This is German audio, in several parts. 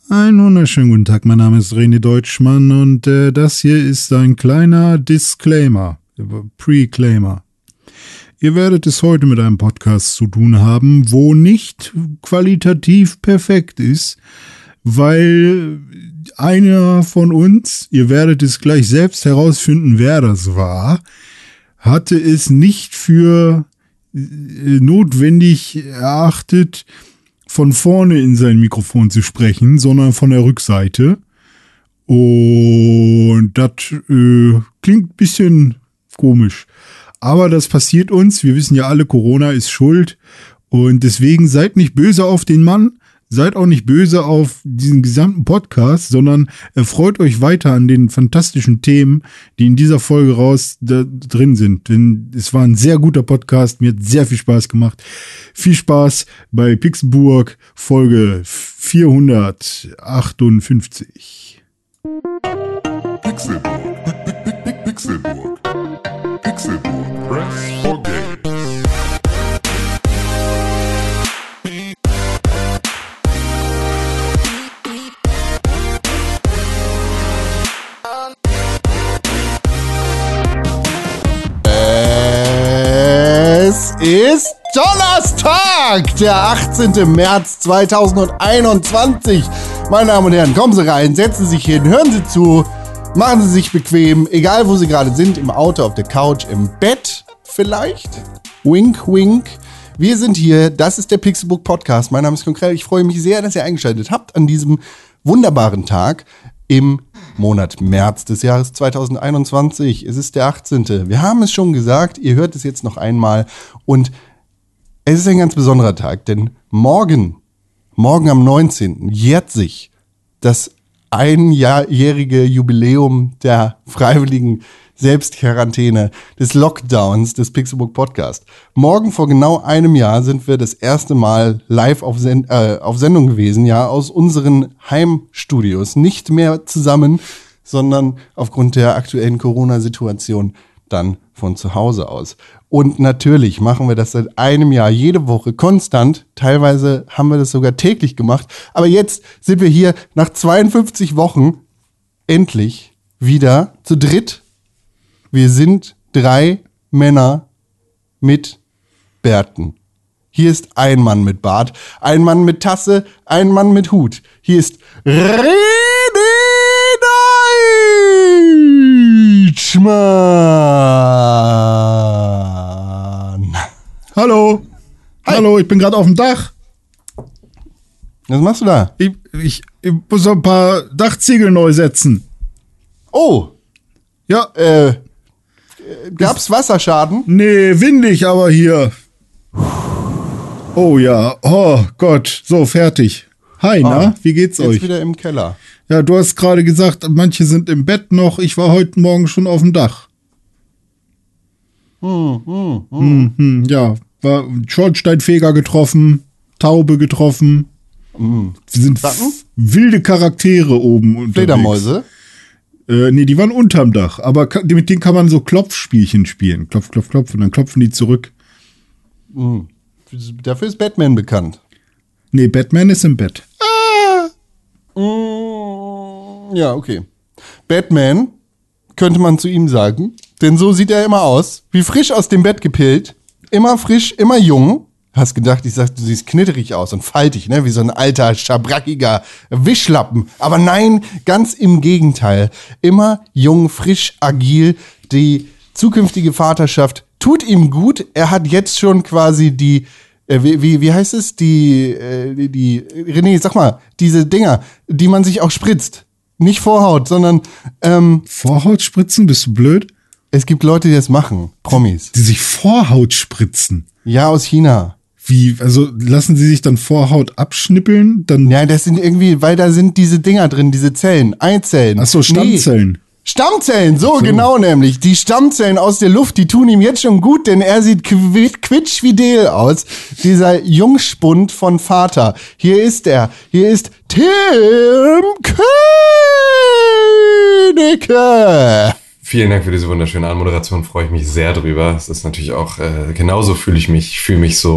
Einen wunderschönen guten Tag, mein Name ist René Deutschmann und das hier ist ein kleiner Disclaimer, Preclaimer. Ihr werdet es heute mit einem Podcast zu tun haben, wo nicht qualitativ perfekt ist, weil einer von uns, ihr werdet es gleich selbst herausfinden, wer das war, hatte es nicht für notwendig erachtet, von vorne in sein Mikrofon zu sprechen, sondern von der Rückseite. Und das klingt ein bisschen komisch. Aber das passiert uns. Wir wissen ja alle, Corona ist schuld. Und deswegen seid nicht böse auf den Mann. Seid auch nicht böse auf diesen gesamten Podcast, sondern erfreut euch weiter an den fantastischen Themen, die in dieser Folge drin sind. Denn es war ein sehr guter Podcast, mir hat sehr viel Spaß gemacht. Viel Spaß bei Pixelburg, Folge 458. Pixelburg. Press for Games. Es ist Donnerstag, der 18. März 2021. Meine Damen und Herren, kommen Sie rein, setzen Sie sich hin, hören Sie zu, machen Sie sich bequem, egal wo Sie gerade sind, im Auto, auf der Couch, im Bett vielleicht. Wink, wink. Wir sind hier, das ist der Pixelburg Podcast. Mein Name ist Konkrell. Ich freue mich sehr, dass ihr eingeschaltet habt an diesem wunderbaren Tag im Monat März des Jahres 2021. Es ist der 18. Wir haben es schon gesagt, ihr hört es jetzt noch einmal. Und es ist ein ganz besonderer Tag, denn morgen am 19. jährt sich das einjährige Jubiläum der freiwilligen Selbstquarantäne, des Lockdowns des Pixelburg Podcast. Morgen vor genau einem Jahr sind wir das erste Mal live auf Sendung gewesen, ja, aus unseren Heimstudios. Nicht mehr zusammen, sondern aufgrund der aktuellen Corona-Situation dann von zu Hause aus. Und natürlich machen wir das seit einem Jahr, jede Woche, konstant. Teilweise haben wir das sogar täglich gemacht. Aber jetzt sind wir hier nach 52 Wochen endlich wieder zu dritt. Wir sind 3 Männer mit Bärten. Hier ist ein Mann mit Bart, ein Mann mit Tasse, ein Mann mit Hut. Hier ist René Deutschmann. Hallo. Hi. Hallo, ich bin gerade auf dem Dach. Was machst du da? Ich muss noch ein paar Dachziegel neu setzen. Oh, Ja, gab's Wasserschaden? nee, windig aber hier. Oh ja, oh Gott, so fertig. Hi, na, wie geht's Jetzt euch? wieder im Keller. Ja, du hast gerade gesagt, manche sind im Bett noch. Ich war heute Morgen schon auf dem Dach. Ja, war Schornsteinfeger getroffen, Taube getroffen. Wir sind Ratten? wilde Charaktere oben unterwegs. Fledermäuse? Nee, die waren unterm Dach, aber mit denen kann man so Klopfspielchen spielen. Klopf, klopf, klopf und dann klopfen die zurück. Dafür ist Batman bekannt. Nee, Batman ist im Bett. Ja, okay. Batman, könnte man zu ihm sagen, denn so sieht er immer aus, wie frisch aus dem Bett gepillt, immer frisch, immer jung. Hast gedacht, ich sag, du siehst knitterig aus und faltig, ne, wie so ein alter, schabrackiger Wischlappen. Aber nein, ganz im Gegenteil. Immer jung, frisch, agil. Die zukünftige Vaterschaft tut ihm gut. Er hat jetzt schon quasi die, wie heißt es? Die René, sag mal, diese Dinger, die man sich auch spritzt. Nicht Vorhaut, sondern, Vorhaut spritzen? Bist du blöd? es gibt Leute, die das machen. Promis. Die sich Vorhaut spritzen. Ja, aus China. Wie, also lassen sie sich dann Vorhaut abschnippeln? Dann, Ja, das sind irgendwie, weil da sind diese Dinger drin, diese Zellen, Eizellen. ach so, Stammzellen. Nee. Stammzellen, so genau nämlich. Die Stammzellen aus der Luft, die tun ihm jetzt schon gut, denn er sieht quietschfidel aus. Dieser Jungspund von Vater. Hier ist er. Hier ist Tim Königke. Vielen Dank für diese wunderschöne Anmoderation, freue ich mich sehr drüber. Es ist natürlich auch, genauso fühle mich so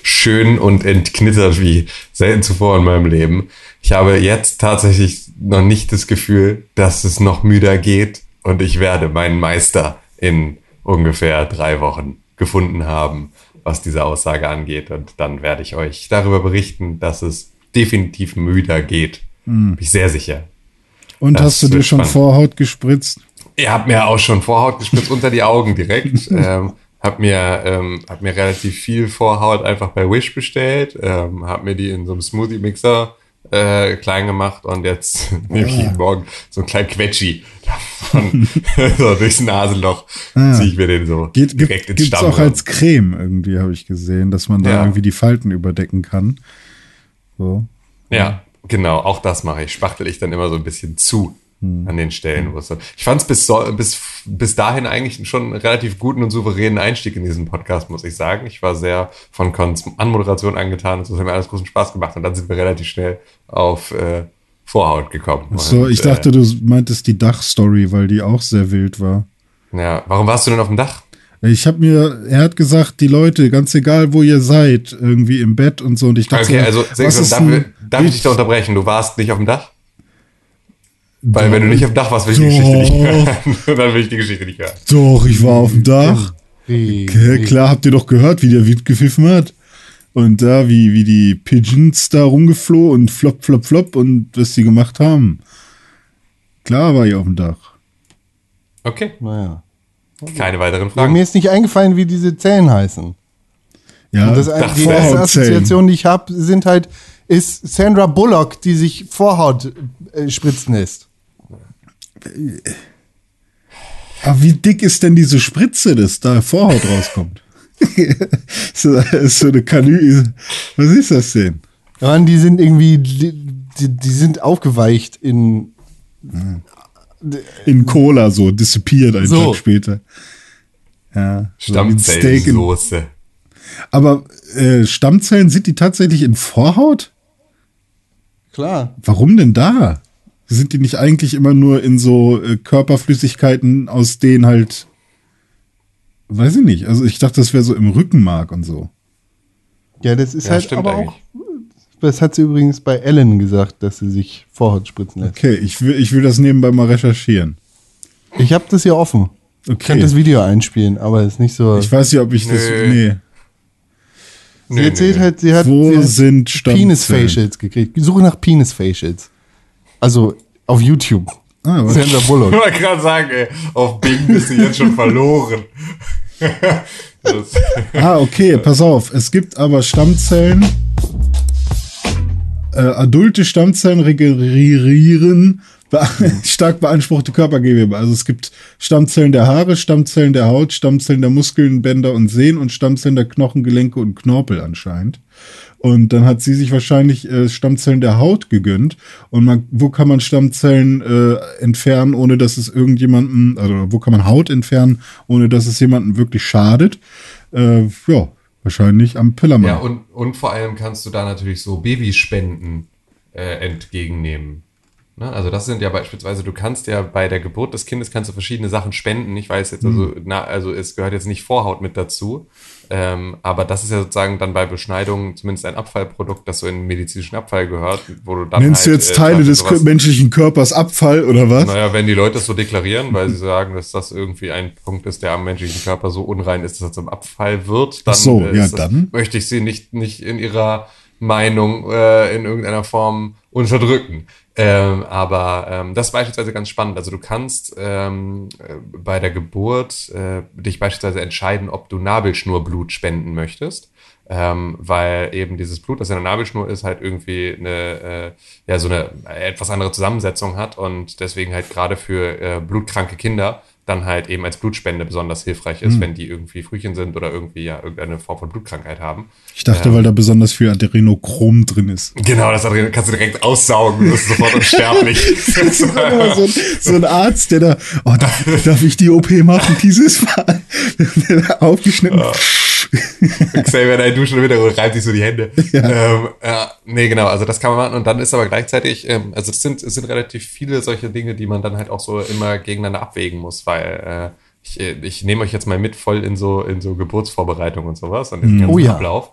schön und entknittert wie selten zuvor in meinem Leben. Ich habe jetzt tatsächlich noch nicht das Gefühl, dass es noch müder geht und ich werde meinen Meister in ungefähr 3 Wochen gefunden haben, was diese Aussage angeht. Und dann werde ich euch darüber berichten, dass es definitiv müder geht. Bin ich sehr sicher. Und Das hast du dir wird schon spannend. Vorhaut gespritzt? Ihr habt mir auch schon Vorhaut gespritzt unter die Augen direkt. Hab mir relativ viel Vorhaut einfach bei Wish bestellt. Hab mir die in so einem Smoothie-Mixer klein gemacht und jetzt nehme ich jeden Morgen so einen kleinen Quetschi davon so durchs Nasenloch. Ziehe ich mir den so direkt ins Gibt's Stammhirn. auch als Creme irgendwie, habe ich gesehen, dass man da Ja. irgendwie die Falten überdecken kann. So. Ja, genau, auch das mache ich. Spachtel ich dann immer so ein bisschen zu an den Stellen, wo es so. Ich fand es bis dahin eigentlich schon einen relativ guten und souveränen Einstieg in diesen Podcast, muss ich sagen. Ich war sehr von Cons Anmoderation angetan und so, das hat mir alles großen Spaß gemacht und dann sind wir relativ schnell auf Vorhaut gekommen. So, und, ich dachte, du meintest die Dachstory, weil die auch sehr wild war. ja, warum warst du denn auf dem Dach? Er hat gesagt, die Leute, ganz egal wo ihr seid, irgendwie im Bett und so. Und ich dachte, Okay, also was ist darf ich dich da unterbrechen? Du warst nicht auf dem Dach? Weil wenn du nicht auf dem Dach warst, will ich die Doch. Geschichte nicht hören. Dann will ich die Geschichte nicht hören. Doch, ich war auf dem Dach. Klar, habt ihr doch gehört, wie der Wind gepfiffen hat. Und da, wie die Pigeons da rumgeflohen und flop, flop, flop und was die gemacht haben. Klar war ich auf dem Dach. Okay, Naja. keine weiteren Ja, Fragen. mir ist nicht eingefallen, wie diese Zellen heißen. Ja, Und die erste Vorhautzellen. Assoziation, die ich habe, ist Sandra Bullock, die sich Vorhaut spritzen lässt. Aber wie dick ist denn diese Spritze, dass da Vorhaut rauskommt? ist so eine Kanüle. Was ist das denn? Ja, Mann, die sind irgendwie, die sind aufgeweicht in In Cola so, disappeared einen So. Tag später. Ja, so wie ein Steak in, Stammzellensoße. aber Stammzellen, sind die tatsächlich in Vorhaut? Klar. Warum denn da? Sind die nicht eigentlich immer nur in so Körperflüssigkeiten, aus denen halt, weiß ich nicht, also ich dachte, das wäre so im Rückenmark und so. Ja, das ist Ja, halt stimmt aber eigentlich. auch. Das hat sie übrigens bei Ellen gesagt, dass sie sich Vorhaut spritzen lässt. Okay, ich will das nebenbei mal recherchieren. Ich habe das hier offen. Ich Okay. könnte das Video einspielen, aber es ist nicht so. Ich weiß nicht, ob ich das, Nö. Sie erzählt halt, sie hat Wo sind Stammzellen? Penis-Facials gekriegt. Suche nach Penis-Facials. Also auf YouTube. Ah, was? Sandra Ich Bullock. wollte gerade sagen, ey, auf Bing bist du jetzt schon verloren. Okay, pass auf. Es gibt aber Stammzellen. Adulte Stammzellen regenerieren stark beanspruchte Körpergewebe. Also es gibt Stammzellen der Haare, Stammzellen der Haut, Stammzellen der Muskeln, Bänder und Sehnen und Stammzellen der Knochen, Gelenke und Knorpel anscheinend. Und dann hat sie sich wahrscheinlich Stammzellen der Haut gegönnt. Und wo kann man Stammzellen entfernen, ohne dass es irgendjemandem, also wo kann man Haut entfernen, ohne dass es jemandem wirklich schadet? Ja, wahrscheinlich am Pillermann. Ja, und vor allem kannst du da natürlich so Babyspenden entgegennehmen. Ne? Also das sind ja beispielsweise, du kannst ja bei der Geburt des Kindes kannst du verschiedene Sachen spenden. Ich weiß jetzt, also es gehört jetzt nicht Vorhaut mit dazu. Aber das ist ja sozusagen dann bei Beschneidung zumindest ein Abfallprodukt, das so in den medizinischen Abfall gehört, wo du dann Nennst du halt, jetzt Teile des sowas- menschlichen Körpers Abfall oder was? Naja, wenn die Leute es so deklarieren, weil sie sagen, dass das irgendwie ein Punkt ist, der am menschlichen Körper so unrein ist, dass er zum Abfall wird, dann, Ach so, ja, ist das, dann. möchte ich sie nicht in ihrer Meinung in irgendeiner Form unterdrücken. Aber das ist beispielsweise ganz spannend. Also du kannst bei der Geburt dich beispielsweise entscheiden, ob du Nabelschnurblut spenden möchtest. Weil eben dieses Blut, das in der Nabelschnur ist, halt irgendwie so eine etwas andere Zusammensetzung hat und deswegen halt gerade für blutkranke Kinder dann halt eben als Blutspende besonders hilfreich ist, wenn die irgendwie Frühchen sind oder irgendwie ja irgendeine Form von Blutkrankheit haben. Ich dachte, weil da besonders viel Adrenochrom drin ist. Genau, das kannst du direkt aussaugen, du bist sofort unständig. Immer so ein Arzt, der da, darf ich die OP machen dieses Mal? Aufgeschnitten. Xavier, dein Duschen im Hintergrund reibt sich so die Hände. Nee, genau, also das kann man machen und dann ist aber gleichzeitig, es sind relativ viele solche Dinge, die man dann halt auch so immer gegeneinander abwägen muss, weil ich nehme euch jetzt mal mit voll in so Geburtsvorbereitung und sowas und den ganzen Ablauf.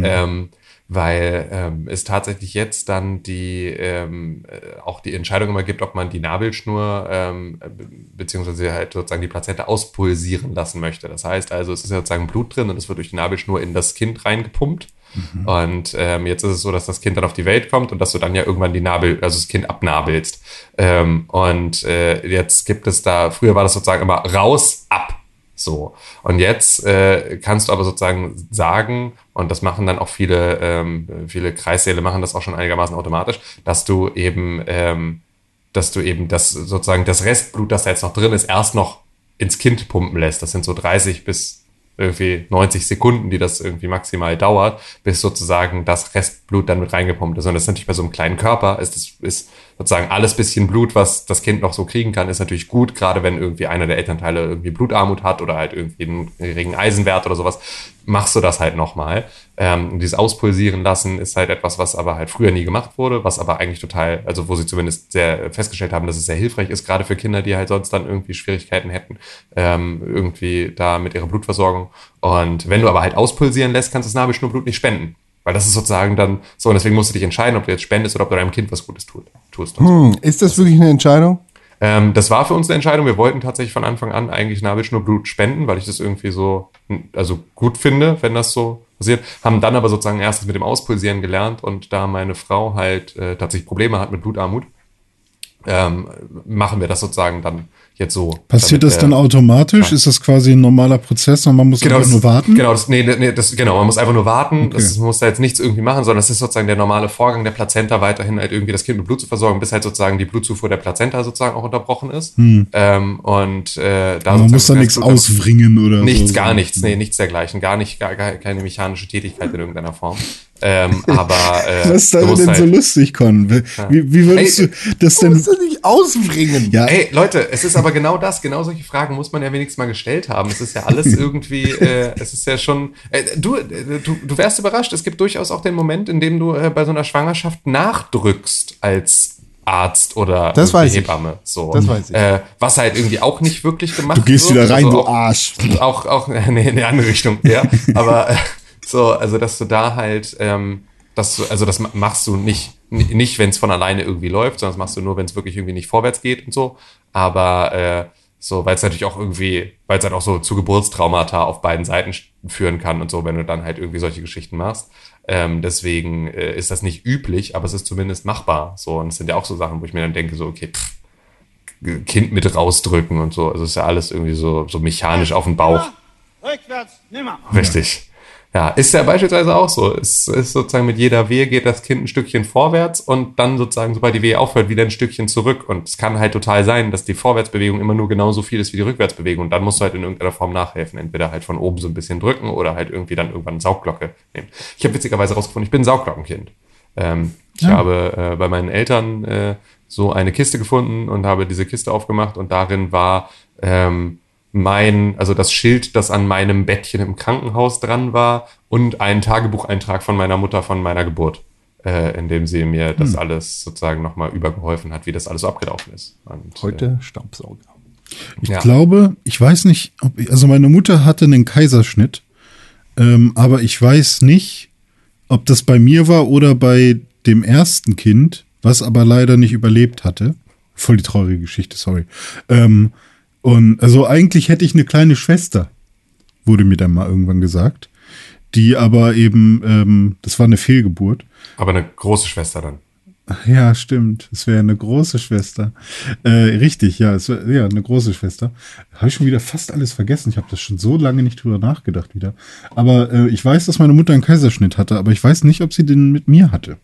Weil es tatsächlich jetzt dann auch die Entscheidung immer gibt, ob man die Nabelschnur beziehungsweise halt sozusagen die Plazenta auspulsieren lassen möchte. Das heißt also, es ist ja sozusagen Blut drin und es wird durch die Nabelschnur in das Kind reingepumpt. Und jetzt ist es so, dass das Kind dann auf die Welt kommt und dass du dann ja irgendwann also das Kind abnabelst. Jetzt gibt es früher war das sozusagen immer raus, ab. So. Und jetzt kannst du aber sozusagen sagen, und das machen dann auch viele Kreissäle machen das auch schon einigermaßen automatisch, dass du eben das sozusagen das Restblut, das da jetzt noch drin ist, erst noch ins Kind pumpen lässt. Das sind so 30 bis irgendwie 90 Sekunden, die das irgendwie maximal dauert, bis sozusagen das Restblut dann mit reingepumpt ist. Und das ist natürlich bei so einem kleinen Körper, ist sozusagen alles bisschen Blut, was das Kind noch so kriegen kann, ist natürlich gut, gerade wenn irgendwie einer der Elternteile irgendwie Blutarmut hat oder halt irgendwie einen geringen Eisenwert oder sowas, machst du das halt nochmal. Dieses Auspulsieren lassen ist halt etwas, was aber halt früher nie gemacht wurde, was aber eigentlich total, also wo sie zumindest sehr festgestellt haben, dass es sehr hilfreich ist, gerade für Kinder, die halt sonst dann irgendwie Schwierigkeiten hätten, irgendwie da mit ihrer Blutversorgung. Und wenn du aber halt auspulsieren lässt, kannst du das Nabelschnurblut nicht spenden. Weil das ist sozusagen dann so, und deswegen musst du dich entscheiden, ob du jetzt spendest oder ob du deinem Kind was Gutes tust. Ist das wirklich eine Entscheidung? Das war für uns eine Entscheidung. Wir wollten tatsächlich von Anfang an eigentlich Nabelschnurblut spenden, weil ich das irgendwie so, also gut finde, wenn das so passiert. Haben dann aber sozusagen erst mit dem Auspulsieren gelernt und da meine Frau halt tatsächlich Probleme hat mit Blutarmut, machen wir das sozusagen dann jetzt so. Passiert das dann automatisch? Ist das quasi ein normaler Prozess und man muss einfach nur warten? Genau, man muss einfach nur warten. Okay. Man muss da jetzt nichts irgendwie machen, sondern das ist sozusagen der normale Vorgang der Plazenta, weiterhin halt irgendwie das Kind mit Blut zu versorgen, bis halt sozusagen die Blutzufuhr der Plazenta sozusagen auch unterbrochen ist. Da man muss da nichts auswringen oder nichts, so. Gar nichts, nee, nichts dergleichen. Gar keine mechanische Tätigkeit in irgendeiner Form. Was ist da denn halt so lustig, Con? Wie würdest du das denn? Musst du nicht ausbringen? Ja. Ey, Leute, es ist aber genau solche Fragen muss man ja wenigstens mal gestellt haben. Es ist ja alles irgendwie, es ist ja schon, du wärst überrascht, es gibt durchaus auch den Moment, in dem du bei so einer Schwangerschaft nachdrückst als Arzt oder Hebamme. So. Das weiß ich. Was halt irgendwie auch nicht wirklich gemacht wird. Du gehst wieder rein, also du Arsch. Nee, in eine andere Richtung, ja. Aber so, also dass du da halt, das machst du nicht wenn es von alleine irgendwie läuft, sondern das machst du nur, wenn es wirklich irgendwie nicht vorwärts geht und so. Aber so, weil es natürlich auch irgendwie, weil es halt auch so zu Geburtstraumata auf beiden Seiten führen kann und so, wenn du dann halt irgendwie solche Geschichten machst. Deswegen ist das nicht üblich, aber es ist zumindest machbar. So, und es sind ja auch so Sachen, wo ich mir dann denke, so, okay, Kind mit rausdrücken und so. Also es ist ja alles irgendwie so mechanisch auf den Bauch. Rückwärts, nimmer. Richtig. Ja, ist ja beispielsweise auch so. Es ist sozusagen mit jeder Wehe geht das Kind ein Stückchen vorwärts und dann sozusagen, sobald die Wehe aufhört, wieder ein Stückchen zurück. Und es kann halt total sein, dass die Vorwärtsbewegung immer nur genauso viel ist wie die Rückwärtsbewegung. Und dann musst du halt in irgendeiner Form nachhelfen. Entweder halt von oben so ein bisschen drücken oder halt irgendwie dann irgendwann eine Saugglocke nehmen. Ich habe witzigerweise rausgefunden, ich bin ein Saugglockenkind. Ich habe bei meinen Eltern so eine Kiste gefunden und habe diese Kiste aufgemacht und darin war also das Schild, das an meinem Bettchen im Krankenhaus dran war und ein Tagebucheintrag von meiner Mutter von meiner Geburt, in dem sie mir das alles sozusagen nochmal übergeholfen hat, wie das alles so abgelaufen ist. Und, heute Staubsauger. Ich glaube, ich weiß nicht, also meine Mutter hatte einen Kaiserschnitt, aber ich weiß nicht, ob das bei mir war oder bei dem ersten Kind, was aber leider nicht überlebt hatte. Voll die traurige Geschichte, sorry. Und also eigentlich hätte ich eine kleine Schwester, wurde mir dann mal irgendwann gesagt, die aber eben, das war eine Fehlgeburt. Aber eine große Schwester dann. Ja, stimmt. Es wäre eine große Schwester. Richtig, ja, es wäre eine große Schwester. Habe ich schon wieder fast alles vergessen. Ich habe das schon so lange nicht drüber nachgedacht wieder. Aber ich weiß, dass meine Mutter einen Kaiserschnitt hatte, aber ich weiß nicht, ob sie den mit mir hatte.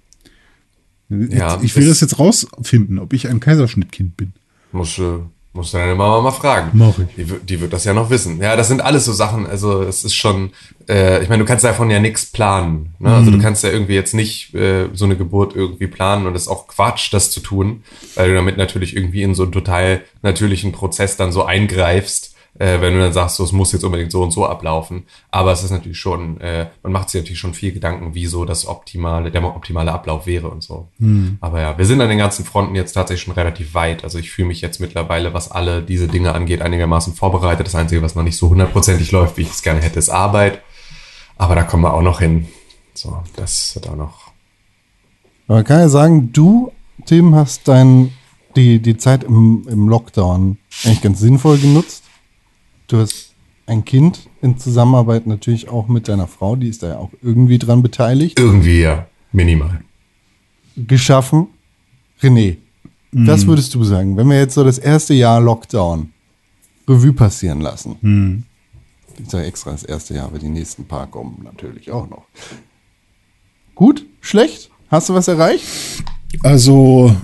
Ja, ich will das jetzt rausfinden, ob ich ein Kaiserschnittkind bin. Musst du deine Mama mal fragen. Mach ich. Die wird das ja noch wissen. Ja, das sind alles so Sachen, also es ist schon, ich meine, du kannst davon ja nichts planen. Ne? Also du kannst ja irgendwie jetzt nicht so eine Geburt irgendwie planen und es ist auch Quatsch, das zu tun, weil du damit natürlich irgendwie in so einen total natürlichen Prozess dann so eingreifst, wenn du dann sagst, so, es muss jetzt unbedingt so und so ablaufen. Aber es ist natürlich schon, man macht sich natürlich schon viel Gedanken, wie so der optimale Ablauf wäre und so. Aber ja, wir sind an den ganzen Fronten jetzt tatsächlich schon relativ weit. Also ich fühle mich jetzt mittlerweile, was alle diese Dinge angeht, einigermaßen vorbereitet. Das Einzige, was noch nicht so 100%ig läuft, wie ich es gerne hätte, ist Arbeit. Aber da kommen wir auch noch hin. So, das wird auch noch. Man kann ja sagen, du, Tim, hast die Zeit im Lockdown eigentlich ganz sinnvoll genutzt. Du hast ein Kind in Zusammenarbeit natürlich auch mit deiner Frau, die ist da ja auch irgendwie dran beteiligt. Irgendwie ja, minimal. Geschaffen. René, was würdest du sagen, wenn wir jetzt so das erste Jahr Lockdown Revue passieren lassen? Ich sage extra das erste Jahr, aber die nächsten paar kommen natürlich auch noch. Gut? Schlecht? Hast du was erreicht? Also,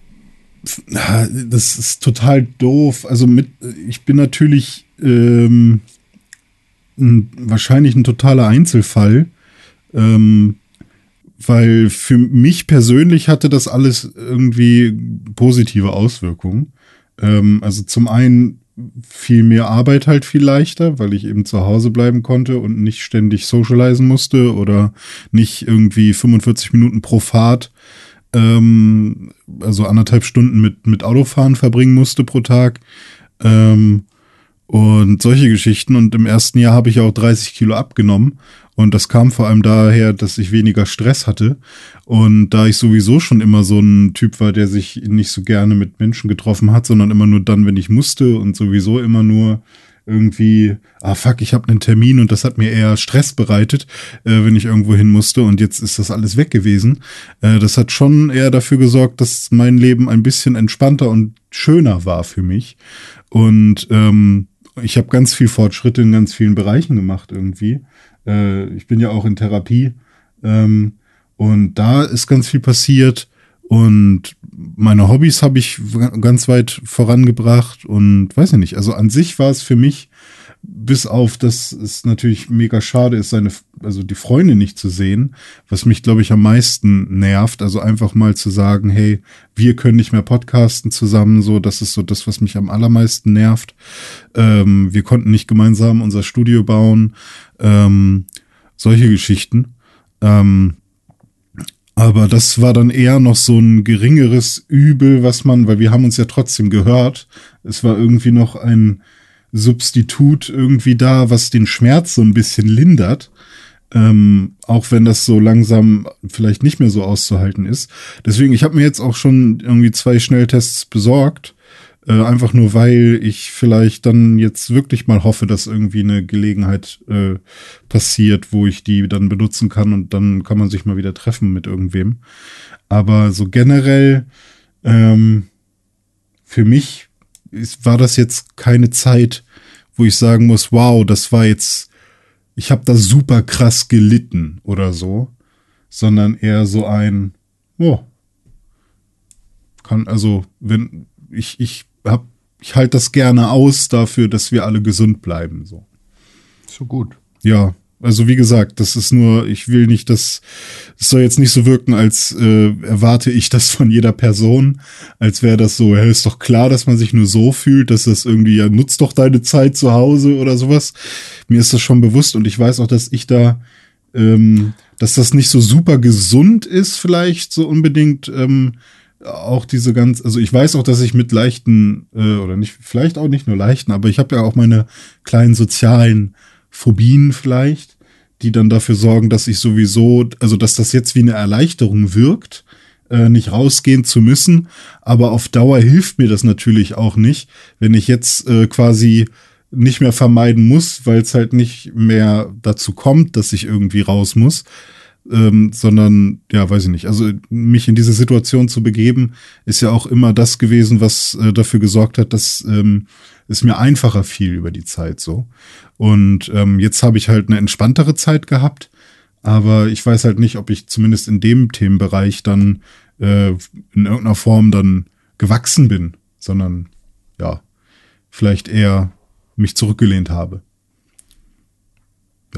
das ist total doof. Also ich bin natürlich wahrscheinlich ein totaler Einzelfall, weil für mich persönlich hatte das alles irgendwie positive Auswirkungen. Also zum einen fiel mir Arbeit halt viel leichter, weil ich eben zu Hause bleiben konnte und nicht ständig socialisen musste oder nicht irgendwie 45 Minuten pro Fahrt, also 1,5 Stunden mit Autofahren verbringen musste pro Tag. Und solche Geschichten. Und im ersten Jahr habe ich auch 30 Kilo abgenommen. Und das kam vor allem daher, dass ich weniger Stress hatte. Und da ich sowieso schon immer so ein Typ war, der sich nicht so gerne mit Menschen getroffen hat, sondern immer nur dann, wenn ich musste und sowieso immer nur irgendwie, ich habe einen Termin und das hat mir eher Stress bereitet, wenn ich irgendwo hin musste und jetzt ist das alles weg gewesen. Das hat schon eher dafür gesorgt, dass mein Leben ein bisschen entspannter und schöner war für mich. Und ich habe ganz viel Fortschritte in ganz vielen Bereichen gemacht irgendwie. Ich bin ja auch in Therapie und da ist ganz viel passiert und meine Hobbys habe ich ganz weit vorangebracht und weiß ich nicht, also an sich war es für mich, bis auf, dass es natürlich mega schade ist, die Freunde nicht zu sehen, was mich, glaube ich, am meisten nervt. Also einfach mal zu sagen, hey, wir können nicht mehr podcasten zusammen, so, das ist so das, was mich am allermeisten nervt. Wir konnten nicht gemeinsam unser Studio bauen, solche Geschichten. Aber das war dann eher noch so ein geringeres Übel, weil wir haben uns ja trotzdem gehört. Es war irgendwie noch ein Substitut irgendwie da, was den Schmerz so ein bisschen lindert, auch wenn das so langsam vielleicht nicht mehr so auszuhalten ist. Deswegen, ich habe mir jetzt auch schon irgendwie 2 Schnelltests besorgt, einfach nur, weil ich vielleicht dann jetzt wirklich mal hoffe, dass irgendwie eine Gelegenheit passiert, wo ich die dann benutzen kann und dann kann man sich mal wieder treffen mit irgendwem. Aber so generell für mich war das jetzt keine Zeit, wo ich sagen muss, wow, ich habe da super krass gelitten oder so, sondern eher so wenn ich halte das gerne aus dafür, dass wir alle gesund bleiben, so. So gut. Ja. Also wie gesagt, das ist nur, ich will nicht, es soll jetzt nicht so wirken, als erwarte ich das von jeder Person, als wäre das so, ja, ist doch klar, dass man sich nur so fühlt, dass das irgendwie, ja, nutzt doch deine Zeit zu Hause oder sowas. Mir ist das schon bewusst und ich weiß auch, dass ich da, dass das nicht so super gesund ist vielleicht so unbedingt, auch also ich weiß auch, dass ich mit leichten, oder nicht, vielleicht auch nicht nur leichten, aber ich habe ja auch meine kleinen sozialen Phobien vielleicht, die dann dafür sorgen, dass ich sowieso, also dass das jetzt wie eine Erleichterung wirkt, nicht rausgehen zu müssen, aber auf Dauer hilft mir das natürlich auch nicht, wenn ich jetzt quasi nicht mehr vermeiden muss, weil es halt nicht mehr dazu kommt, dass ich irgendwie raus muss, sondern, ja, weiß ich nicht, also mich in diese Situation zu begeben, ist ja auch immer das gewesen, was dafür gesorgt hat, dass es mir einfacher fiel über die Zeit so. Und jetzt habe ich halt eine entspanntere Zeit gehabt, aber ich weiß halt nicht, ob ich zumindest in dem Themenbereich dann in irgendeiner Form dann gewachsen bin, sondern ja, vielleicht eher mich zurückgelehnt habe. Ja.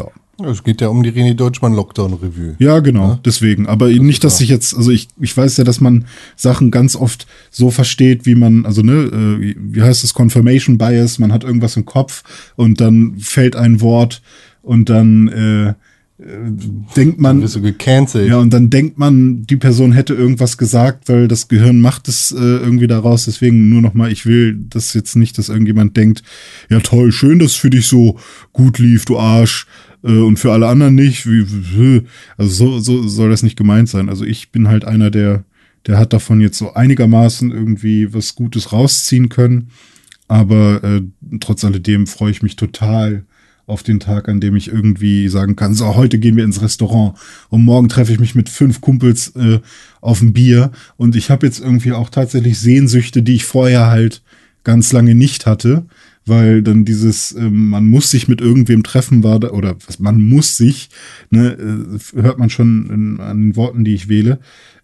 Es geht ja um die René Deutschmann Lockdown Revue. Ja, genau, deswegen. Aber nicht, dass ich jetzt, also ich weiß ja, dass man Sachen ganz oft so versteht, wie man, also wie heißt das, Confirmation Bias, man hat irgendwas im Kopf und dann fällt ein Wort und dann denkt man, Dann bist du gecancelt. ja, und dann denkt man, die Person hätte irgendwas gesagt, weil das Gehirn macht es irgendwie daraus. Deswegen nur noch mal, ich will das jetzt nicht, dass irgendjemand denkt, ja toll, schön, dass es für dich so gut lief, du Arsch, und für alle anderen nicht. Also so soll das nicht gemeint sein. Also ich bin halt einer, der hat davon jetzt so einigermaßen irgendwie was Gutes rausziehen können. Aber trotz alledem freue ich mich total auf den Tag, an dem ich irgendwie sagen kann, so, heute gehen wir ins Restaurant und morgen treffe ich mich mit 5 Kumpels auf ein Bier. Und ich habe jetzt irgendwie auch tatsächlich Sehnsüchte, die ich vorher halt ganz lange nicht hatte, weil dann dieses, man muss sich mit irgendwem treffen war, oder was, man muss sich, ne, hört man schon an den Worten, die ich wähle,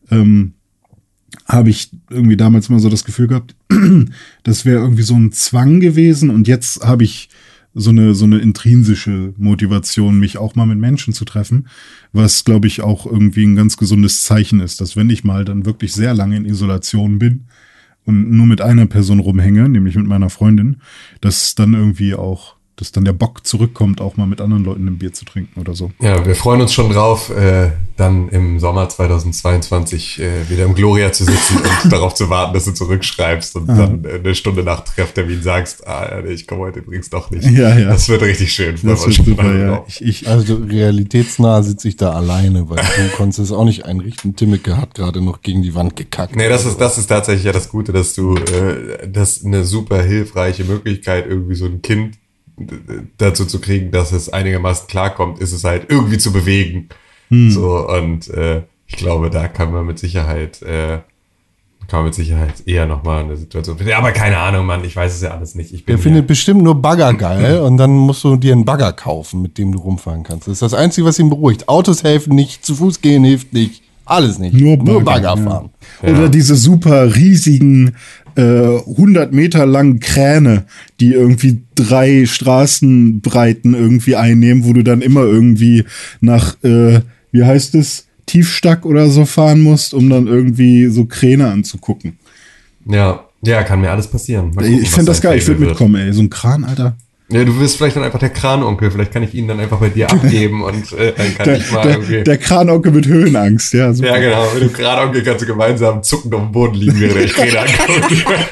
habe ich irgendwie damals mal so das Gefühl gehabt, das wäre irgendwie so ein Zwang gewesen und jetzt habe ich so eine intrinsische Motivation, mich auch mal mit Menschen zu treffen, was, glaube ich, auch irgendwie ein ganz gesundes Zeichen ist, dass wenn ich mal dann wirklich sehr lange in Isolation bin und nur mit einer Person rumhänge, nämlich mit meiner Freundin, dass dann irgendwie auch, dass dann der Bock zurückkommt, auch mal mit anderen Leuten ein Bier zu trinken oder so. Ja, wir freuen uns schon drauf, dann im Sommer 2022 wieder im Gloria zu sitzen und darauf zu warten, dass du zurückschreibst und dann eine Stunde nach Trefftermin sagst, ich komme heute übrigens doch nicht. Ja. Das wird richtig schön. Das wird super, ja. Also realitätsnah sitze ich da alleine, weil du konntest es auch nicht einrichten. Timmeke hat gerade noch gegen die Wand gekackt. Nee, das ist tatsächlich ja das Gute, dass du, das eine super hilfreiche Möglichkeit, irgendwie so ein Kind dazu zu kriegen, dass es einigermaßen klarkommt, ist es halt irgendwie zu bewegen. So, und ich glaube, da kann man mit Sicherheit eher nochmal eine Situation finden. Aber keine Ahnung, Mann, ich weiß es ja alles nicht. Der findet bestimmt nur Bagger geil und dann musst du dir einen Bagger kaufen, mit dem du rumfahren kannst. Das ist das Einzige, was ihn beruhigt. Autos helfen nicht, zu Fuß gehen hilft nicht, alles nicht. Nur Bagger fahren. Ja. Oder diese super riesigen 100 Meter langen Kräne, die irgendwie 3 Straßenbreiten irgendwie einnehmen, wo du dann immer irgendwie nach, wie heißt es, Tiefstack oder so fahren musst, um dann irgendwie so Kräne anzugucken. Ja, kann mir alles passieren. Ich fände das geil, ich würde mitkommen, ey, so ein Kran, Alter. Ja, du wirst vielleicht dann einfach der Kranonkel. Vielleicht kann ich ihn dann einfach bei dir abgeben und dann kann ich mal irgendwie... Der Kranonkel mit Höhenangst, ja. Super. Ja, genau. Mit dem Kranonkel kannst du gemeinsam zuckend auf dem Boden liegen, während ich Kräne angucke.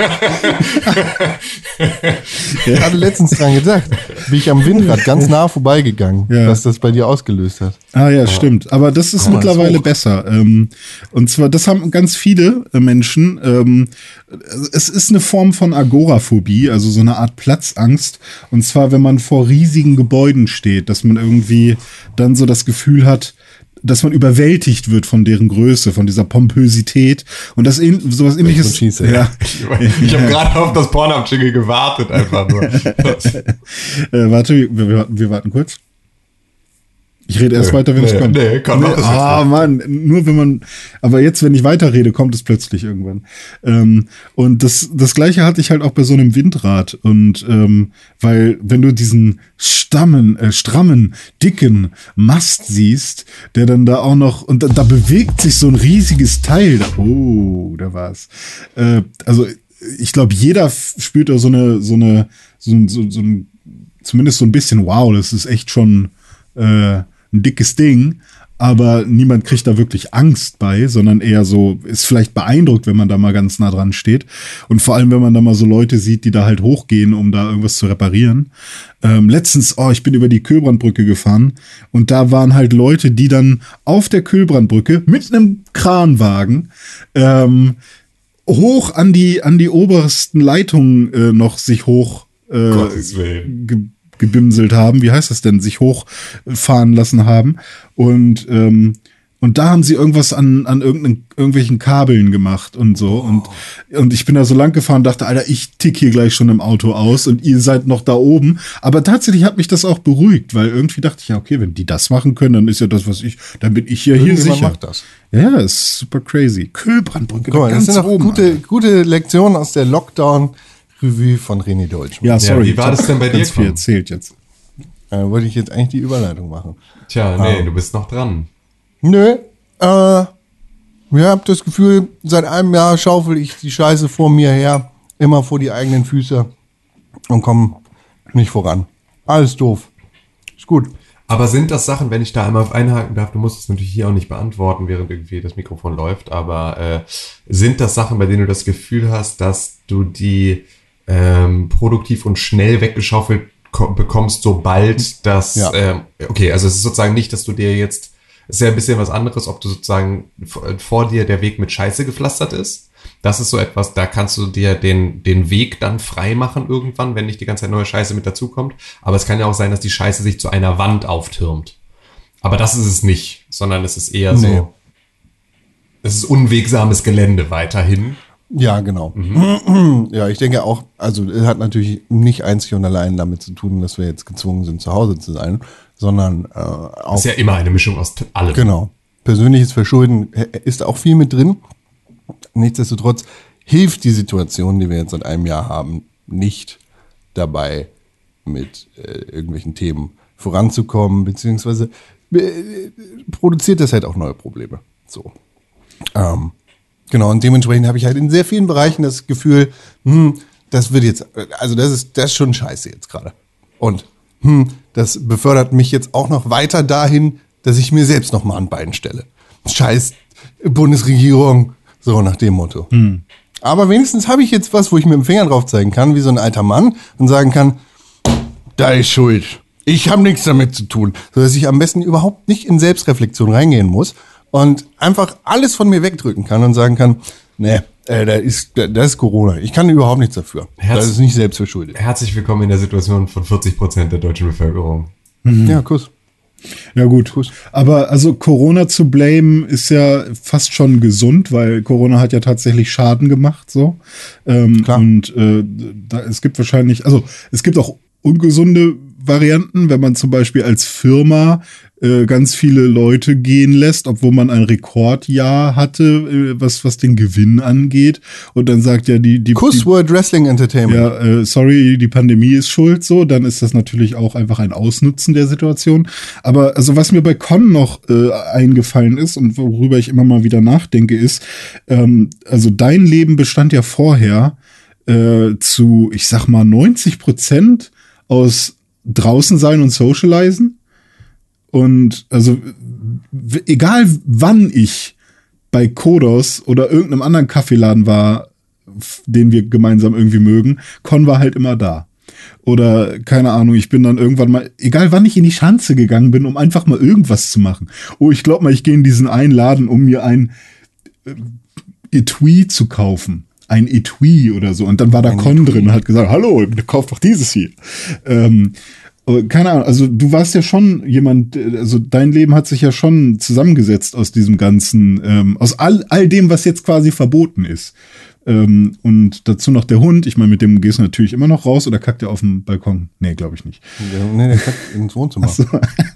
Ich hatte letztens dran gedacht. Bin ich am Windrad ganz nah vorbeigegangen, was das bei dir ausgelöst hat. Ah ja, stimmt. Aber das ist mittlerweile besser. Und zwar, das haben ganz viele Menschen. Es ist eine Form von Agoraphobie, also so eine Art Platzangst. Und zwar, wenn man vor riesigen Gebäuden steht, dass man irgendwie dann so das Gefühl hat, dass man überwältigt wird von deren Größe, von dieser Pompösität. Und das sowas Ähnliches. Ja. Ich habe gerade auf das Pornhub-Jingle gewartet, einfach nur. Warte, wir warten kurz. Ich rede erst weiter, wenn es kommt. Nee, kann auch. Mann, nur wenn man, aber jetzt, wenn ich weiterrede, kommt es plötzlich irgendwann. Und das Gleiche hatte ich halt auch bei so einem Windrad. Und weil, wenn du diesen strammen, dicken Mast siehst, der dann da auch noch, und da bewegt sich so ein riesiges Teil. Oh, da war's. Also, ich glaube, jeder spürt da so ein, zumindest so ein bisschen, wow, das ist echt schon, ein dickes Ding, aber niemand kriegt da wirklich Angst bei, sondern eher so, ist vielleicht beeindruckt, wenn man da mal ganz nah dran steht. Und vor allem, wenn man da mal so Leute sieht, die da halt hochgehen, um da irgendwas zu reparieren. Letztens, ich bin über die Kühlbrandbrücke gefahren und da waren halt Leute, die dann auf der Kühlbrandbrücke mit einem Kranwagen hoch an die obersten Leitungen noch sich hoch Gottes Willen. gebimselt haben, wie heißt das denn, sich hochfahren lassen haben und da haben sie irgendwas an irgendwelchen Kabeln gemacht und so und ich bin da so lang gefahren und dachte, Alter, ich tick hier gleich schon im Auto aus und ihr seid noch da oben, aber tatsächlich hat mich das auch beruhigt, weil irgendwie dachte ich, ja okay, wenn die das machen können, dann ist ja das, dann bin ich hier sicher. Macht das. Ja, ist super crazy. Kühlbrandbrücke, guck mal, das sind auch gute Lektionen aus der Lockdown Revue von René Deutschmann. Ja, sorry. Wie war das denn bei dir? Viel erzählt jetzt. Wollte ich jetzt eigentlich die Überleitung machen. Tja, nee, du bist noch dran. Nö, ich habe das Gefühl, seit einem Jahr schaufel ich die Scheiße vor mir her, immer vor die eigenen Füße und komme nicht voran. Alles doof. Ist gut. Aber sind das Sachen, wenn ich da einmal einhaken darf, du musst es natürlich hier auch nicht beantworten, während irgendwie das Mikrofon läuft, aber sind das Sachen, bei denen du das Gefühl hast, dass du die produktiv und schnell weggeschaufelt bekommst, sobald das, okay, also es ist sozusagen nicht, dass du dir jetzt, es ist ja ein bisschen was anderes, ob du sozusagen vor dir der Weg mit Scheiße gepflastert ist. Das ist so etwas, da kannst du dir den Weg dann frei machen irgendwann, wenn nicht die ganze Zeit neue Scheiße mit dazukommt. Aber es kann ja auch sein, dass die Scheiße sich zu einer Wand auftürmt. Aber das ist es nicht, sondern es ist eher so, es ist unwegsames Gelände weiterhin. Ja, genau. Ja, ich denke auch, also es hat natürlich nicht einzig und allein damit zu tun, dass wir jetzt gezwungen sind, zu Hause zu sein, sondern auch... Das ist ja immer eine Mischung aus allem. Genau. Persönliches Verschulden ist auch viel mit drin. Nichtsdestotrotz hilft die Situation, die wir jetzt seit einem Jahr haben, nicht dabei, mit irgendwelchen Themen voranzukommen, beziehungsweise produziert das halt auch neue Probleme. So. Genau, und dementsprechend habe ich halt in sehr vielen Bereichen das Gefühl, das wird jetzt, also das ist schon scheiße jetzt gerade. Und das befördert mich jetzt auch noch weiter dahin, dass ich mir selbst noch mal an Bein stelle. Scheiß Bundesregierung, so nach dem Motto. Aber wenigstens habe ich jetzt was, wo ich mit dem Finger drauf zeigen kann, wie so ein alter Mann, und sagen kann, da ist Schuld. Ich habe nichts damit zu tun. Sodass ich am besten überhaupt nicht in Selbstreflexion reingehen muss und einfach alles von mir wegdrücken kann und sagen kann, nee, das ist Corona. Ich kann überhaupt nichts dafür. Das ist nicht selbstverschuldet. Herzlich willkommen in der Situation von 40% der deutschen Bevölkerung. Ja, Kuss. Ja gut, aber also Corona zu blamen ist ja fast schon gesund, weil Corona hat ja tatsächlich Schaden gemacht, so. Klar. Und es gibt wahrscheinlich, also es gibt auch ungesunde Varianten, wenn man zum Beispiel als Firma ganz viele Leute gehen lässt, obwohl man ein Rekordjahr hatte, was den Gewinn angeht. Und dann sagt ja die World Wrestling Entertainment. Ja, sorry, die Pandemie ist schuld, so. Dann ist das natürlich auch einfach ein Ausnutzen der Situation. Aber also was mir bei Con noch eingefallen ist und worüber ich immer mal wieder nachdenke, ist, also dein Leben bestand ja vorher zu, ich sag mal, 90% aus draußen sein und socialisen. Und also egal wann ich bei Kodos oder irgendeinem anderen Kaffeeladen war, den wir gemeinsam irgendwie mögen, Con war halt immer da. Oder keine Ahnung, ich bin dann irgendwann mal, egal wann ich in die Schanze gegangen bin, um einfach mal irgendwas zu machen. Oh, ich glaube mal, ich gehe in diesen einen Laden, um mir ein Etui zu kaufen. Ein Etui oder so. Und dann war da Con drin und hat gesagt, hallo, kauf doch dieses hier. Keine Ahnung, also du warst ja schon jemand, also dein Leben hat sich ja schon zusammengesetzt aus diesem ganzen, aus all dem, was jetzt quasi verboten ist. Und dazu noch der Hund, ich meine, mit dem gehst du natürlich immer noch raus oder kackt er auf dem Balkon? Nee, glaube ich nicht. Nee, der kackt ins Wohnzimmer. So.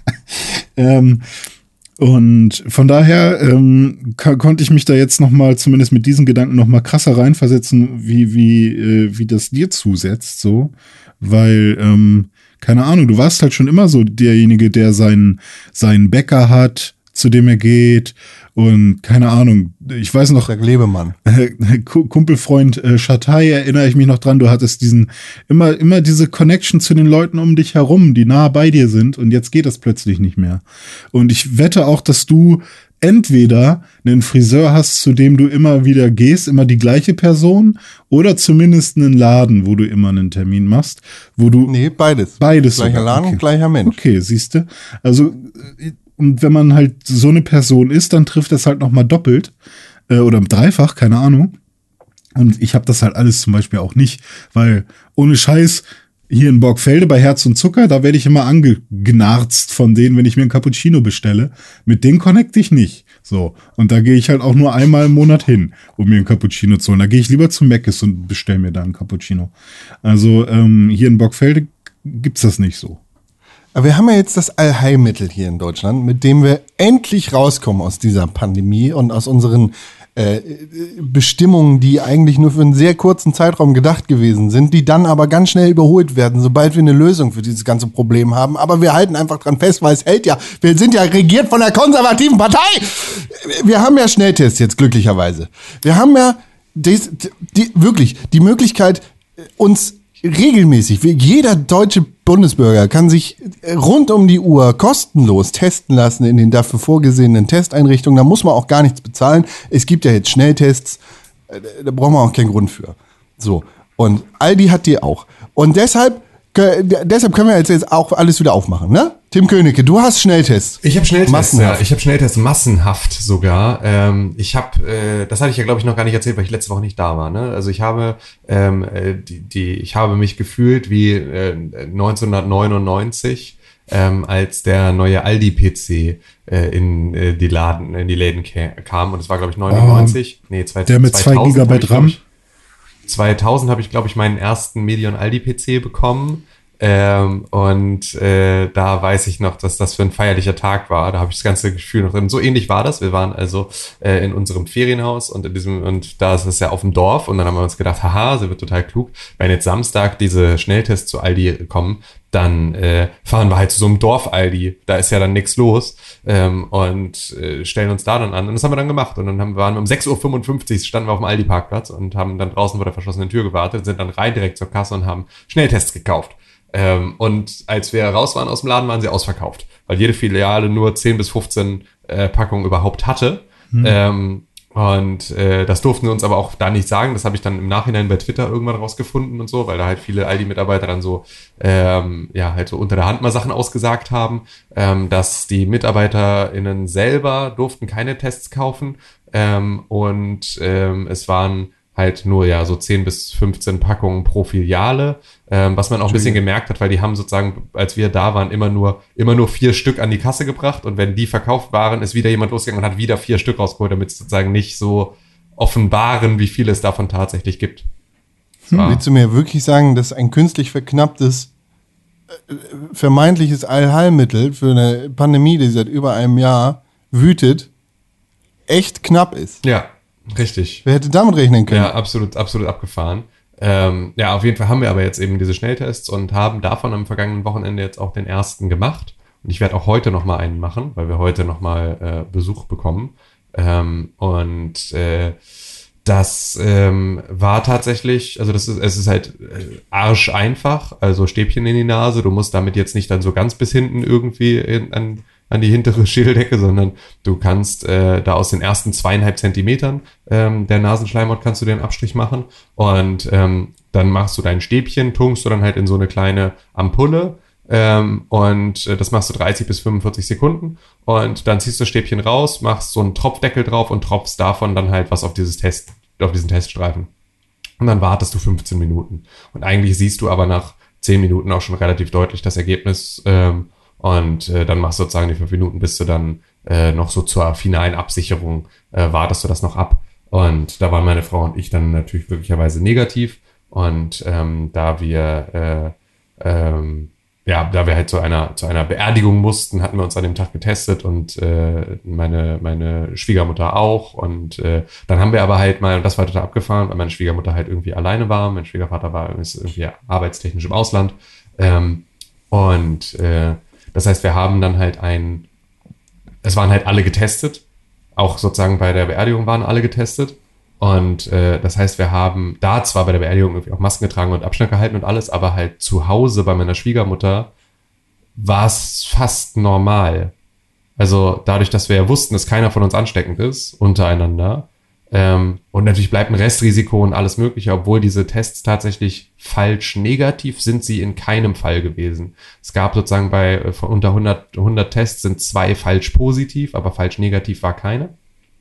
Und von daher konnte ich mich da jetzt noch mal, zumindest mit diesen Gedanken, noch mal krasser reinversetzen, wie das dir zusetzt, so. Weil, keine Ahnung, du warst halt schon immer so derjenige, der seinen Bäcker hat, zu dem er geht. Und keine Ahnung, ich weiß noch, der Lebemann. Kumpelfreund Schatay, erinnere ich mich noch dran, du hattest immer diese Connection zu den Leuten um dich herum, die nah bei dir sind, und jetzt geht das plötzlich nicht mehr. Und ich wette auch, dass du entweder einen Friseur hast, zu dem du immer wieder gehst, immer die gleiche Person, oder zumindest einen Laden, wo du immer einen Termin machst, wo du... Nee, beides. Beides. Gleicher Laden, okay. Gleicher Mensch. Okay, siehste. Also, und wenn man halt so eine Person ist, dann trifft das halt noch mal doppelt oder dreifach, keine Ahnung. Und ich habe das halt alles zum Beispiel auch nicht, weil ohne Scheiß hier in Borgfelde bei Herz und Zucker, da werde ich immer angenarzt von denen, wenn ich mir einen Cappuccino bestelle. Mit denen connecte ich nicht. So. Und da gehe ich halt auch nur einmal im Monat hin, um mir einen Cappuccino zu holen. Da gehe ich lieber zu Mc's und bestelle mir da einen Cappuccino. Also hier in Borgfelde gibt's das nicht so. Aber wir haben ja jetzt das Allheilmittel hier in Deutschland, mit dem wir endlich rauskommen aus dieser Pandemie und aus unseren Bestimmungen, die eigentlich nur für einen sehr kurzen Zeitraum gedacht gewesen sind, die dann aber ganz schnell überholt werden, sobald wir eine Lösung für dieses ganze Problem haben. Aber wir halten einfach dran fest, weil es hält ja. Wir sind ja regiert von der konservativen Partei. Wir haben ja Schnelltests jetzt glücklicherweise. Wir haben ja wirklich die Möglichkeit, uns regelmäßig, jeder deutsche Bundesbürger kann sich rund um die Uhr kostenlos testen lassen in den dafür vorgesehenen Testeinrichtungen. Da muss man auch gar nichts bezahlen. Es gibt ja jetzt Schnelltests, da brauchen wir auch keinen Grund für. So, und Aldi hat die auch. Und deshalb können wir jetzt auch alles wieder aufmachen, ne? Tim Königke, du hast Schnelltests. Ich habe Schnelltests, massenhaft. ja. Ich habe Schnelltests massenhaft sogar. Das hatte ich ja, glaube ich, noch gar nicht erzählt, weil ich letzte Woche nicht da war. Ne? Also ich habe ich habe mich gefühlt wie 1999, als der neue Aldi-PC in die Läden kam. Und es war, glaube ich, 99. Nee, 2000. Der mit 2 Gigabyte RAM. 2000 habe ich, glaube ich, meinen ersten Medion Aldi-PC bekommen. Da weiß ich noch, dass das für ein feierlicher Tag war. Da habe ich das ganze Gefühl noch drin. So ähnlich war das. Wir waren also in unserem Ferienhaus und da ist es ja auf dem Dorf. Und dann haben wir uns gedacht, haha, sie wird total klug. Wenn jetzt Samstag diese Schnelltests zu Aldi kommen, dann fahren wir halt zu so einem Dorf-Aldi. Da ist ja dann nichts los. Stellen uns da dann an. Und das haben wir dann gemacht. Und dann waren wir um 6.55 Uhr standen wir auf dem Aldi-Parkplatz und haben dann draußen vor der verschlossenen Tür gewartet, sind dann rein direkt zur Kasse und haben Schnelltests gekauft. Und als wir raus waren aus dem Laden, waren sie ausverkauft, weil jede Filiale nur 10 bis 15 Packungen überhaupt hatte. Das durften sie uns aber auch da nicht sagen. Das habe ich dann im Nachhinein bei Twitter irgendwann rausgefunden und so, weil da halt viele Aldi-Mitarbeiter dann so, halt so unter der Hand mal Sachen ausgesagt haben, dass die MitarbeiterInnen selber durften keine Tests kaufen. Es waren halt nur ja so 10 bis 15 Packungen pro Filiale, was man auch ein bisschen gemerkt hat, weil die haben sozusagen, als wir da waren, immer nur 4 Stück an die Kasse gebracht und wenn die verkauft waren, ist wieder jemand losgegangen und hat wieder 4 Stück rausgeholt, damit es sozusagen nicht so offenbaren, wie viel es davon tatsächlich gibt. Willst du mir wirklich sagen, dass ein künstlich verknapptes vermeintliches Allheilmittel für eine Pandemie, die seit über einem Jahr wütet, echt knapp ist? Ja. Richtig. Wer hätte damit rechnen können? Ja, absolut abgefahren. Auf jeden Fall haben wir aber jetzt eben diese Schnelltests und haben davon am vergangenen Wochenende jetzt auch den ersten gemacht. Und ich werde auch heute nochmal einen machen, weil wir heute nochmal Besuch bekommen. Das war tatsächlich, also es ist halt arsch einfach, also Stäbchen in die Nase. Du musst damit jetzt nicht dann so ganz bis hinten irgendwie an die hintere Schädeldecke, sondern du kannst da aus den ersten 2,5 Zentimetern der Nasenschleimhaut kannst du den Abstrich machen und dann machst du dein Stäbchen, tunkst du dann halt in so eine kleine Ampulle das machst du 30 bis 45 Sekunden und dann ziehst du das Stäbchen raus, machst so einen Tropfdeckel drauf und tropfst davon dann halt was auf diesen Teststreifen. Und dann wartest du 15 Minuten. Und eigentlich siehst du aber nach 10 Minuten auch schon relativ deutlich das Ergebnis dann machst du sozusagen die 5 Minuten, bis du dann noch so zur finalen Absicherung wartest du das noch ab. Und da waren meine Frau und ich dann natürlich glücklicherweise negativ. Und da wir halt zu einer Beerdigung mussten, hatten wir uns an dem Tag getestet und meine Schwiegermutter auch. Und dann haben wir aber halt mal, und das war total abgefahren, weil meine Schwiegermutter halt irgendwie alleine war. Mein Schwiegervater ist irgendwie arbeitstechnisch im Ausland. Das heißt, wir haben dann halt es waren halt alle getestet, auch sozusagen bei der Beerdigung waren alle getestet und das heißt, wir haben da zwar bei der Beerdigung irgendwie auch Masken getragen und Abstand gehalten und alles, aber halt zu Hause bei meiner Schwiegermutter war es fast normal. Also dadurch, dass wir ja wussten, dass keiner von uns ansteckend ist, untereinander, und natürlich bleibt ein Restrisiko und alles Mögliche, obwohl diese Tests tatsächlich falsch negativ sind sie in keinem Fall gewesen. Es gab sozusagen von unter 100 Tests sind 2 falsch positiv, aber falsch negativ war keine.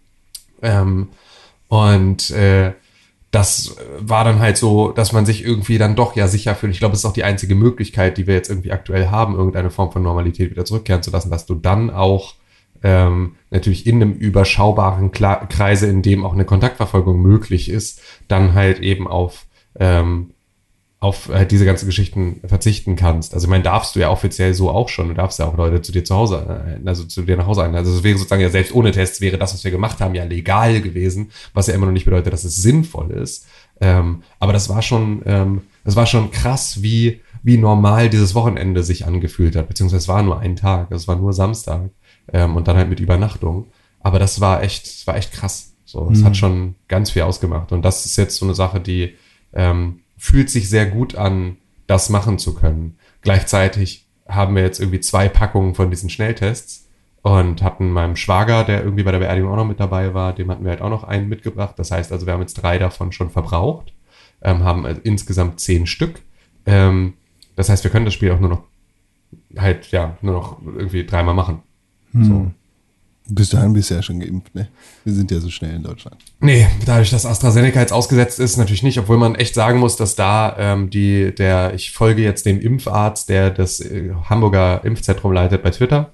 Das war dann halt so, dass man sich irgendwie dann doch ja sicher fühlt. Ich glaube, es ist auch die einzige Möglichkeit, die wir jetzt irgendwie aktuell haben, irgendeine Form von Normalität wieder zurückkehren zu lassen, dass du dann auch natürlich in einem überschaubaren Kreise, in dem auch eine Kontaktverfolgung möglich ist, dann halt eben auf auf diese ganzen Geschichten verzichten kannst. Also ich meine, darfst du ja offiziell so auch schon. Du darfst ja auch Leute zu dir nach Hause einladen. Also es wäre sozusagen ja selbst ohne Tests wäre das, was wir gemacht haben, ja legal gewesen, was ja immer noch nicht bedeutet, dass es sinnvoll ist. Aber das war schon krass, wie normal dieses Wochenende sich angefühlt hat. Beziehungsweise es war nur ein Tag, es war nur Samstag und dann halt mit Übernachtung. Aber das war echt krass. So, es hat schon ganz viel ausgemacht. Und das ist jetzt so eine Sache, die fühlt sich sehr gut an, das machen zu können. Gleichzeitig haben wir jetzt irgendwie 2 Packungen von diesen Schnelltests und hatten meinem Schwager, der irgendwie bei der Beerdigung auch noch mit dabei war, dem hatten wir halt auch noch einen mitgebracht. Das heißt also, wir haben jetzt 3 davon schon verbraucht, haben also insgesamt 10 Stück. Das heißt, wir können das Spiel auch nur noch irgendwie 3-mal machen. So. Bis dahin bist du ja schon geimpft, ne? Wir sind ja so schnell in Deutschland. Nee, dadurch, dass AstraZeneca jetzt ausgesetzt ist, natürlich nicht, obwohl man echt sagen muss, dass da ich folge jetzt dem Impfarzt, der das Hamburger Impfzentrum leitet bei Twitter.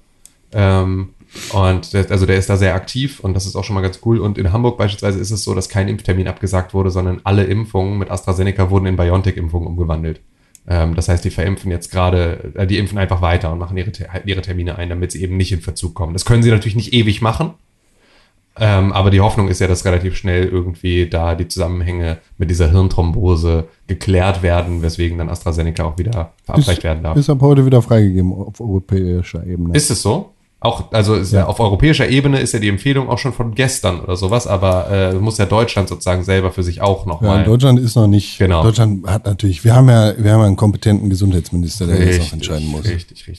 Und der ist da sehr aktiv und das ist auch schon mal ganz cool. Und in Hamburg beispielsweise ist es so, dass kein Impftermin abgesagt wurde, sondern alle Impfungen mit AstraZeneca wurden in BioNTech-Impfungen umgewandelt. Das heißt, die verimpfen jetzt gerade, die impfen einfach weiter und machen ihre Termine ein, damit sie eben nicht in Verzug kommen. Das können sie natürlich nicht ewig machen, aber die Hoffnung ist ja, dass relativ schnell irgendwie da die Zusammenhänge mit dieser Hirnthrombose geklärt werden, weswegen dann AstraZeneca auch wieder verabreicht werden darf. Ist ab heute wieder freigegeben auf europäischer Ebene. Ist es so? Auch, also auf europäischer Ebene ist ja die Empfehlung auch schon von gestern oder sowas, aber muss ja Deutschland sozusagen selber für sich auch nochmal. Ja, Deutschland ist noch nicht. Genau. Deutschland hat natürlich, wir haben ja einen kompetenten Gesundheitsminister, der das auch entscheiden muss. Richtig.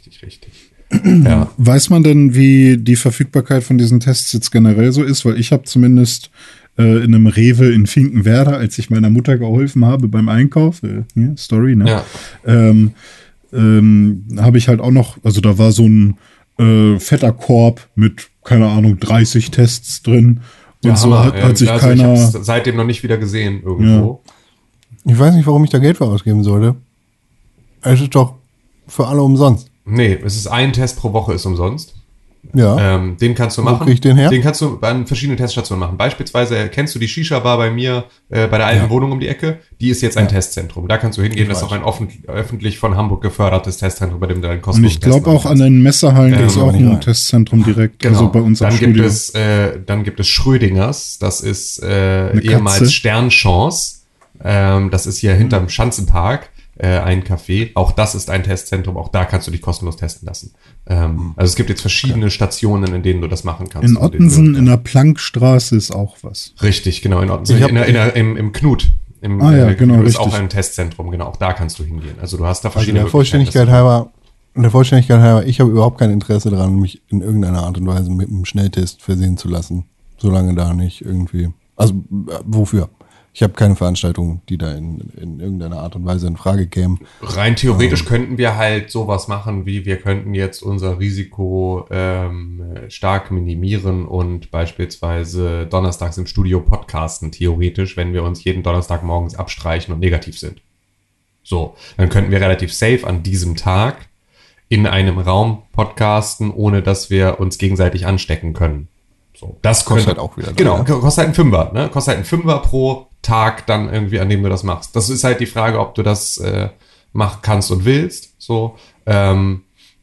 Ja. Weiß man denn, wie die Verfügbarkeit von diesen Tests jetzt generell so ist? Weil ich habe zumindest in einem Rewe in Finkenwerder, als ich meiner Mutter geholfen habe beim Einkauf, Story, ne? Ja. Habe ich halt auch noch, also da war so ein fetter Korb mit, keine Ahnung, 30 Tests drin. Und ja, so hat sich also keiner. Ich habe es seitdem noch nicht wieder gesehen irgendwo. Ich weiß nicht, warum ich da Geld für ausgeben sollte. Es ist doch für alle umsonst. Nee, es ist ein Test pro Woche ist umsonst. Ja. Den kannst du Wo machen. krieg ich den her? Den kannst du an verschiedenen Teststationen machen. Beispielsweise kennst du die Shisha-Bar bei mir bei der alten Wohnung um die Ecke. Die ist jetzt ein Testzentrum. Da kannst du hingehen. Das ist auch ein öffentlich von Hamburg gefördertes Testzentrum, bei dem du deinen Und kostenlosen ich glaube auch an den Messerhallen ist auch ein Testzentrum direkt. Genau. Also bei uns am Studio. Dann gibt es Schrödingers. Das ist ehemals Sternchance. Das ist hier hinterm Schanzenpark. Ein Café. Auch das ist ein Testzentrum. Auch da kannst du dich kostenlos testen lassen. Also es gibt jetzt verschiedene Stationen, in denen du das machen kannst. In Ottensen, in der Plankstraße ist auch was. Richtig, genau. In Ottensen. Im Knut. Genau, ist richtig. auch ein Testzentrum. Genau, auch da kannst du hingehen. Also du hast da Also verschiedene der Vollständigkeit halber, ich habe überhaupt kein Interesse daran, mich in irgendeiner Art und Weise mit einem Schnelltest versehen zu lassen. Solange da nicht irgendwie. Also wofür? Ich habe keine Veranstaltung, die da in irgendeiner Art und Weise in Frage kämen. Rein theoretisch könnten wir halt sowas machen, wie wir könnten jetzt unser Risiko stark minimieren und beispielsweise donnerstags im Studio podcasten, theoretisch, wenn wir uns jeden Donnerstag morgens abstreichen und negativ sind. So, dann könnten wir relativ safe an diesem Tag in einem Raum podcasten, ohne dass wir uns gegenseitig anstecken können. So, das kostet halt auch wieder. Genau, kostet halt einen Fünfer, ne? Kostet halt einen Fünfer pro Tag dann irgendwie, an dem du das machst. Das ist halt die Frage, ob du das machen kannst und willst. So, wäre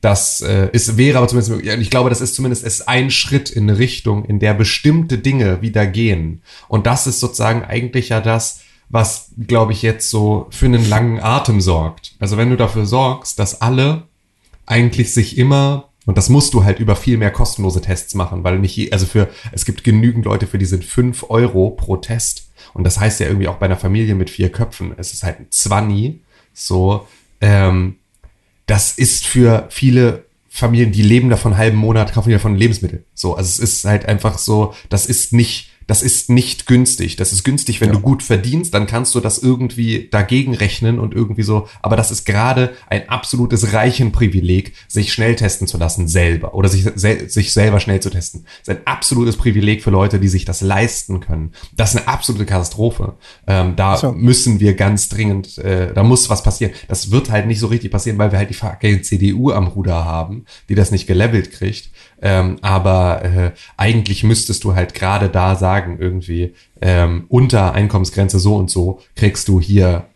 aber zumindest möglich. Ich glaube, das ist zumindest ein Schritt in eine Richtung, in der bestimmte Dinge wieder gehen. Und das ist sozusagen eigentlich ja das, was, glaube ich, jetzt so für einen langen Atem sorgt. Also wenn du dafür sorgst, dass alle eigentlich sich immer, und das musst du halt über viel mehr kostenlose Tests machen, weil es gibt genügend Leute, für die sind 5 Euro pro Test. Und das heißt ja irgendwie auch bei einer Familie mit 4 Köpfen, es ist halt ein Zwanni, so, das ist für viele Familien, die leben davon einen halben Monat, kaufen die davon Lebensmittel. So, also es ist halt einfach so, das ist nicht günstig. Das ist günstig, wenn du gut verdienst, dann kannst du das irgendwie dagegen rechnen und irgendwie so, aber das ist gerade ein absolutes Reichenprivileg, sich schnell testen zu lassen selber oder sich selber schnell zu testen. Das ist ein absolutes Privileg für Leute, die sich das leisten können. Das ist eine absolute Katastrophe. Müssen wir ganz dringend, da muss was passieren. Das wird halt nicht so richtig passieren, weil wir halt die fucking CDU am Ruder haben, die das nicht gelevelt kriegt. Aber eigentlich müsstest du halt gerade da sagen, irgendwie unter Einkommensgrenze so und so kriegst du hier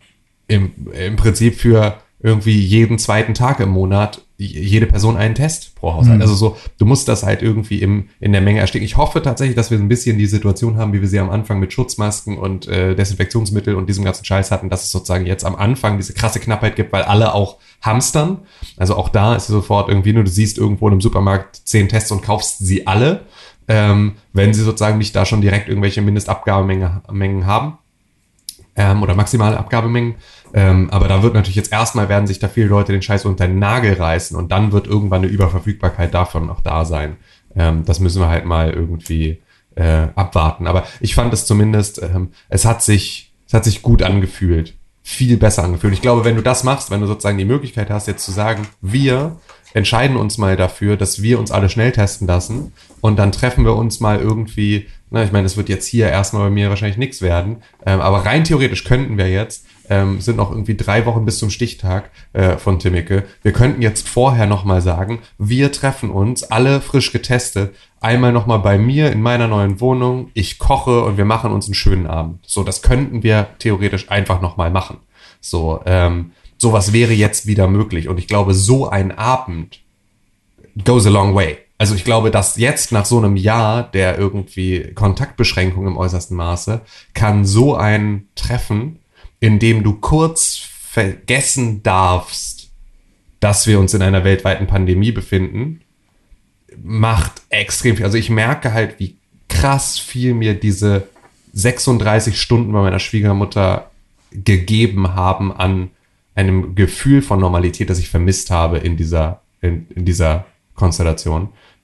im Prinzip für irgendwie jeden zweiten Tag im Monat jede Person einen Test pro Haushalt. Also so, du musst das halt irgendwie in der Menge ersticken. Ich hoffe tatsächlich, dass wir ein bisschen die Situation haben, wie wir sie am Anfang mit Schutzmasken und Desinfektionsmittel und diesem ganzen Scheiß hatten, dass es sozusagen jetzt am Anfang diese krasse Knappheit gibt, weil alle auch hamstern. Also auch da ist es sofort irgendwie nur, du siehst irgendwo in einem Supermarkt 10 Tests und kaufst sie alle, wenn sie sozusagen nicht da schon direkt irgendwelche Mindestabgabemengen haben. Oder maximale Abgabemengen. Aber da wird natürlich jetzt erstmal werden sich da viele Leute den Scheiß unter den Nagel reißen und dann wird irgendwann eine Überverfügbarkeit davon auch da sein. Das müssen wir halt mal irgendwie abwarten. Aber ich fand es zumindest, es hat sich gut angefühlt. Viel besser angefühlt. Ich glaube, wenn du das machst, wenn du sozusagen die Möglichkeit hast, jetzt zu sagen, wir entscheiden uns mal dafür, dass wir uns alle schnell testen lassen und dann treffen wir uns mal irgendwie, ich meine, es wird jetzt hier erstmal bei mir wahrscheinlich nichts werden, aber rein theoretisch könnten wir jetzt, sind noch irgendwie 3 Wochen bis zum Stichtag von Timmeke, wir könnten jetzt vorher nochmal sagen, wir treffen uns, alle frisch getestet, einmal nochmal bei mir in meiner neuen Wohnung, ich koche und wir machen uns einen schönen Abend. So, das könnten wir theoretisch einfach nochmal machen. So, sowas wäre jetzt wieder möglich. Und ich glaube, so ein Abend goes a long way. Also ich glaube, dass jetzt nach so einem Jahr der irgendwie Kontaktbeschränkung im äußersten Maße kann so ein Treffen, in dem du kurz vergessen darfst, dass wir uns in einer weltweiten Pandemie befinden, macht extrem viel. Also ich merke halt, wie krass viel mir diese 36 Stunden bei meiner Schwiegermutter gegeben haben an einem Gefühl von Normalität, das ich vermisst habe in dieser Konstellation,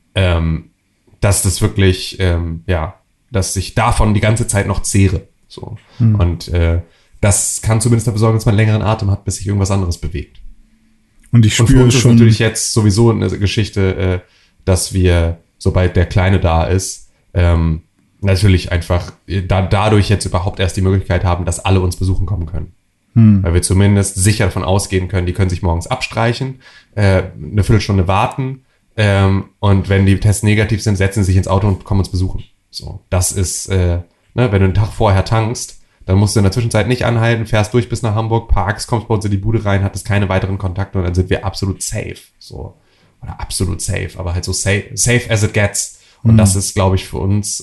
dass das wirklich, dass ich davon die ganze Zeit noch zehre. So. Und das kann zumindest dafür sorgen, dass man einen längeren Atem hat, bis sich irgendwas anderes bewegt. Und ich Und für spüre uns ist schon natürlich jetzt sowieso eine Geschichte, dass wir, sobald der Kleine da ist, natürlich einfach dadurch jetzt überhaupt erst die Möglichkeit haben, dass alle uns besuchen kommen können. Weil wir zumindest sicher davon ausgehen können, die können sich morgens abstreichen, eine Viertelstunde warten und wenn die Tests negativ sind, setzen sie sich ins Auto und kommen uns besuchen. So, das ist, wenn du einen Tag vorher tankst, dann musst du in der Zwischenzeit nicht anhalten, fährst durch bis nach Hamburg, parkst, kommst bei uns in die Bude rein, hattest keine weiteren Kontakte und dann sind wir absolut safe. So. Oder absolut safe, aber halt so safe as it gets. Und das ist, glaube ich, für uns,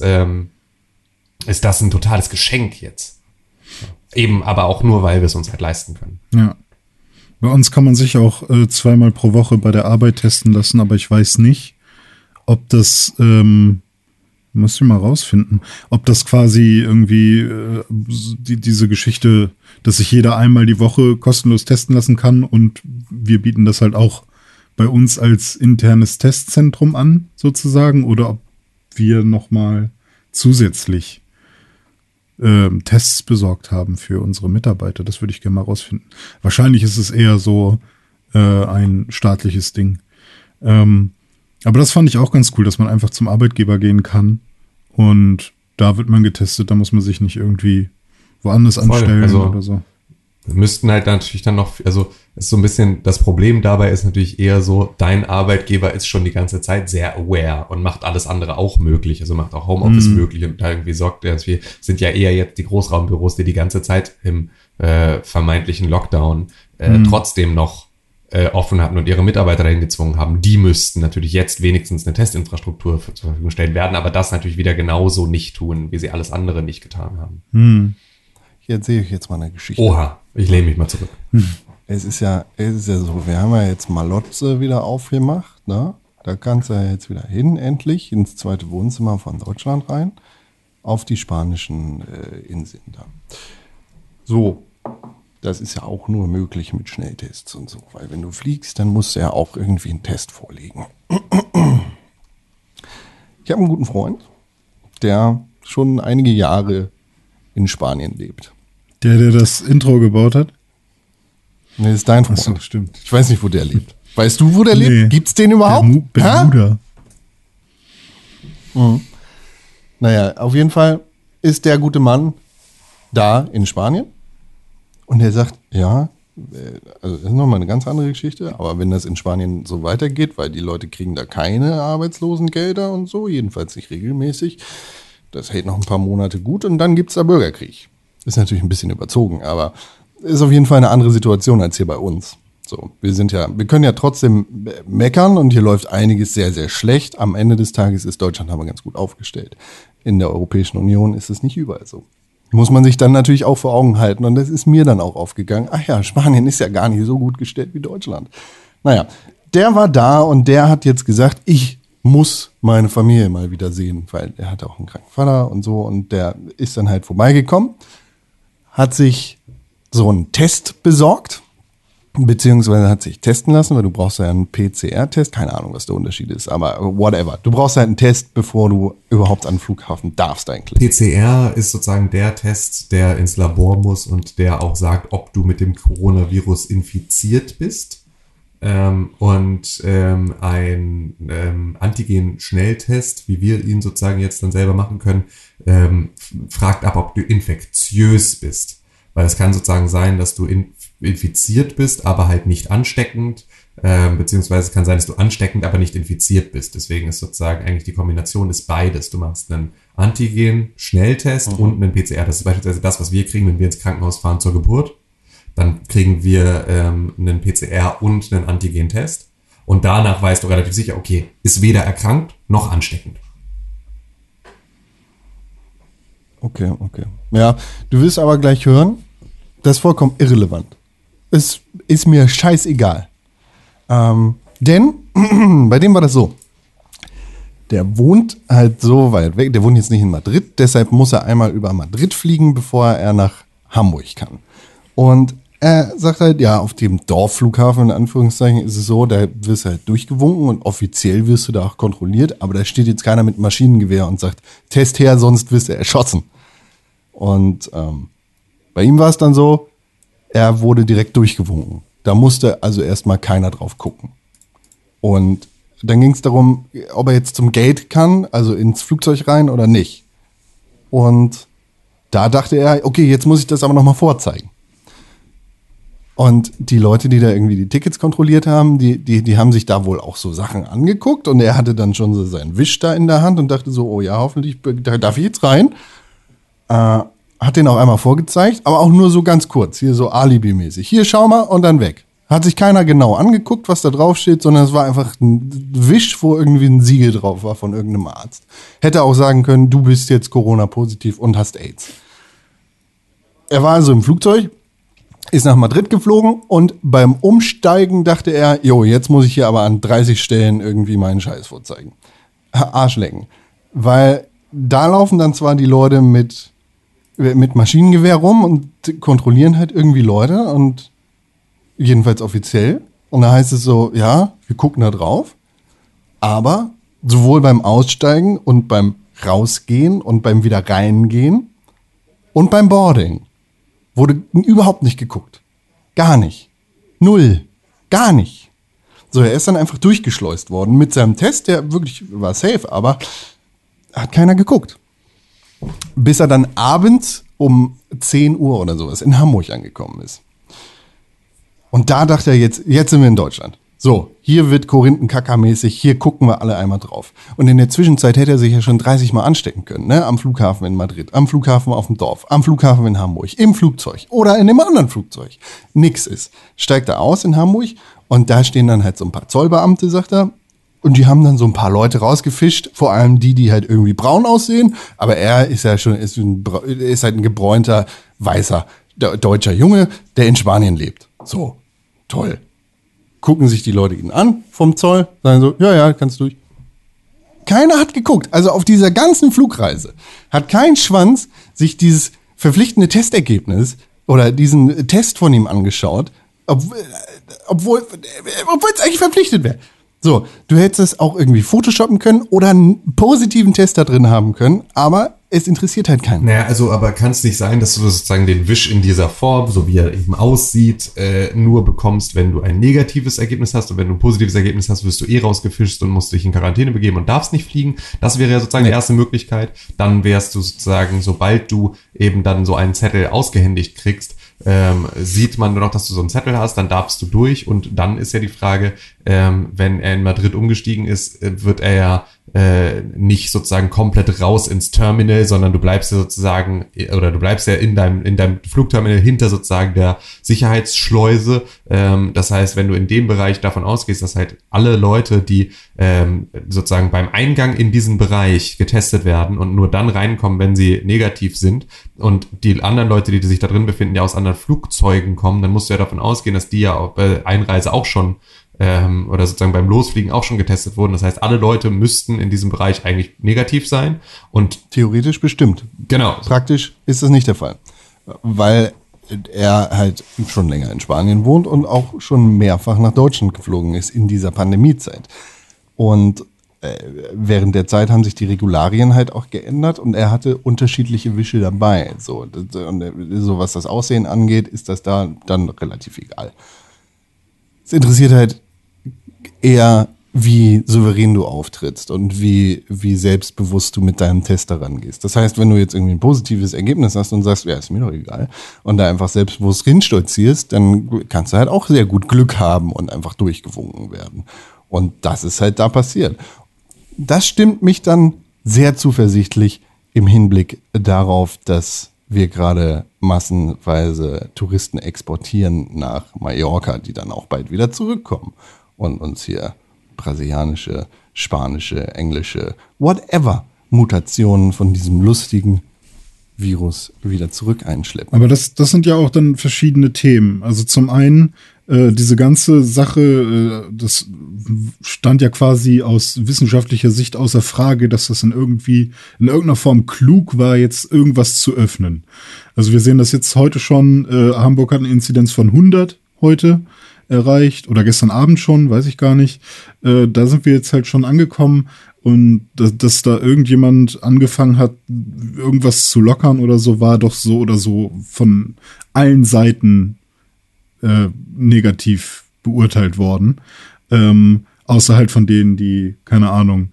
ist das ein totales Geschenk jetzt. Eben, aber auch nur, weil wir es uns halt leisten können. Ja. Bei uns kann man sich auch 2-mal pro Woche bei der Arbeit testen lassen, aber ich weiß nicht, ob das, muss ich mal rausfinden, ob das quasi irgendwie diese Geschichte, dass sich jeder einmal die Woche kostenlos testen lassen kann und wir bieten das halt auch bei uns als internes Testzentrum an, sozusagen, oder ob wir nochmal zusätzlich Tests besorgt haben für unsere Mitarbeiter. Das würde ich gerne mal rausfinden. Wahrscheinlich ist es eher so ein staatliches Ding. Aber das fand ich auch ganz cool, dass man einfach zum Arbeitgeber gehen kann und da wird man getestet, da muss man sich nicht irgendwie woanders anstellen oder so. Wir müssten halt natürlich dann noch, also ist so ein bisschen, das Problem dabei ist natürlich eher so, dein Arbeitgeber ist schon die ganze Zeit sehr aware und macht alles andere auch möglich, also macht auch Homeoffice möglich und da irgendwie sorgt er, wir sind ja eher jetzt die Großraumbüros, die ganze Zeit im vermeintlichen Lockdown trotzdem noch offen hatten und ihre Mitarbeiter dahin gezwungen haben, die müssten natürlich jetzt wenigstens eine Testinfrastruktur zur Verfügung stellen werden, aber das natürlich wieder genauso nicht tun, wie sie alles andere nicht getan haben. Ich erzähle euch jetzt mal eine Geschichte. Oha, ich lehne mich mal zurück. Es ist ja so, wir haben ja jetzt Malotze wieder aufgemacht, ne? Da kannst du ja jetzt wieder hin, endlich, ins zweite Wohnzimmer von Deutschland rein, auf die spanischen Inseln da. So, das ist ja auch nur möglich mit Schnelltests und so, weil wenn du fliegst, dann musst du ja auch irgendwie einen Test vorlegen. Ich habe einen guten Freund, der schon einige Jahre in Spanien lebt. Der das Intro gebaut hat? Nee, das ist dein Freund. Achso, stimmt. Ich weiß nicht, wo der lebt. Weißt du, wo der lebt? Nee. Gibt's den überhaupt? Bermuda. Naja, auf jeden Fall ist der gute Mann da in Spanien und er sagt, ja, also das ist nochmal eine ganz andere Geschichte, aber wenn das in Spanien so weitergeht, weil die Leute kriegen da keine Arbeitslosengelder und so, jedenfalls nicht regelmäßig, das hält noch ein paar Monate gut und dann gibt's da Bürgerkrieg. Ist natürlich ein bisschen überzogen, aber ist auf jeden Fall eine andere Situation als hier bei uns. So, wir können ja trotzdem meckern und hier läuft einiges sehr, sehr schlecht. Am Ende des Tages ist Deutschland aber ganz gut aufgestellt. In der Europäischen Union ist es nicht überall so. Muss man sich dann natürlich auch vor Augen halten. Und das ist mir dann auch aufgegangen. Ach ja, Spanien ist ja gar nicht so gut gestellt wie Deutschland. Naja, der war da und der hat jetzt gesagt, ich muss meine Familie mal wieder sehen, weil er hatte auch einen kranken Vater und so. Und der ist dann halt vorbeigekommen, hat sich so einen Test besorgt, beziehungsweise hat sich testen lassen, weil du brauchst ja einen PCR-Test. Keine Ahnung, was der Unterschied ist, aber whatever. Du brauchst halt einen Test, bevor du überhaupt an den Flughafen darfst eigentlich. PCR ist sozusagen der Test, der ins Labor muss und der auch sagt, ob du mit dem Coronavirus infiziert bist. Ein Antigen-Schnelltest, wie wir ihn sozusagen jetzt dann selber machen können, fragt ab, ob du infektiös bist. Weil es kann sozusagen sein, dass du infiziert bist, aber halt nicht ansteckend, beziehungsweise es kann sein, dass du ansteckend, aber nicht infiziert bist. Deswegen ist sozusagen eigentlich die Kombination ist beides. Du machst einen Antigen-Schnelltest und einen PCR. Das ist beispielsweise das, was wir kriegen, wenn wir ins Krankenhaus fahren zur Geburt. Dann kriegen wir einen PCR und einen Antigen-Test. Und danach weißt du relativ sicher, okay, ist weder erkrankt noch ansteckend. Okay. Ja, du wirst aber gleich hören, das ist vollkommen irrelevant. Es ist mir scheißegal. Denn bei dem war das so. Der wohnt halt so weit weg. Der wohnt jetzt nicht in Madrid. Deshalb muss er einmal über Madrid fliegen, bevor er nach Hamburg kann. Und er sagt halt, ja, auf dem Dorfflughafen, in Anführungszeichen, ist es so, da wirst du halt durchgewunken und offiziell wirst du da auch kontrolliert. Aber da steht jetzt keiner mit Maschinengewehr und sagt, Test her, sonst wirst du erschossen. Und bei ihm war es dann so, er wurde direkt durchgewunken. Da musste also erstmal keiner drauf gucken. Und dann ging es darum, ob er jetzt zum Gate kann, also ins Flugzeug rein oder nicht. Und da dachte er, okay, jetzt muss ich das aber nochmal vorzeigen. Und die Leute, die da irgendwie die Tickets kontrolliert haben, die haben sich da wohl auch so Sachen angeguckt. Und er hatte dann schon so seinen Wisch da in der Hand und dachte so, oh ja, hoffentlich darf ich jetzt rein. Hat den auch einmal vorgezeigt, aber auch nur so ganz kurz, hier so Alibi-mäßig. Hier, schau mal und dann weg. Hat sich keiner genau angeguckt, was da drauf steht, sondern es war einfach ein Wisch, wo irgendwie ein Siegel drauf war von irgendeinem Arzt. Hätte auch sagen können, du bist jetzt Corona-positiv und hast AIDS. Er war also im Flugzeug, ist nach Madrid geflogen und beim Umsteigen dachte er, jo, jetzt muss ich hier aber an 30 Stellen irgendwie meinen Scheiß vorzeigen. Arschlecken. Weil da laufen dann zwar die Leute mit Maschinengewehr rum und kontrollieren halt irgendwie Leute und jedenfalls offiziell. Und da heißt es so, ja, wir gucken da drauf. Aber sowohl beim Aussteigen und beim Rausgehen und beim wieder reingehen und beim Boarding wurde überhaupt nicht geguckt. Gar nicht. Null. Gar nicht. So, er ist dann einfach durchgeschleust worden mit seinem Test, der wirklich war safe, aber hat keiner geguckt. Bis er dann abends um 10 Uhr oder sowas in Hamburg angekommen ist. Und da dachte er, jetzt sind wir in Deutschland. So, hier wird Korinthenkacker-mäßig, hier gucken wir alle einmal drauf. Und in der Zwischenzeit hätte er sich ja schon 30 Mal anstecken können, ne? Am Flughafen in Madrid, am Flughafen auf dem Dorf, am Flughafen in Hamburg, im Flugzeug oder in dem anderen Flugzeug. Nix ist. Steigt er aus in Hamburg und da stehen dann halt so ein paar Zollbeamte, sagt er. Und die haben dann so ein paar Leute rausgefischt, vor allem die halt irgendwie braun aussehen. Aber er ist ja schon, ist halt ein gebräunter, weißer, deutscher Junge, der in Spanien lebt. So, toll. Gucken sich die Leute ihn an vom Zoll, sagen so, ja, kannst durch. Keiner hat geguckt. Also auf dieser ganzen Flugreise hat kein Schwanz sich dieses verpflichtende Testergebnis oder diesen Test von ihm angeschaut, obwohl es eigentlich verpflichtet wäre. So, du hättest es auch irgendwie photoshoppen können oder einen positiven Test da drin haben können, aber es interessiert halt keinen. Naja, also aber kann es nicht sein, dass du sozusagen den Wisch in dieser Form, so wie er eben aussieht, nur bekommst, wenn du ein negatives Ergebnis hast, und wenn du ein positives Ergebnis hast, wirst du rausgefischt und musst dich in Quarantäne begeben und darfst nicht fliegen. Das wäre ja sozusagen die erste Möglichkeit. Dann wärst du sozusagen, sobald du eben dann so einen Zettel ausgehändigt kriegst, sieht man nur noch, dass du so einen Zettel hast, dann darfst du durch und dann ist ja die Frage, wenn er in Madrid umgestiegen ist, wird er ja nicht sozusagen komplett raus ins Terminal, sondern du bleibst ja sozusagen, oder du bleibst ja in deinem Flugterminal hinter sozusagen der Sicherheitsschleuse. Das heißt, wenn du in dem Bereich davon ausgehst, dass halt alle Leute, die sozusagen beim Eingang in diesen Bereich getestet werden und nur dann reinkommen, wenn sie negativ sind, und die anderen Leute, die sich da drin befinden, ja aus anderen Flugzeugen kommen, dann musst du ja davon ausgehen, dass die ja bei Einreise auch schon oder sozusagen beim Losfliegen auch schon getestet wurden. Das heißt, alle Leute müssten in diesem Bereich eigentlich negativ sein. Und theoretisch bestimmt. Genau. Praktisch ist das nicht der Fall, weil er halt schon länger in Spanien wohnt und auch schon mehrfach nach Deutschland geflogen ist in dieser Pandemiezeit. Und während der Zeit haben sich die Regularien halt auch geändert und er hatte unterschiedliche Wische dabei. So was das Aussehen angeht, ist das da dann relativ egal. Es interessiert halt eher, wie souverän du auftrittst und wie selbstbewusst du mit deinem Test daran gehst. Das heißt, wenn du jetzt irgendwie ein positives Ergebnis hast und sagst, ja, ist mir doch egal, und da einfach selbstbewusst hinstolzierst, dann kannst du halt auch sehr gut Glück haben und einfach durchgewunken werden. Und das ist halt da passiert. Das stimmt mich dann sehr zuversichtlich im Hinblick darauf, dass wir gerade massenweise Touristen exportieren nach Mallorca, die dann auch bald wieder zurückkommen und uns hier brasilianische, spanische, englische, whatever Mutationen von diesem lustigen Virus wieder zurück einschleppen. Aber das sind ja auch dann verschiedene Themen. Also zum einen diese ganze Sache, das stand ja quasi aus wissenschaftlicher Sicht außer Frage, dass das in irgendeiner Form klug war, jetzt irgendwas zu öffnen. Also wir sehen das jetzt heute schon, Hamburg hat eine Inzidenz von 100 heute erreicht oder gestern Abend schon, weiß ich gar nicht. Da sind wir jetzt halt schon angekommen. Und dass da irgendjemand angefangen hat, irgendwas zu lockern oder so, war doch so oder so von allen Seiten negativ beurteilt worden. Außer halt von denen, die, keine Ahnung,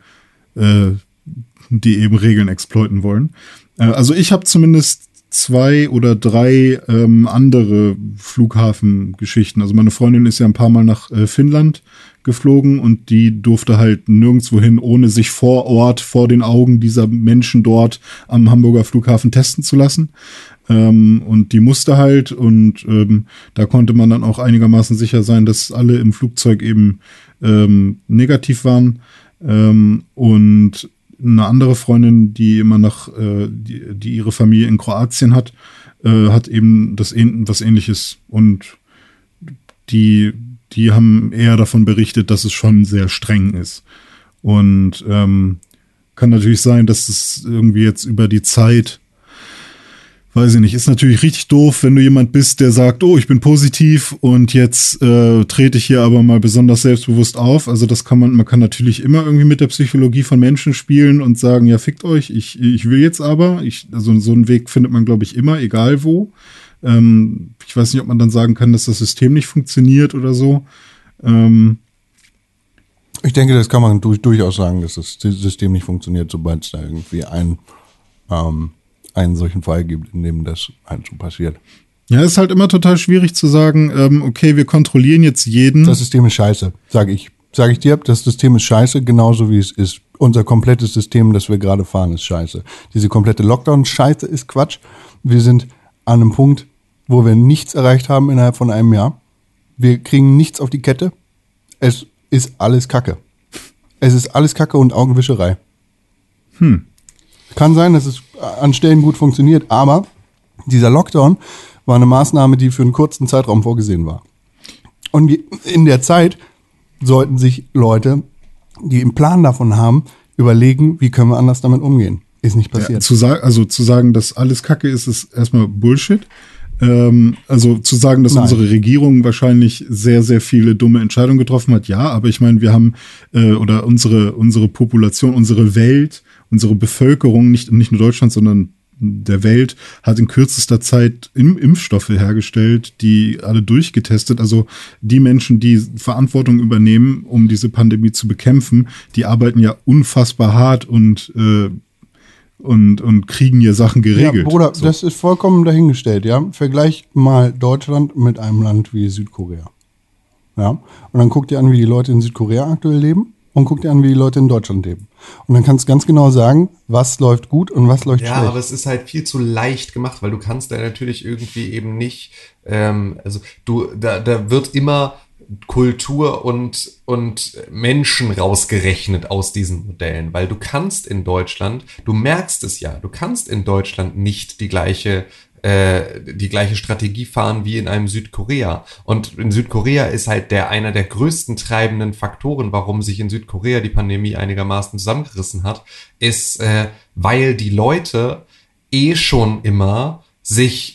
die eben Regeln exploiten wollen. Also ich habe zumindest 2 oder 3 andere Flughafengeschichten. Also meine Freundin ist ja ein paar Mal nach Finnland geflogen und die durfte halt nirgendwo hin, ohne sich vor Ort, vor den Augen dieser Menschen dort am Hamburger Flughafen testen zu lassen. Und die musste halt und da konnte man dann auch einigermaßen sicher sein, dass alle im Flugzeug eben negativ waren. Und eine andere Freundin, die immer die ihre Familie in Kroatien hat, hat eben was Ähnliches. Und die haben eher davon berichtet, dass es schon sehr streng ist. Und kann natürlich sein, dass es irgendwie jetzt über die Zeit, weiß ich nicht, ist natürlich richtig doof, wenn du jemand bist, der sagt, oh, ich bin positiv und jetzt trete ich hier aber mal besonders selbstbewusst auf. Also man kann natürlich immer irgendwie mit der Psychologie von Menschen spielen und sagen, ja, fickt euch, ich will jetzt aber. Also so einen Weg findet man, glaube ich, immer, egal wo. Ich weiß nicht, ob man dann sagen kann, dass das System nicht funktioniert oder so. Ich denke, das kann man durchaus sagen, dass das System nicht funktioniert, sobald es da irgendwie einen solchen Fall gibt, in dem das halt so passiert. Ja, ist halt immer total schwierig zu sagen, okay, wir kontrollieren jetzt jeden. Das System ist scheiße, sage ich. Sage ich dir, das System ist scheiße, genauso wie es ist. Unser komplettes System, das wir gerade fahren, ist scheiße. Diese komplette Lockdown-Scheiße ist Quatsch. Wir sind an einem Punkt, wo wir nichts erreicht haben innerhalb von einem Jahr. Wir kriegen nichts auf die Kette. Es ist alles Kacke. Es ist alles Kacke und Augenwischerei. Kann sein, dass es an Stellen gut funktioniert, aber dieser Lockdown war eine Maßnahme, die für einen kurzen Zeitraum vorgesehen war. Und in der Zeit sollten sich Leute, die einen Plan davon haben, überlegen, wie können wir anders damit umgehen. Ist nicht passiert. Ja, zu sagen, dass alles Kacke ist, ist erstmal Bullshit. Also zu sagen, dass unsere Regierung wahrscheinlich sehr, sehr viele dumme Entscheidungen getroffen hat, ja, aber ich meine, wir haben oder unsere Population, unsere Welt, unsere Bevölkerung, nicht nur Deutschland, sondern der Welt, hat in kürzester Zeit Impfstoffe hergestellt, die alle durchgetestet. Also die Menschen, die Verantwortung übernehmen, um diese Pandemie zu bekämpfen, die arbeiten ja unfassbar hart und kriegen hier Sachen geregelt. Ja, Bruder, so. Das ist vollkommen dahingestellt, ja. Vergleich mal Deutschland mit einem Land wie Südkorea. Ja. Und dann guck dir an, wie die Leute in Südkorea aktuell leben. und guck dir an, wie die Leute in Deutschland leben. Und dann kannst du ganz genau sagen, was läuft gut und was läuft Ja, schlecht. aber es ist halt viel zu leicht gemacht, weil du kannst da natürlich irgendwie eben nicht, da wird immer Kultur und Menschen rausgerechnet aus diesen Modellen, weil du kannst in Deutschland, du merkst es ja, du kannst in Deutschland nicht die gleiche Strategie fahren wie in einem Südkorea. Und in Südkorea ist halt einer der größten treibenden Faktoren, warum sich in Südkorea die Pandemie einigermaßen zusammengerissen hat, ist, weil die Leute schon immer sich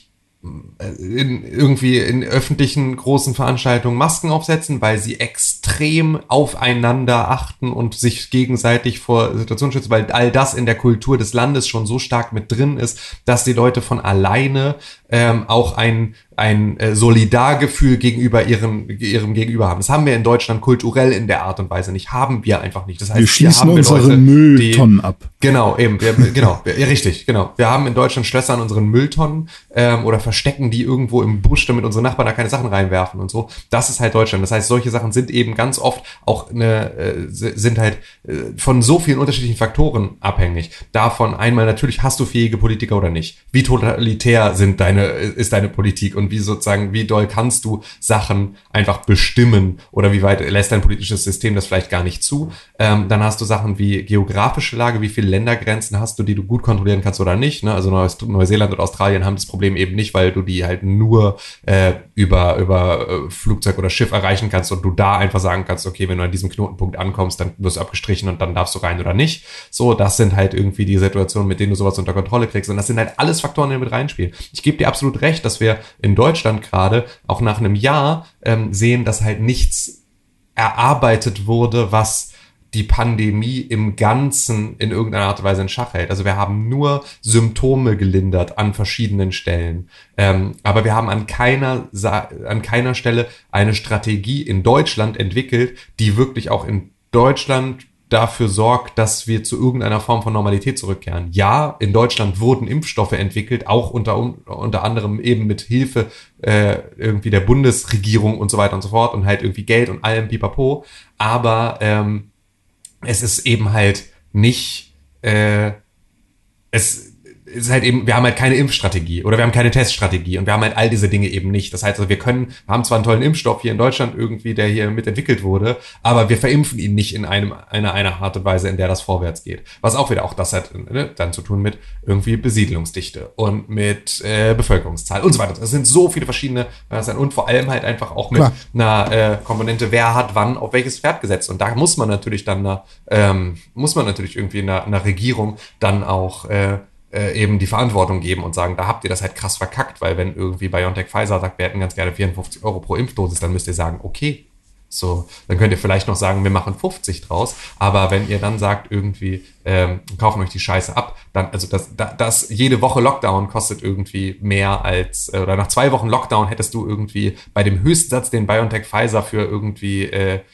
in öffentlichen großen Veranstaltungen Masken aufsetzen, weil sie extrem aufeinander achten und sich gegenseitig vor Situationen schützen, weil all das in der Kultur des Landes schon so stark mit drin ist, dass die Leute von alleine auch ein Solidargefühl gegenüber ihrem Gegenüber haben. Das haben wir in Deutschland kulturell in der Art und Weise nicht. Haben wir einfach nicht. Das heißt, Wir schließen hier haben unsere Leute, Mülltonnen ab. Genau, eben, richtig. Wir haben in Deutschland Schlösser an unseren Mülltonnen oder verstecken die irgendwo im Busch, damit unsere Nachbarn da keine Sachen reinwerfen und so. Das ist halt Deutschland. Das heißt, solche Sachen sind eben ganz oft auch sind halt von so vielen unterschiedlichen Faktoren abhängig. Davon einmal natürlich, hast du fähige Politiker oder nicht? Wie totalitär ist deine Politik und wie doll kannst du Sachen einfach bestimmen oder wie weit lässt dein politisches System das vielleicht gar nicht zu? Dann hast du Sachen wie geografische Lage, wie viele Ländergrenzen hast du, die du gut kontrollieren kannst oder nicht. Ne? Also Neuseeland und Australien haben das Problem eben nicht, weil du die halt nur über Flugzeug oder Schiff erreichen kannst und du da einfach sagen kannst, okay, wenn du an diesem Knotenpunkt ankommst, dann wirst du abgestrichen und dann darfst du rein oder nicht. So, das sind halt irgendwie die Situationen, mit denen du sowas unter Kontrolle kriegst. Und das sind halt alles Faktoren, die mit reinspielen. Ich gebe dir absolut recht, dass wir in Deutschland gerade auch nach einem Jahr sehen, dass halt nichts erarbeitet wurde, was die Pandemie im Ganzen in irgendeiner Art und Weise in Schach hält. Also wir haben nur Symptome gelindert an verschiedenen Stellen. Aber wir haben an keiner Stelle eine Strategie in Deutschland entwickelt, die wirklich auch in Deutschland dafür sorgt, dass wir zu irgendeiner Form von Normalität zurückkehren. Ja, in Deutschland wurden Impfstoffe entwickelt, auch unter anderem eben mit Hilfe irgendwie der Bundesregierung und so weiter und so fort und halt irgendwie Geld und allem pipapo. Aber es ist eben halt nicht, es ist halt eben, wir haben halt keine Impfstrategie oder wir haben keine Teststrategie und wir haben halt all diese Dinge eben nicht. Das heißt, also wir haben zwar einen tollen Impfstoff hier in Deutschland irgendwie, der hier mitentwickelt wurde, aber wir verimpfen ihn nicht in einer Art und Weise, in der das vorwärts geht. Was auch wieder auch das hat dann zu tun mit irgendwie Besiedlungsdichte und mit Bevölkerungszahl und so weiter. Es sind so viele verschiedene und vor allem halt einfach auch mit einer Komponente, wer hat wann auf welches Pferd gesetzt. Und da muss man natürlich dann irgendwie einer Regierung dann auch eben die Verantwortung geben und sagen, da habt ihr das halt krass verkackt, weil wenn irgendwie BioNTech Pfizer sagt, wir hätten ganz gerne 54 € pro Impfdosis, dann müsst ihr sagen, okay, so, dann könnt ihr vielleicht noch sagen, wir machen 50 draus, aber wenn ihr dann sagt, irgendwie, kaufen euch die Scheiße ab, dann, also das jede Woche Lockdown kostet irgendwie mehr als, oder nach 2 Wochen Lockdown hättest du irgendwie bei dem Höchstsatz, den BioNTech Pfizer für irgendwie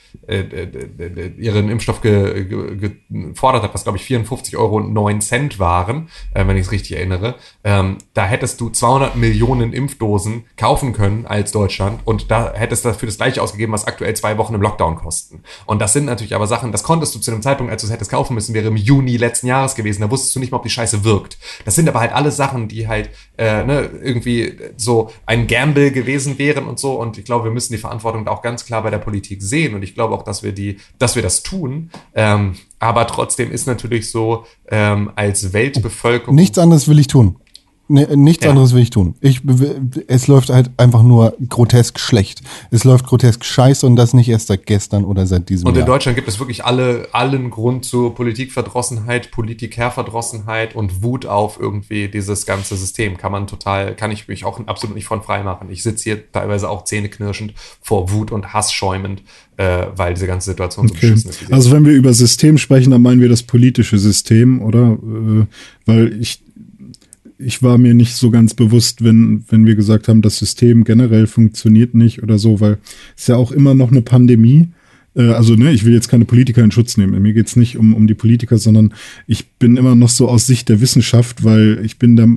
ihren Impfstoff gefordert hat, was glaube ich 54,09 € waren, wenn ich es richtig erinnere, da hättest du 200 Millionen Impfdosen kaufen können als Deutschland und da hättest du dafür das gleiche ausgegeben, was aktuell 2 Wochen im Lockdown kosten. Und das sind natürlich aber Sachen, das konntest du zu dem Zeitpunkt, als du es hättest kaufen müssen, wäre im Juni letzten Jahres gewesen, da wusstest du nicht mal, ob die Scheiße wirkt. Das sind aber halt alles Sachen, die halt irgendwie so ein Gamble gewesen wären und so, und ich glaube, wir müssen die Verantwortung da auch ganz klar bei der Politik sehen und ich glaube auch, dass wir das tun, aber trotzdem ist natürlich so, als Weltbevölkerung... Nichts anderes will ich tun. Nichts anderes will ich tun. Es läuft halt einfach nur grotesk schlecht. Es läuft grotesk scheiße und das nicht erst seit gestern oder seit diesem Jahr. Und in Deutschland gibt es wirklich allen Grund zur Politikverdrossenheit, Politikerverdrossenheit und Wut auf irgendwie dieses ganze System. Kann ich mich auch absolut nicht von frei machen. Ich sitze hier teilweise auch zähneknirschend vor Wut und Hass schäumend, weil diese ganze Situation so beschissen ist. Also wenn wir über System sprechen, dann meinen wir das politische System, oder? Weil ich war mir nicht so ganz bewusst, wenn wir gesagt haben, das System generell funktioniert nicht oder so, weil es ja auch immer noch eine Pandemie. Also ich will jetzt keine Politiker in Schutz nehmen. Mir geht's nicht um die Politiker, sondern ich bin immer noch so aus Sicht der Wissenschaft, weil ich bin da...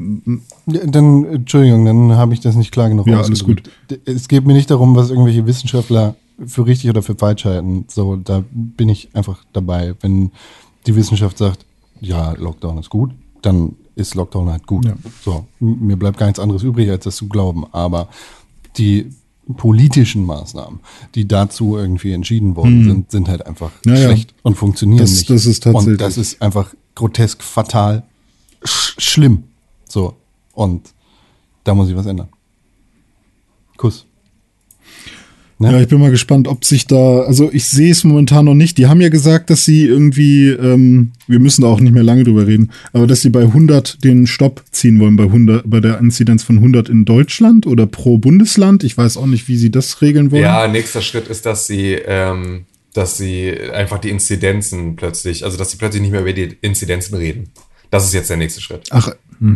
Entschuldigung, dann habe ich das nicht klar genug ausgedrückt. Alles gut. Es geht mir nicht darum, was irgendwelche Wissenschaftler für richtig oder für falsch halten. So, da bin ich einfach dabei. Wenn die Wissenschaft sagt, ja, Lockdown ist gut, dann ist Lockdown halt gut. Ja. So, mir bleibt gar nichts anderes übrig, als das zu glauben. Aber die politischen Maßnahmen, die dazu irgendwie entschieden worden sind halt einfach schlecht und funktionieren nicht. Das ist tatsächlich. Und das ist einfach grotesk, fatal, schlimm. So, und da muss ich was ändern. Kuss. Ne? Ja, ich bin mal gespannt, ob sich da, also ich sehe es momentan noch nicht. Die haben ja gesagt, dass sie irgendwie, wir müssen da auch nicht mehr lange drüber reden, aber dass sie bei 100 den Stopp ziehen wollen, bei der Inzidenz von 100 in Deutschland oder pro Bundesland. Ich weiß auch nicht, wie sie das regeln wollen. Ja, nächster Schritt ist, dass sie einfach die Inzidenzen plötzlich, also dass sie plötzlich nicht mehr über die Inzidenzen reden. Das ist jetzt der nächste Schritt. Ach,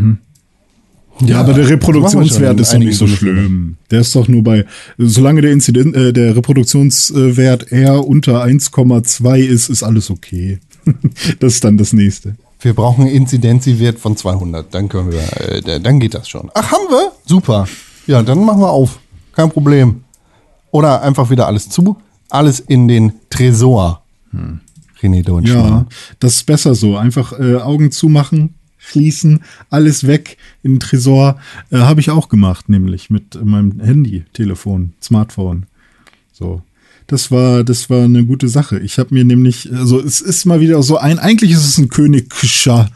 ja, aber der Reproduktionswert ist doch nicht so schlimm. Der ist doch nur bei, solange der Reproduktionswert eher unter 1,2 ist alles okay. Das ist dann das nächste. Wir brauchen einen Inzidenzwert von 200. Dann können wir, dann geht das schon. Ach, haben wir? Super. Ja, dann machen wir auf. Kein Problem. Oder einfach wieder alles zu. Alles in den Tresor. René Deutschmann. Ja, das ist besser so. Einfach Augen zumachen, schließen, alles weg in den Tresor. Habe ich auch gemacht, nämlich mit meinem Handy, Telefon, Smartphone. So. Das war eine gute Sache. Ich habe mir nämlich, also es ist mal wieder so eigentlich ist es ein königscher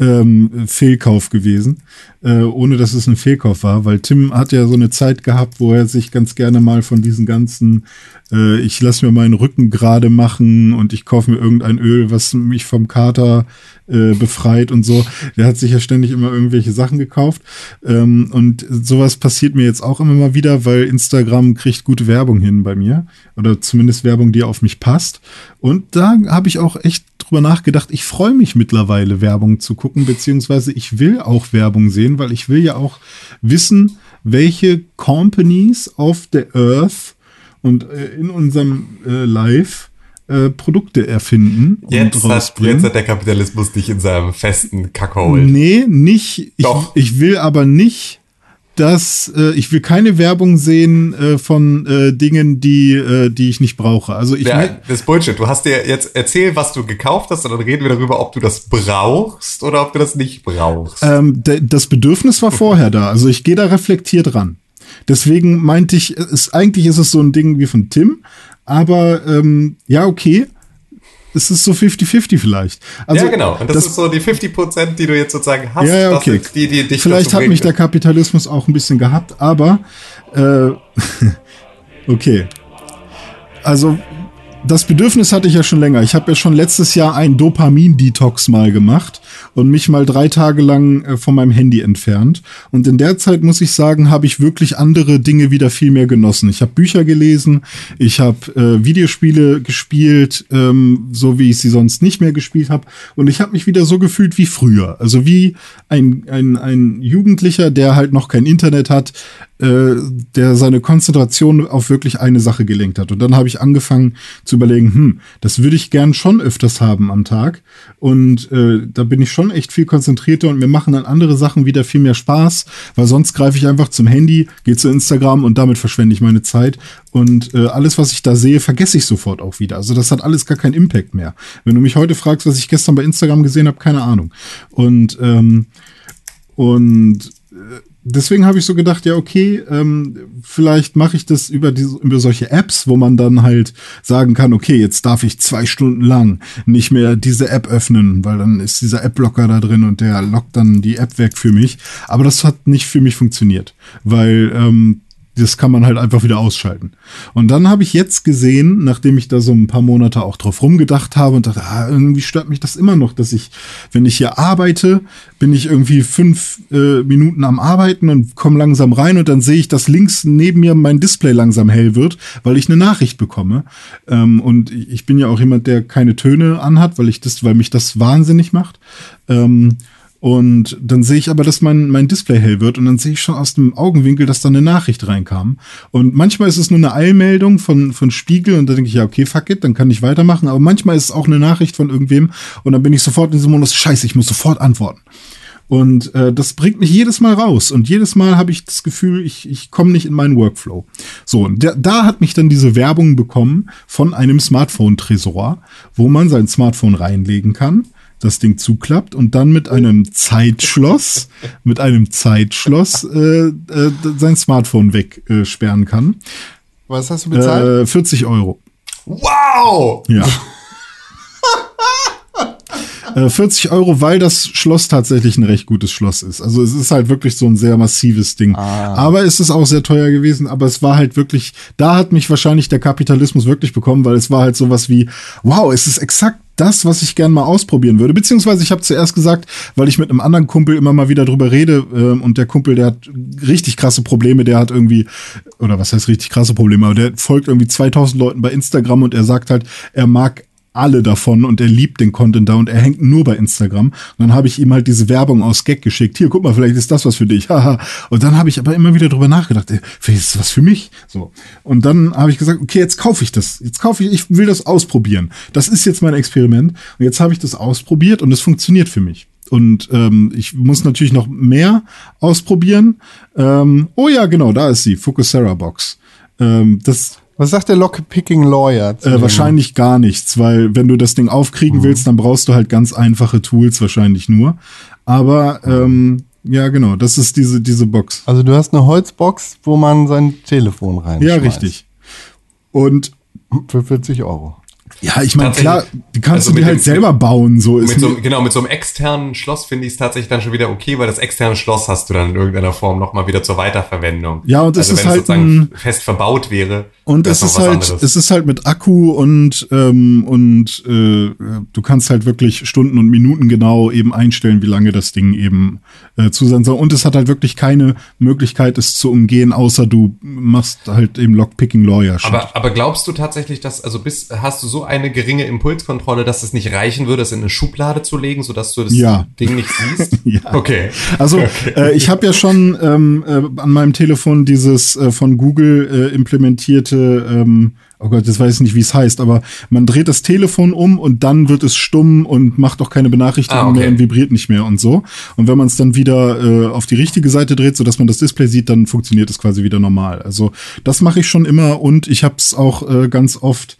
Fehlkauf gewesen, ohne dass es ein Fehlkauf war, weil Tim hat ja so eine Zeit gehabt, wo er sich ganz gerne mal von diesen ganzen, ich lasse mir meinen Rücken gerade machen und ich kaufe mir irgendein Öl, was mich vom Kater befreit und so. Der hat sich ja ständig immer irgendwelche Sachen gekauft. Und sowas passiert mir jetzt auch immer mal wieder, weil Instagram kriegt gute Werbung hin bei mir. Oder zumindest Werbung, die auf mich passt. Und da habe ich auch echt drüber nachgedacht. Ich freue mich mittlerweile, Werbung zu gucken, beziehungsweise ich will auch Werbung sehen, weil ich will ja auch wissen, welche Companies auf der Earth und in unserem Live Produkte erfinden. Jetzt hat der Kapitalismus dich in seinem festen Kack holt. Nee, nicht. Doch. Ich will aber nicht, dass ich will keine Werbung sehen von Dingen, die ich nicht brauche. Also das ist Bullshit. Du hast dir jetzt erzählt, was du gekauft hast, und dann reden wir darüber, ob du das brauchst oder ob du das nicht brauchst. Das Bedürfnis war vorher da. Also ich gehe da reflektiert ran. Deswegen meinte ich, eigentlich ist es so ein Ding wie von Tim, aber ja, okay. Es ist so 50-50 vielleicht. Also, ja, genau. Und das ist so die 50%, die du jetzt sozusagen hast. Ja, okay. Das sind die dich vielleicht hat mich der Kapitalismus auch ein bisschen gehabt, aber okay. Also das Bedürfnis hatte ich ja schon länger. Ich habe ja schon letztes Jahr einen Dopamin-Detox mal gemacht und mich mal 3 Tage lang von meinem Handy entfernt. Und in der Zeit, muss ich sagen, habe ich wirklich andere Dinge wieder viel mehr genossen. Ich habe Bücher gelesen, ich habe Videospiele gespielt, so wie ich sie sonst nicht mehr gespielt habe. Und ich habe mich wieder so gefühlt wie früher. Also wie ein Jugendlicher, der halt noch kein Internet hat, der seine Konzentration auf wirklich eine Sache gelenkt hat. Und dann habe ich angefangen zu überlegen, das würde ich gern schon öfters haben am Tag. Und da bin ich schon echt viel konzentrierter und mir machen dann andere Sachen wieder viel mehr Spaß, weil sonst greife ich einfach zum Handy, gehe zu Instagram und damit verschwende ich meine Zeit. Und alles, was ich da sehe, vergesse ich sofort auch wieder. Also das hat alles gar keinen Impact mehr. Wenn du mich heute fragst, was ich gestern bei Instagram gesehen habe, keine Ahnung. Und deswegen habe ich so gedacht, ja, okay, vielleicht mache ich das über solche Apps, wo man dann halt sagen kann, okay, jetzt darf ich 2 Stunden lang nicht mehr diese App öffnen, weil dann ist dieser App-Blocker da drin und der lockt dann die App weg für mich. Aber das hat nicht für mich funktioniert, weil das kann man halt einfach wieder ausschalten. Und dann habe ich jetzt gesehen, nachdem ich da so ein paar Monate auch drauf rumgedacht habe und dachte, irgendwie stört mich das immer noch, dass ich, wenn ich hier arbeite, bin ich irgendwie 5 Minuten am Arbeiten und komme langsam rein und dann sehe ich, dass links neben mir mein Display langsam hell wird, weil ich eine Nachricht bekomme. Und ich bin ja auch jemand, der keine Töne anhat, weil mich das wahnsinnig macht. Und dann sehe ich aber, dass mein Display hell wird und dann sehe ich schon aus dem Augenwinkel, dass da eine Nachricht reinkam. Und manchmal ist es nur eine Eilmeldung von Spiegel und da denke ich, ja, okay, fuck it, dann kann ich weitermachen. Aber manchmal ist es auch eine Nachricht von irgendwem und dann bin ich sofort in diesem Modus, scheiße, ich muss sofort antworten. Und das bringt mich jedes Mal raus. Und jedes Mal habe ich das Gefühl, ich komme nicht in meinen Workflow. So, und da hat mich dann diese Werbung bekommen von einem Smartphone-Tresor, wo man sein Smartphone reinlegen kann, das Ding zuklappt und dann mit einem Zeitschloss sein Smartphone wegsperren kann. Was hast du bezahlt? 40 Euro. Wow! Ja. 40 Euro, weil das Schloss tatsächlich ein recht gutes Schloss ist. Also es ist halt wirklich so ein sehr massives Ding. Aber es ist auch sehr teuer gewesen, aber es war halt wirklich, da hat mich wahrscheinlich der Kapitalismus wirklich bekommen, weil es war halt sowas wie, wow, es ist exakt das, was ich gern mal ausprobieren würde. Beziehungsweise ich habe zuerst gesagt, weil ich mit einem anderen Kumpel immer mal wieder drüber rede und der Kumpel, der hat richtig krasse Probleme, der hat irgendwie, oder was heißt richtig krasse Probleme, aber der folgt irgendwie 2000 Leuten bei Instagram und er sagt halt, er mag alle davon und er liebt den Content da und er hängt nur bei Instagram. Und dann habe ich ihm halt diese Werbung aus Gag geschickt. Hier, guck mal, vielleicht ist das was für dich. Haha. Und dann habe ich aber immer wieder drüber nachgedacht, vielleicht ist das was für mich. So. Und dann habe ich gesagt, okay, jetzt kaufe ich das. Ich will das ausprobieren. Das ist jetzt mein Experiment. Und jetzt habe ich das ausprobiert und es funktioniert für mich. Und ich muss natürlich noch mehr ausprobieren. Oh ja, genau, da ist sie, Focusera Box. Was sagt der Lockpicking Lawyer? Wahrscheinlich gar nichts, weil wenn du das Ding aufkriegen willst, dann brauchst du halt ganz einfache Tools wahrscheinlich nur. Aber ja, genau, das ist diese Box. Also du hast eine Holzbox, wo man sein Telefon reinschmeißt. Ja, richtig. Und für 40 Euro. Ja, ich meine, klar, die kannst du dir halt selber bauen. So ist mit so einem externen Schloss finde ich es tatsächlich dann schon wieder okay, weil das externe Schloss hast du dann in irgendeiner Form nochmal wieder zur Weiterverwendung. Ja, und es ist halt sozusagen fest verbaut wäre. Und es ist halt mit Akku und du kannst halt wirklich Stunden und Minuten genau eben einstellen, wie lange das Ding eben zu sein soll. Und es hat halt wirklich keine Möglichkeit, es zu umgehen, außer du machst halt eben Lockpicking Lawyer. Aber glaubst du tatsächlich, dass, hast du so eine geringe Impulskontrolle, dass es nicht reichen würde, es in eine Schublade zu legen, sodass du das Ding nicht siehst? Ja. Okay. Also ich habe ja schon an meinem Telefon dieses von Google implementierte, oh Gott, jetzt weiß ich nicht, wie es heißt, aber man dreht das Telefon um und dann wird es stumm und macht auch keine Benachrichtigungen mehr und vibriert nicht mehr und so. Und wenn man es dann wieder auf die richtige Seite dreht, sodass man das Display sieht, dann funktioniert es quasi wieder normal. Also das mache ich schon immer und ich habe es auch ganz oft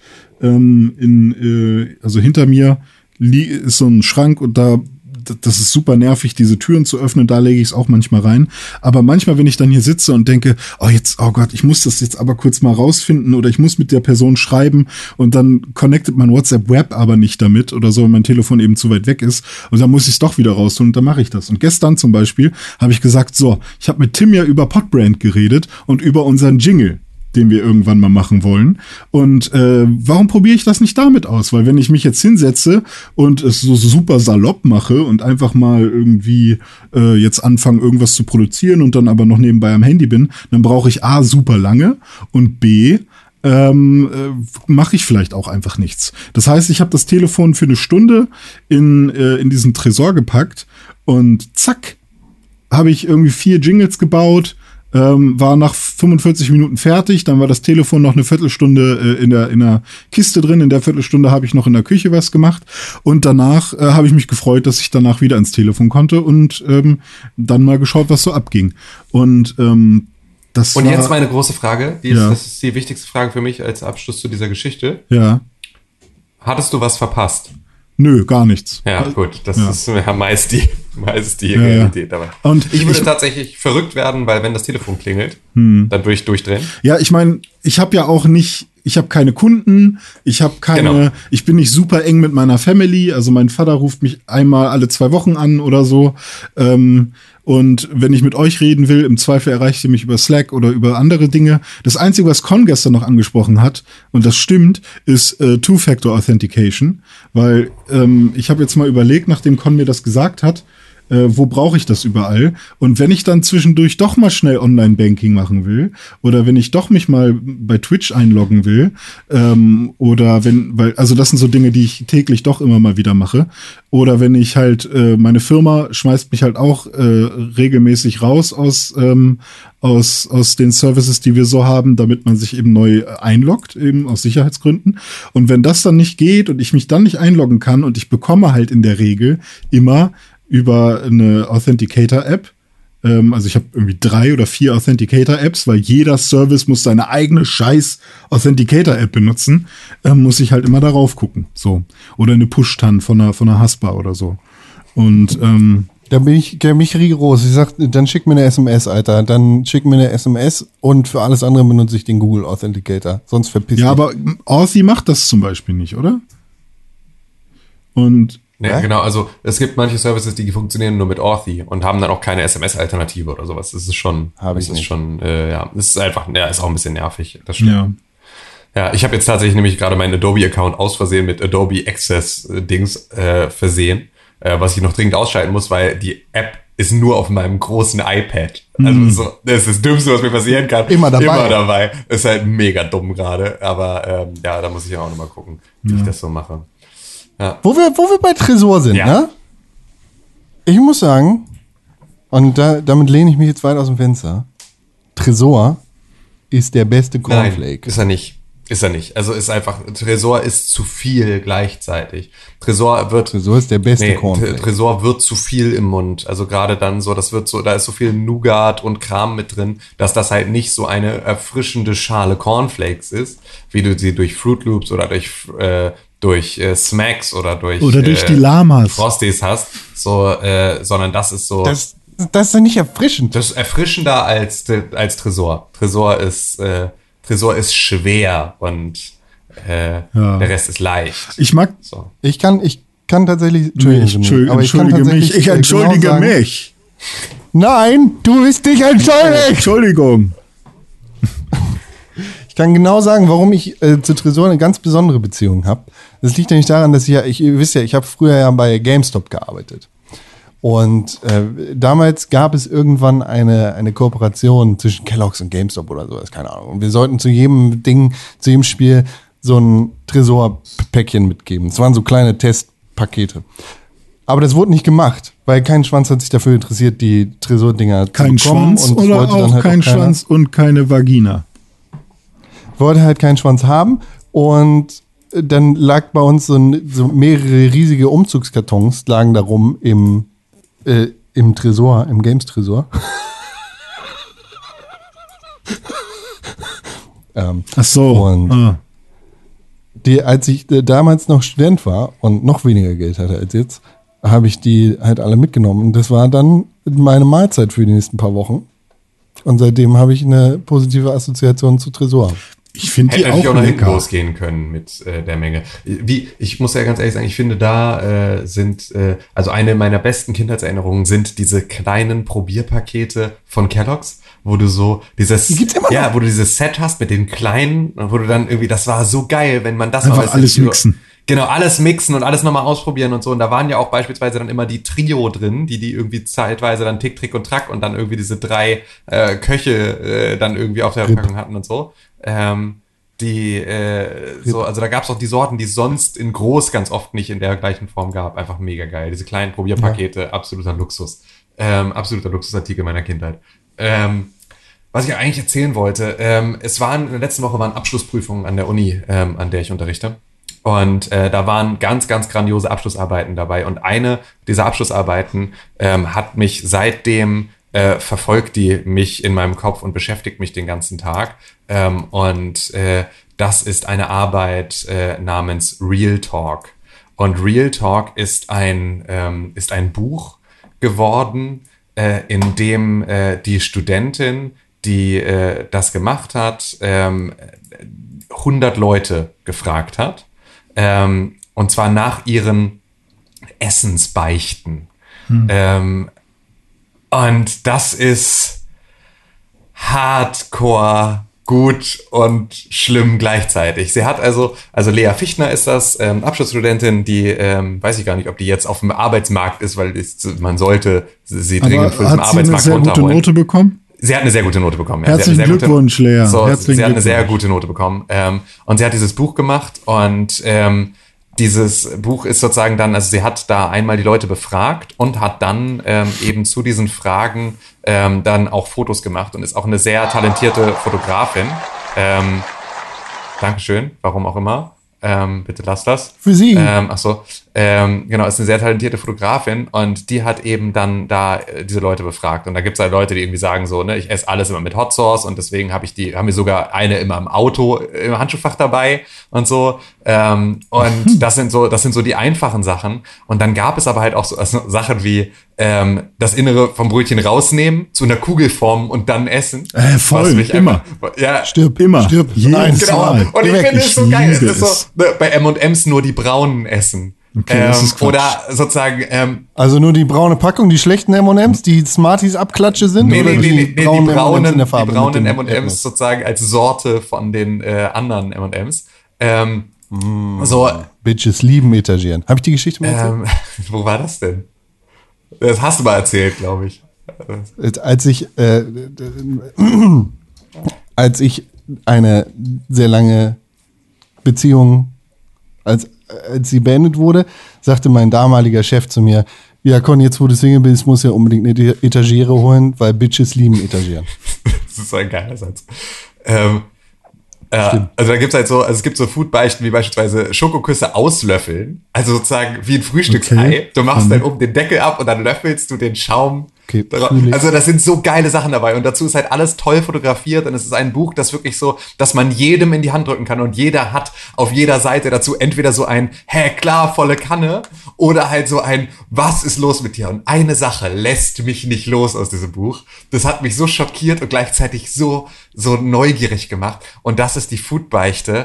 also hinter mir ist so ein Schrank und das ist super nervig, diese Türen zu öffnen, da lege ich es auch manchmal rein. Aber manchmal, wenn ich dann hier sitze und denke, oh Gott, ich muss das jetzt aber kurz mal rausfinden oder ich muss mit der Person schreiben und dann connectet mein WhatsApp-Web aber nicht damit oder so, wenn mein Telefon eben zu weit weg ist und dann muss ich es doch wieder rausholen und dann mache ich das. Und gestern zum Beispiel habe ich gesagt, so, ich habe mit Tim ja über Podbrand geredet und über unseren Jingle, den wir irgendwann mal machen wollen. Und warum probiere ich das nicht damit aus? Weil wenn ich mich jetzt hinsetze und es so super salopp mache und einfach mal irgendwie jetzt anfange, irgendwas zu produzieren und dann aber noch nebenbei am Handy bin, dann brauche ich A, super lange und B, mache ich vielleicht auch einfach nichts. Das heißt, ich habe das Telefon für eine Stunde in diesen Tresor gepackt und zack, habe ich irgendwie 4 Jingles gebaut, war nach 45 Minuten fertig, dann war das Telefon noch eine Viertelstunde in der Kiste drin, in der Viertelstunde habe ich noch in der Küche was gemacht und danach habe ich mich gefreut, dass ich danach wieder ans Telefon konnte und dann mal geschaut, was so abging. Und jetzt meine große Frage, das ist die wichtigste Frage für mich als Abschluss zu dieser Geschichte. Ja. Hattest du was verpasst? Nö, gar nichts. Ja, gut, das ist ja meist die Realität. Aber und ich würde tatsächlich verrückt werden, weil wenn das Telefon klingelt, dann würde ich durchdrehen. Ja, ich meine, ich habe keine Kunden, ich bin nicht super eng mit meiner Family, also mein Vater ruft mich einmal alle 2 Wochen an oder so. Und wenn ich mit euch reden will, im Zweifel erreicht ihr mich über Slack oder über andere Dinge. Das Einzige, was Con gestern noch angesprochen hat, und das stimmt, ist Two-Factor Authentication. Weil ich habe jetzt mal überlegt, nachdem Con mir das gesagt hat, wo brauche ich das überall? Und wenn ich dann zwischendurch doch mal schnell Online-Banking machen will oder wenn ich doch mich mal bei Twitch einloggen will also das sind so Dinge, die ich täglich doch immer mal wieder mache oder wenn ich halt meine Firma schmeißt mich halt auch regelmäßig raus aus den Services, die wir so haben, damit man sich eben neu einloggt, eben aus Sicherheitsgründen. Und wenn das dann nicht geht und ich mich dann nicht einloggen kann und ich bekomme halt in der Regel immer über eine Authenticator-App. Also ich habe irgendwie 3 oder 4 Authenticator-Apps, weil jeder Service muss seine eigene scheiß Authenticator-App benutzen. Muss ich halt immer darauf gucken. So. Oder eine Push-Tan von einer Haspa oder so. Und Da bin ich rigoros. Ich sag, dann schick mir eine SMS, Alter. Dann schick mir eine SMS und für alles andere benutze ich den Google Authenticator. Sonst verpiss dich. ja, aber Authy macht das zum Beispiel nicht, oder? Und Nee, genau, also es gibt manche Services, die funktionieren nur mit Authy und haben dann auch keine SMS-Alternative oder sowas. Das ist schon, das ist einfach, ist auch ein bisschen nervig. Das stimmt. ja. Ja, ich habe jetzt tatsächlich nämlich gerade meinen Adobe-Account aus Versehen mit Adobe Access-Dings versehen, was ich noch dringend ausschalten muss, weil die App ist nur auf meinem großen iPad. Also so, das ist das Dümmste, was mir passieren kann. Immer dabei. Ist halt mega dumm gerade, aber da muss ich auch nochmal gucken, wie ich das so mache. Ja. Wo wir bei Tresor sind, Ja. ne? Ich muss sagen, und damit lehne ich mich jetzt weit aus dem Fenster, Tresor ist der beste Cornflake. Nein, ist er nicht. Ist er nicht. Also ist einfach, Tresor ist zu viel gleichzeitig. Tresor ist der beste Cornflake. Tresor wird zu viel im Mund. Also gerade dann so, da ist so viel Nougat und Kram mit drin, dass das halt nicht so eine erfrischende Schale Cornflakes ist, wie du sie durch Fruit Loops oder durch Smacks oder durch die Lamas. Frosties hast, so, sondern das ist so. Das ist ja nicht erfrischend. Das ist erfrischender als Tresor. Tresor ist schwer und der Rest ist leicht. Ich mag. So. Ich kann tatsächlich. Entschuldige mich. Ich entschuldige mich. Nein, du bist nicht entschuldigt. Entschuldigung. Ich kann genau sagen, warum ich zu Tresor eine ganz besondere Beziehung habe. Das liegt nämlich daran, dass ihr wisst ja, ich habe früher ja bei GameStop gearbeitet. Und damals gab es irgendwann eine Kooperation zwischen Kellogg's und GameStop oder sowas, keine Ahnung. Und wir sollten zu jedem Spiel so ein Tresor-Päckchen mitgeben. Es waren so kleine Testpakete. Aber das wurde nicht gemacht, weil kein Schwanz hat sich dafür interessiert, die Tresor-Dinger zu bekommen. Kein Schwanz und oder wollte dann auch halt kein Schwanz und keine Vagina. Wollte halt keinen Schwanz haben und dann lag bei uns so mehrere riesige Umzugskartons lagen da rum im Tresor, im Games-Tresor. Ach so. Und als ich damals noch Student war und noch weniger Geld hatte als jetzt, habe ich die halt alle mitgenommen. Und das war dann meine Mahlzeit für die nächsten paar Wochen. Und seitdem habe ich eine positive Assoziation zu Tresor. Ich finde die Hätte natürlich auch auch nach hinten lecker. losgehen können mit der Menge. Ich muss ja ganz ehrlich sagen, ich finde, da sind, also eine meiner besten Kindheitserinnerungen sind diese kleinen Probierpakete von Kellogg's, wo du so dieses, Die gibt's immer noch. ja, wo du dieses Set hast mit den kleinen, wo du dann irgendwie, das war so geil, wenn man das Einfach mal alles mixen. Genau, alles mixen und alles nochmal ausprobieren und so. Und da waren ja auch beispielsweise dann immer die Trio drin, die irgendwie zeitweise dann Tick, Trick und Track und dann irgendwie diese 3 Köche dann irgendwie auf der Packung hatten und so. Also da gab es auch die Sorten, die es sonst in groß ganz oft nicht in der gleichen Form gab. Einfach mega geil. Diese kleinen Probierpakete, absoluter Luxus. Absoluter Luxusartikel meiner Kindheit. Was ich eigentlich erzählen wollte, in der letzten Woche waren Abschlussprüfungen an der Uni, an der ich unterrichte. Und da waren ganz, ganz grandiose Abschlussarbeiten dabei. Und eine dieser Abschlussarbeiten hat mich seitdem verfolgt die mich in meinem Kopf und beschäftigt mich den ganzen Tag. Das ist eine Arbeit namens Real Talk. Und Real Talk ist ein Buch geworden, in dem die Studentin, die das gemacht hat, 100 Leute gefragt hat. Und zwar nach ihren Essensbeichten. Und das ist hardcore gut und schlimm gleichzeitig. Sie hat also Lea Fichtner ist das, Abschlussstudentin, die, weiß ich gar nicht, ob die jetzt auf dem Arbeitsmarkt ist, weil man sollte sie dringend für den Arbeitsmarkt runterholen. Hat sie eine sehr gute Note bekommen? Sie hat eine sehr gute Note bekommen. Herzlichen Glückwunsch, Lea. Sie hat eine sehr gute Note bekommen. Und sie hat dieses Buch gemacht und dieses Buch ist sozusagen dann, also sie hat da einmal die Leute befragt und hat dann eben zu diesen Fragen dann auch Fotos gemacht und ist auch eine sehr talentierte Fotografin. Dankeschön, warum auch immer. Bitte lass das. Für Sie. Genau, ist eine sehr talentierte Fotografin und die hat eben dann da diese Leute befragt. Und da gibt's halt Leute, die irgendwie sagen so, ne, ich esse alles immer mit Hot Sauce und deswegen haben wir sogar eine immer im Auto, im Handschuhfach dabei und so. Und das sind so die einfachen Sachen. Und dann gab es aber halt auch so Sachen wie das Innere vom Brötchen rausnehmen, zu einer Kugel formen und dann essen. Voll, immer. Stirb. Jedes genau. Mal. Und ich finde es so geil. Es ist so, ne, bei M&M's nur die braunen essen. Okay, das ist Quatsch. Oder sozusagen also nur die braune Packung, die schlechten M&M's, die Smarties Abklatsche sind? Nee, oder die braunen braunen in der Farbe? Die braunen mit dem M&M's sozusagen als Sorte von den anderen M&M's. So, Bitches lieben etagieren. Habe ich die Geschichte mal erzählt? wo war das denn? Das hast du mal erzählt, glaube ich. Als ich eine sehr lange Beziehung, als sie beendet wurde, sagte mein damaliger Chef zu mir, ja Con, jetzt wo du Single bist, musst du ja unbedingt eine Etagiere holen, weil Bitches lieben Etagieren. Das ist so ein geiler Satz. Also da gibt's halt so, also es gibt so Foodbeichten wie beispielsweise Schokoküsse auslöffeln, also sozusagen wie ein Frühstücksei. Okay. Du machst dann oben den Deckel ab und dann löffelst du den Schaum. Okay, also das sind so geile Sachen dabei und dazu ist halt alles toll fotografiert und es ist ein Buch, das wirklich so, dass man jedem in die Hand drücken kann und jeder hat auf jeder Seite dazu entweder so ein, klar, volle Kanne oder halt so ein, was ist los mit dir? Und eine Sache lässt mich nicht los aus diesem Buch. Das hat mich so schockiert und gleichzeitig so neugierig gemacht und das ist die Foodbeichte,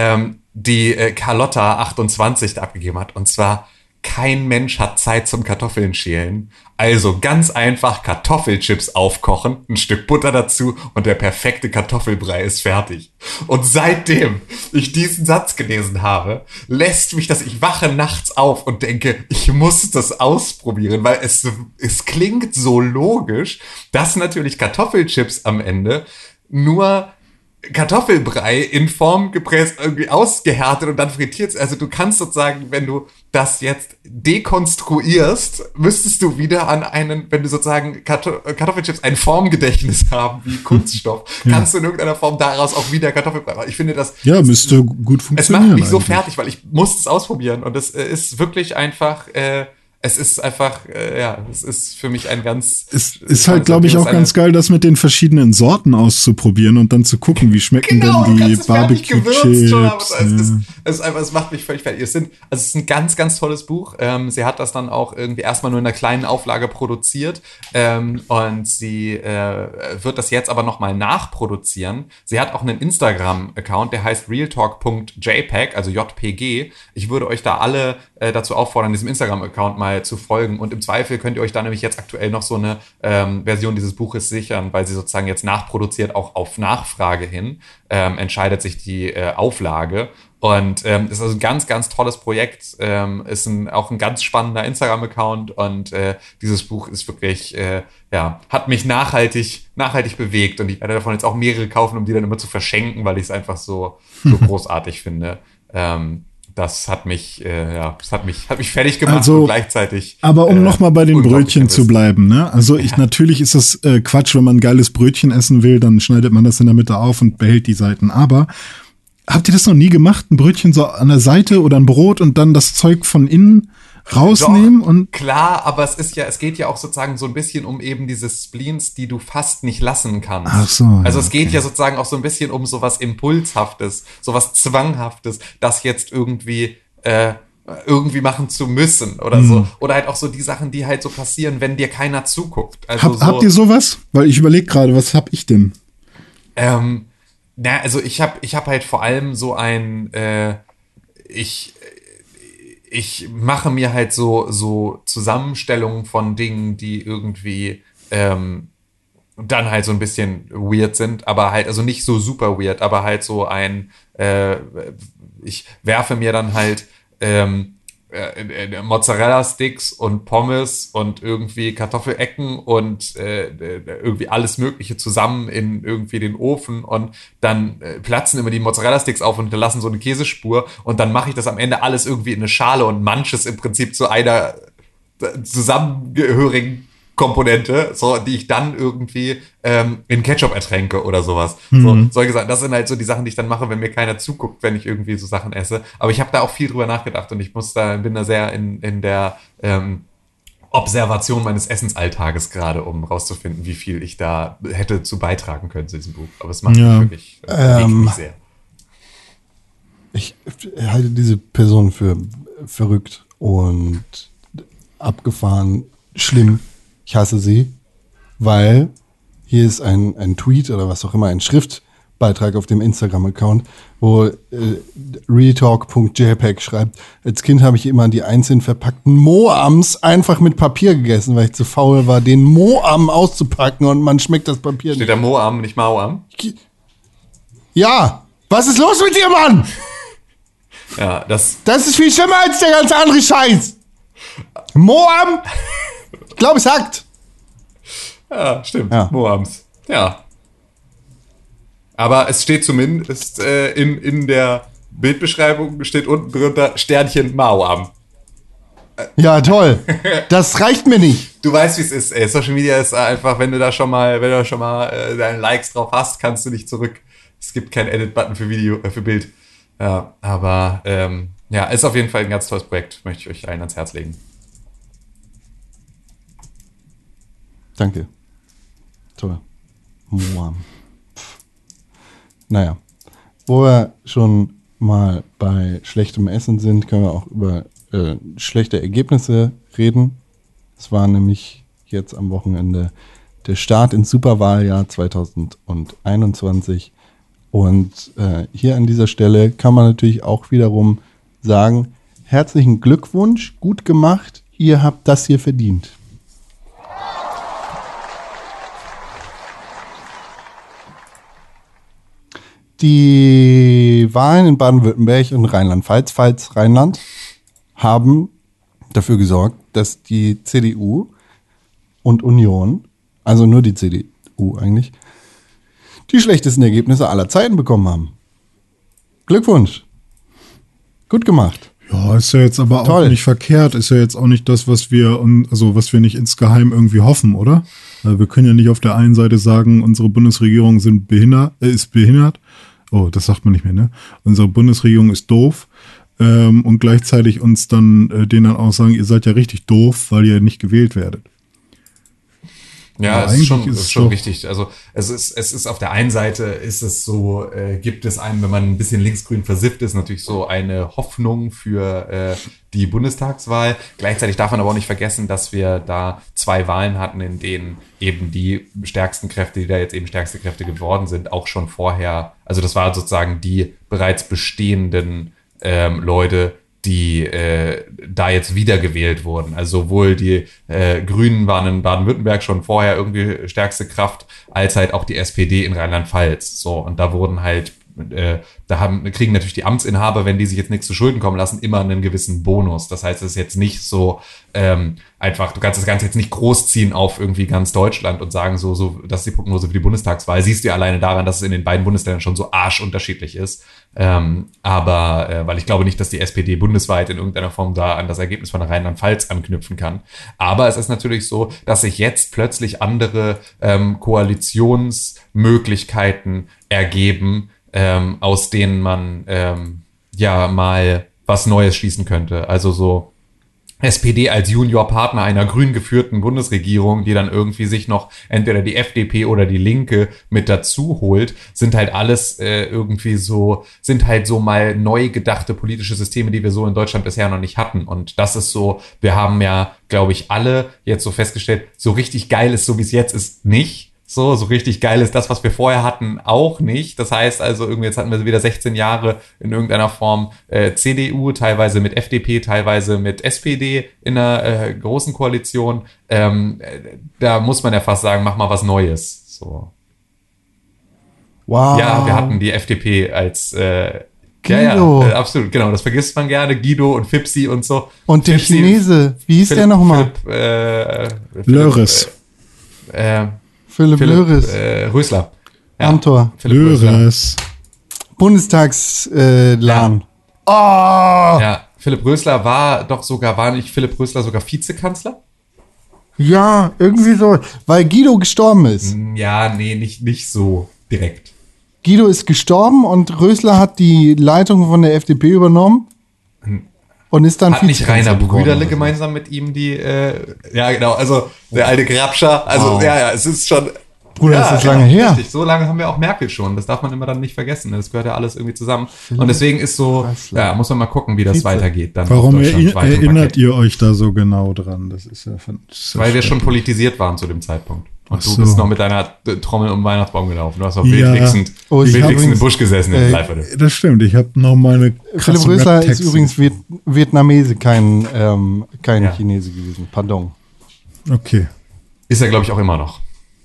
die Carlotta 28 da abgegeben hat und zwar: Kein Mensch hat Zeit zum Kartoffeln schälen. Also ganz einfach Kartoffelchips aufkochen, ein Stück Butter dazu und der perfekte Kartoffelbrei ist fertig. Und seitdem ich diesen Satz gelesen habe, lässt mich das, ich wache nachts auf und denke, ich muss das ausprobieren, weil es klingt so logisch, dass natürlich Kartoffelchips am Ende nur Kartoffelbrei in Form gepresst, irgendwie ausgehärtet und dann frittiert. Also du kannst sozusagen, wenn du das jetzt dekonstruierst, müsstest du wieder an wenn du sozusagen Kartoffelchips ein Formgedächtnis haben wie Kunststoff, kannst du in irgendeiner Form daraus auch wieder Kartoffelbrei machen. Ich finde das... Ja, müsste gut funktionieren. Es macht mich so eigentlich fertig, weil ich muss es ausprobieren und es ist wirklich einfach... es ist einfach, es ist für mich ein ganz... Es ist halt, glaube ich, auch ganz geil, das mit den verschiedenen Sorten auszuprobieren und dann zu gucken, wie schmecken denn die Barbecue-Chips. Es macht mich völlig fertig. Es ist ein ganz, ganz tolles Buch. Sie hat das dann auch irgendwie erstmal nur in einer kleinen Auflage produziert und sie wird das jetzt aber nochmal nachproduzieren. Sie hat auch einen Instagram-Account, der heißt realtalk.jpg, also JPG. Ich würde euch da alle dazu auffordern, diesem Instagram-Account mal zu folgen und im Zweifel könnt ihr euch da nämlich jetzt aktuell noch so eine Version dieses Buches sichern, weil sie sozusagen jetzt nachproduziert, auch auf Nachfrage hin entscheidet sich die Auflage und ist also ein ganz, ganz tolles Projekt, ist auch ein ganz spannender Instagram-Account und dieses Buch ist wirklich, hat mich nachhaltig bewegt und ich werde davon jetzt auch mehrere kaufen, um die dann immer zu verschenken, weil ich es einfach so großartig finde. Das hat mich fertig gemacht also, und gleichzeitig. Aber um nochmal bei den Brötchen zu bleiben, ne? Also natürlich ist das Quatsch, wenn man ein geiles Brötchen essen will, dann schneidet man das in der Mitte auf und behält die Seiten. Aber habt ihr das noch nie gemacht? Ein Brötchen so an der Seite oder ein Brot und dann das Zeug von innen rausnehmen? Doch, und klar, aber es geht ja auch sozusagen so ein bisschen um eben diese Spleens, die du fast nicht lassen kannst. Ach so. Also es geht ja sozusagen auch so ein bisschen um sowas Impulshaftes, sowas Zwanghaftes, das jetzt irgendwie machen zu müssen oder so. Oder halt auch so die Sachen, die halt so passieren, wenn dir keiner zuguckt. Also habt ihr sowas? Weil ich überlege gerade, was hab ich denn? Also ich hab halt vor allem so ein, ich mache mir halt so Zusammenstellungen von Dingen, die irgendwie dann halt so ein bisschen weird sind, aber halt, also nicht so super weird, aber halt so ich werfe mir dann halt Mozzarella-Sticks und Pommes und irgendwie Kartoffelecken und irgendwie alles Mögliche zusammen in irgendwie den Ofen und dann platzen immer die Mozzarella-Sticks auf und hinterlassen so eine Käsespur und dann mache ich das am Ende alles irgendwie in eine Schale und manche es im Prinzip zu einer zusammengehörigen Komponente, so, die ich dann irgendwie in Ketchup ertränke oder sowas. So, solche Sachen. Das sind halt so die Sachen, die ich dann mache, wenn mir keiner zuguckt, wenn ich irgendwie so Sachen esse. Aber ich habe da auch viel drüber nachgedacht und ich bin da sehr in der Observation meines Essensalltages gerade, um rauszufinden, wie viel ich da hätte zu beitragen können zu diesem Buch. Aber es macht mich wirklich bewegt mich sehr. Ich halte diese Person für verrückt und abgefahren, schlimm. Ich hasse sie, weil hier ist ein Tweet oder was auch immer, ein Schriftbeitrag auf dem Instagram-Account, wo realtalk.jpg schreibt, als Kind habe ich immer die einzeln verpackten Moams einfach mit Papier gegessen, weil ich zu faul war, den Moam auszupacken und man schmeckt das Papier Steht da Moam, nicht Mauam? Ja, was ist los mit dir, Mann? Ja, das ist viel schlimmer als der ganze andere Scheiß. Moam, ich glaube, es hackt. Ja, stimmt. Ja. Moams. Ja. Aber es steht zumindest in der Bildbeschreibung, steht unten drunter Sternchen Mauam. Ja, toll. Das reicht mir nicht. Du weißt, wie es ist. Ey. Social Media ist einfach, wenn du da schon mal deine Likes drauf hast, kannst du nicht zurück. Es gibt keinen Edit-Button für Bild. Ja, aber ja, ist auf jeden Fall ein ganz tolles Projekt. Möchte ich euch allen ans Herz legen. Danke. Toll. Moam. Naja, wo wir schon mal bei schlechtem Essen sind, können wir auch über schlechte Ergebnisse reden. Es war nämlich jetzt am Wochenende der Start ins Superwahljahr 2021. Und hier an dieser Stelle kann man natürlich auch wiederum sagen, herzlichen Glückwunsch, gut gemacht, ihr habt das hier verdient. Die Wahlen in Baden-Württemberg und Rheinland-Pfalz, Pfalz, Rheinland, haben dafür gesorgt, dass die CDU und Union, also nur die CDU eigentlich, die schlechtesten Ergebnisse aller Zeiten bekommen haben. Glückwunsch. Gut gemacht. Ja, ist ja jetzt aber Toll. auch nicht verkehrt. Ist ja jetzt auch nicht das, was wir nicht insgeheim irgendwie hoffen, oder? Wir können ja nicht auf der einen Seite sagen, unsere Bundesregierung ist behindert. Oh, das sagt man nicht mehr, ne? Unsere Bundesregierung ist doof. Und gleichzeitig uns dann denen dann auch sagen, ihr seid ja richtig doof, weil ihr nicht gewählt werdet. Ja, Aber es ist schon doch richtig. Also es ist auf der einen Seite ist es so, gibt es einem, wenn man ein bisschen linksgrün versifft ist, natürlich so eine Hoffnung für die Bundestagswahl. Gleichzeitig darf man aber auch nicht vergessen, dass wir da 2 Wahlen hatten, in denen eben die stärksten Kräfte, die da jetzt eben stärkste Kräfte geworden sind, auch schon vorher, also das waren sozusagen die bereits bestehenden Leute, die da jetzt wiedergewählt wurden. Also sowohl die Grünen waren in Baden-Württemberg schon vorher irgendwie stärkste Kraft, als halt auch die SPD in Rheinland-Pfalz. So, und da wurden halt, kriegen natürlich die Amtsinhaber, wenn die sich jetzt nichts zu Schulden kommen lassen, immer einen gewissen Bonus. Das heißt, es ist jetzt nicht so einfach, du kannst das Ganze jetzt nicht großziehen auf irgendwie ganz Deutschland und sagen, so, das ist die Prognose für die Bundestagswahl. Siehst du ja alleine daran, dass es in den beiden Bundesländern schon so arschunterschiedlich ist. Aber weil ich glaube nicht, dass die SPD bundesweit in irgendeiner Form da an das Ergebnis von Rheinland-Pfalz anknüpfen kann. Aber es ist natürlich so, dass sich jetzt plötzlich andere Koalitionsmöglichkeiten ergeben, aus denen man ja mal was Neues schließen könnte. Also so SPD als Juniorpartner einer grün geführten Bundesregierung, die dann irgendwie sich noch entweder die FDP oder die Linke mit dazu holt, sind halt alles sind halt so mal neu gedachte politische Systeme, die wir so in Deutschland bisher noch nicht hatten. Und das ist so, wir haben ja, glaube ich, alle jetzt so festgestellt, so richtig geil ist, so wie es jetzt ist, nicht. So richtig geil ist das, was wir vorher hatten, auch nicht. Das heißt also, irgendwie jetzt hatten wir wieder 16 Jahre in irgendeiner Form CDU, teilweise mit FDP, teilweise mit SPD in einer großen Koalition. Da muss man ja fast sagen, mach mal was Neues. So. Wow. Ja, wir hatten die FDP als Guido. Ja, absolut, genau. Das vergisst man gerne. Guido und Fipsi und so. Und der Fipsi, Chinese, wie hieß der nochmal? Löris. Philipp Löris. Rösler. Ja, Amthor. Philipp Rösler. Löris. Bundestagslan. Oh! Ja, Philipp Rösler war nicht Philipp Rösler sogar Vizekanzler? Ja, irgendwie so. Weil Guido gestorben ist. Ja, nee, nicht so direkt. Guido ist gestorben und Rösler hat die Leitung von der FDP übernommen und ist dann Hat nicht Vizekanzler Rainer geworden Brüderle oder so. gemeinsam mit ihm die, ja genau, also der alte Grabscher, also Wow. ja, es ist schon... Bruder, ja, ist das lange her. Richtig, so lange haben wir auch Merkel schon, das darf man immer dann nicht vergessen, das gehört ja alles irgendwie zusammen. Und deswegen ist so, Rösler. ja, muss man mal gucken, wie das Vize. weitergeht. Dann Warum auf deutschlandweit im erinnert Paket. ihr euch da so genau dran? Das ist ja Weil wir schon politisiert waren zu dem Zeitpunkt. Und Ach du so. bist noch mit deiner Trommel um den Weihnachtsbaum gelaufen. Du hast noch Ja. wildwichsend Oh, ich hab im übrigens- Busch gesessen in live. Das stimmt, ich habe noch meine Philipp Rösler ist Rap-Texte. übrigens Vietnamese, kein Ja. Chinese gewesen. Pardon. Okay. Ist er, glaube ich, auch immer noch.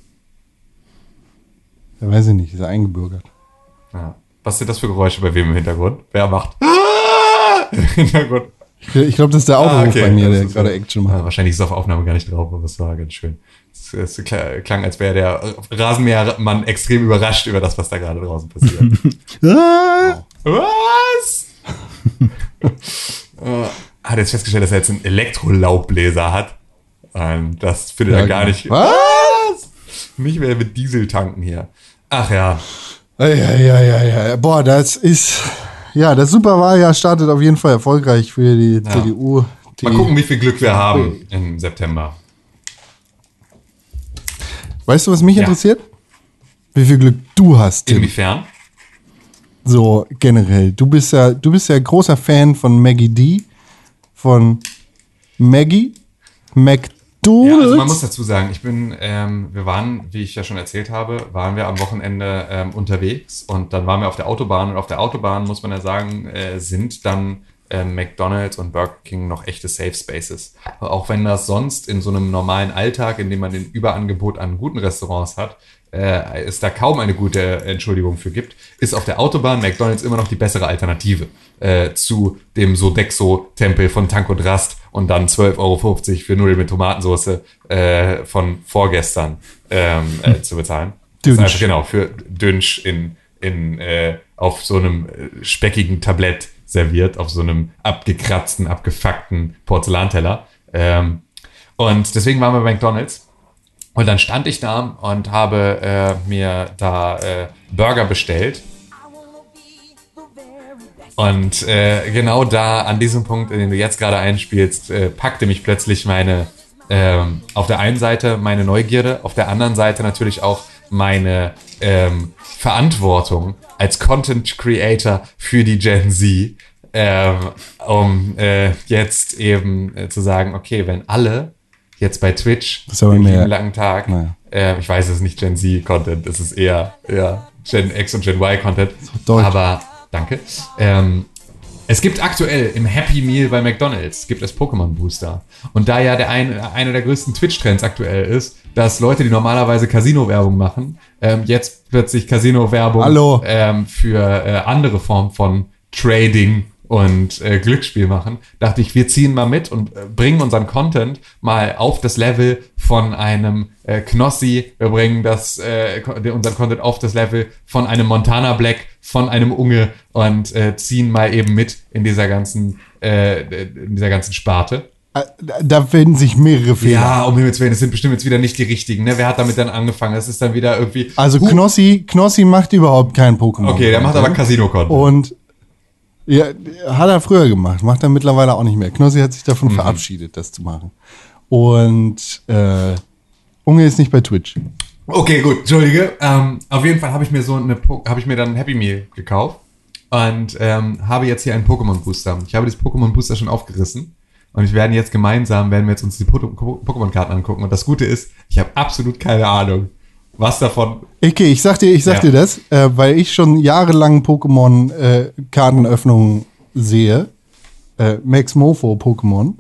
Ja, weiß ich nicht, ist er eingebürgert. Ja. Was sind das für Geräusche bei wem im Hintergrund? Wer macht? Im Hintergrund. Ich glaube, das ist der Autoruf bei mir, Das der ist gerade ja- Action macht. Wahrscheinlich ist es auf Aufnahme gar nicht drauf, aber es war ganz schön. Es klang, als wäre der Rasenmähermann extrem überrascht über das, was da gerade draußen passiert. Ah, Was? Hat jetzt festgestellt, dass er jetzt einen Elektrolaubbläser hat. Das findet er gar nicht. Was? Nicht mehr mit Dieseltanken hier. Ach ja. Ja. Boah, das ist. Ja, das Superwahljahr startet auf jeden Fall erfolgreich für die CDU. Mal gucken, wie viel Glück wir haben im September. Weißt du, was mich Ja. interessiert? Wie viel Glück du hast, Tim. Inwiefern? So generell. Du bist ja großer Fan von Maggie D. Von Maggie McDonald's. Ja, also man muss dazu sagen, wir waren, wie ich ja schon erzählt habe, waren wir am Wochenende unterwegs und dann waren wir auf der Autobahn und auf der Autobahn, muss man ja sagen, sind dann McDonald's und Burger King noch echte Safe Spaces. Auch wenn das sonst in so einem normalen Alltag, in dem man den Überangebot an guten Restaurants hat, es da kaum eine gute Entschuldigung für gibt, ist auf der Autobahn McDonald's immer noch die bessere Alternative zu dem Sodexo-Tempel von Tank und Rast und dann 12,50 Euro für Nudeln mit Tomatensauce von vorgestern zu bezahlen. Das ist Dünsch. einfach, genau, für Dünsch auf so einem speckigen Tablett serviert, auf so einem abgekratzten, abgefuckten Porzellanteller. Und deswegen waren wir bei McDonald's. Und dann stand ich da und habe mir da Burger bestellt. Und genau da, an diesem Punkt, in dem du jetzt gerade einspielst, packte mich plötzlich auf der einen Seite meine Neugierde, auf der anderen Seite natürlich auch meine Verantwortung als Content Creator für die Gen Z, um jetzt eben zu sagen, okay, wenn alle jetzt bei Twitch Das ist aber den mehr- lieben langen Tag, Naja. ich weiß, es ist nicht Gen Z-Content, es ist eher Gen X und Gen Y-Content, Deutsch. aber danke. Es gibt aktuell im Happy Meal bei McDonald's gibt es Pokémon Booster. Und da ja einer der größten Twitch-Trends aktuell ist, dass Leute, die normalerweise Casino-Werbung machen, jetzt plötzlich Casino-Werbung Hallo. für andere Formen von Trading und Glücksspiel machen, dachte ich, wir ziehen mal mit und bringen unseren Content mal auf das Level von einem Knossi, wir bringen unseren Content auf das Level von einem Montana Black, von einem Unge und ziehen mal eben mit in dieser ganzen Sparte. Da finden sich mehrere Fehler. Ja, um Himmels Willen, es sind bestimmt jetzt wieder nicht die richtigen. Ne? Wer hat damit dann angefangen? Es ist dann wieder irgendwie... Also Knossi macht überhaupt kein Pokémon. Okay, der macht aber Casino-Content. Und ja, hat er früher gemacht, macht er mittlerweile auch nicht mehr. Knossi hat sich davon verabschiedet, das zu machen. Und Unge ist nicht bei Twitch. Okay, gut, entschuldige. Auf jeden Fall habe ich mir dann ein Happy Meal gekauft und habe jetzt hier einen Pokémon Booster. Ich habe dieses Pokémon Booster schon aufgerissen und werden wir uns die Pokémon-Karten angucken. Und das Gute ist, ich habe absolut keine Ahnung, was davon... Okay, ich sag dir das, weil ich schon jahrelang Pokémon-Kartenöffnungen sehe. Max Mofo Pokémon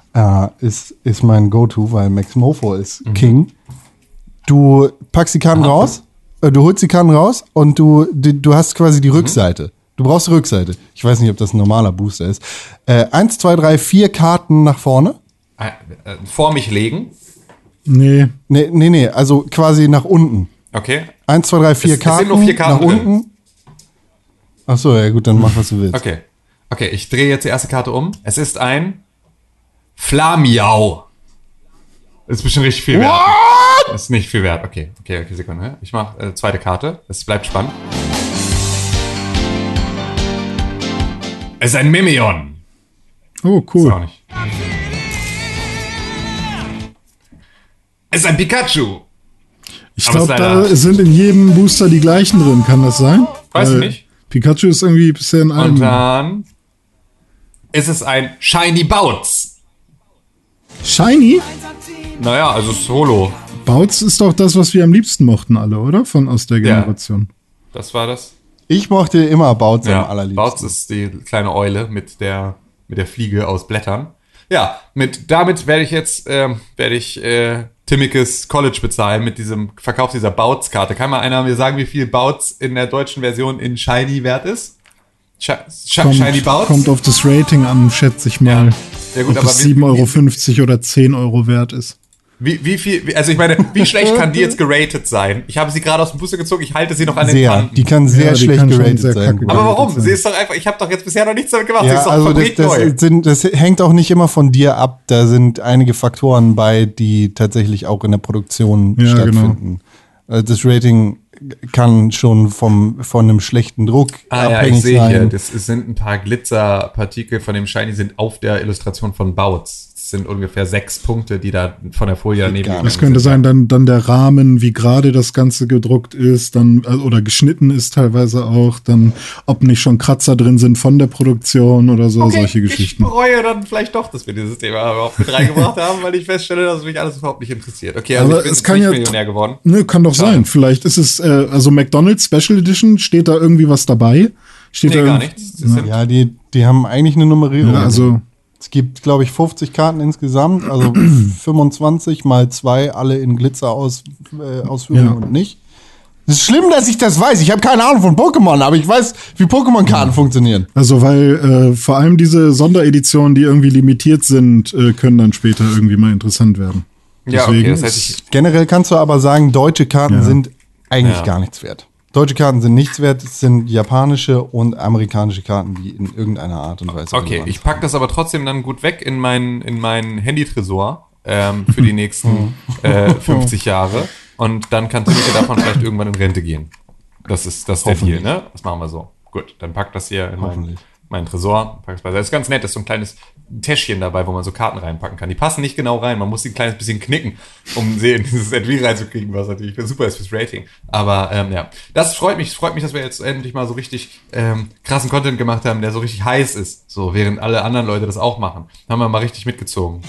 ist mein Go-To, weil Max Mofo ist King. Du packst die Karten raus, du holst die Karten raus und du hast quasi die Rückseite. Du brauchst die Rückseite. Ich weiß nicht, ob das ein normaler Booster ist. 1, 2, 3, 4 Karten nach vorne. vor mich legen. Nee. Nee, also quasi nach unten. Okay. 1, 2, 3, 4 Es Karten. sind nur 4 Karten nach drin. unten. Ach so, ja gut, dann mach, was du willst. Okay. Okay, ich drehe jetzt die erste Karte um. Es ist ein Flamiau. Ist bestimmt richtig viel wert. Ist nicht viel wert. Okay, Sekunde. Ich mache zweite Karte. Es bleibt spannend. Es ist ein Mimion. Oh, Ist cool. auch nicht. Es ist ein Pikachu. Ich Aber glaube, ist leider- da sind in jedem Booster die gleichen drin. Kann das sein? Weiß ich nicht. Pikachu ist irgendwie bisher in Und einem. dann ist es ein Shiny Bouts. Shiny? Naja, also Solo. Bouts ist doch das, was wir am liebsten mochten alle, oder? Aus der Generation. Das war das. Ich mochte immer Bouts am allerliebsten. Bouts ist die kleine Eule mit der Fliege aus Blättern. Ja, damit werde ich jetzt Timmikes College bezahlen mit diesem Verkauf dieser Bouts-Karte. Kann mal einer mir sagen, wie viel Bouts in der deutschen Version in Shiny wert ist? Shiny Bouts? Kommt auf das Rating an, schätze ich mal. Ja gut, ob aber es 7,50 € oder 10 € wert ist. wie viel, also ich meine, wie schlecht kann die jetzt geratet sein? Ich habe sie gerade aus dem Booster gezogen, ich halte sie noch an den Sehr. Kanten. Die kann sehr Ja, die schlecht kann schon geratet sehr sein. kacke Aber warum? geratet sein. Sie ist doch einfach, ich habe doch jetzt bisher noch nichts damit gemacht. Sie Ja, ist doch also fabrikneu. das hängt auch nicht immer von dir ab. Da sind einige Faktoren bei, die tatsächlich auch in der Produktion Ja, stattfinden. Das Rating kann schon von einem schlechten Druck Ja, ich abhängig sehe hier, sein. das sind ein paar Glitzerpartikel von dem Shiny sind auf der Illustration von Bouts. Das sind ungefähr 6 Punkte, die da von der Folie daneben gar liegen. Das könnte sein, dann der Rahmen, wie gerade das Ganze gedruckt ist, dann oder geschnitten ist teilweise auch, dann ob nicht schon Kratzer drin sind von der Produktion oder so, solche Geschichten. Ich bereue dann vielleicht doch, dass wir dieses Thema überhaupt mit reingebracht haben, weil ich feststelle, dass mich alles überhaupt nicht interessiert. Okay, also Aber ich bin es jetzt kann nicht ja- Millionär geworden. Ne, kann doch Schade. sein. Vielleicht ist es, also McDonald's Special Edition, steht da irgendwie was dabei? Steht Nee, da gar irgend- nichts. Das sind, Ja, die haben eigentlich eine Nummerierung. Ja, also, Es gibt, glaube ich, 50 Karten insgesamt, also 25 mal 2, alle in Glitzer-Ausführung Ja. und nicht. Es ist schlimm, dass ich das weiß. Ich habe keine Ahnung von Pokémon, aber ich weiß, wie Pokémon-Karten funktionieren. weil vor allem diese Sondereditionen, die irgendwie limitiert sind, können dann später irgendwie mal interessant werden. ja, okay, Deswegen das heißt, ist- Generell kannst du aber sagen, deutsche Karten Ja. sind eigentlich Ja. gar nichts wert. Deutsche Karten sind nichts wert, es sind japanische und amerikanische Karten, die in irgendeiner Art und Weise okay, relevant ich packe das aber trotzdem dann gut weg in meinen Handy-Tresor für die nächsten 50 Jahre. Und dann kann Timike davon vielleicht irgendwann in Rente gehen. Das ist der Deal, Hoffentlich. ne? Das machen wir so. Gut, dann pack das hier in Hoffentlich. meinen Tresor. Pack's beiseite. Das ist ganz nett, das ist so ein kleines Täschchen dabei, wo man so Karten reinpacken kann. Die passen nicht genau rein, man muss die ein kleines bisschen knicken, um sehen, dieses Etui reinzukriegen, was natürlich super ist fürs Rating. Aber ja, das freut mich, dass wir jetzt endlich mal so richtig krassen Content gemacht haben, der so richtig heiß ist. So, während alle anderen Leute das auch machen. Haben wir mal richtig mitgezogen.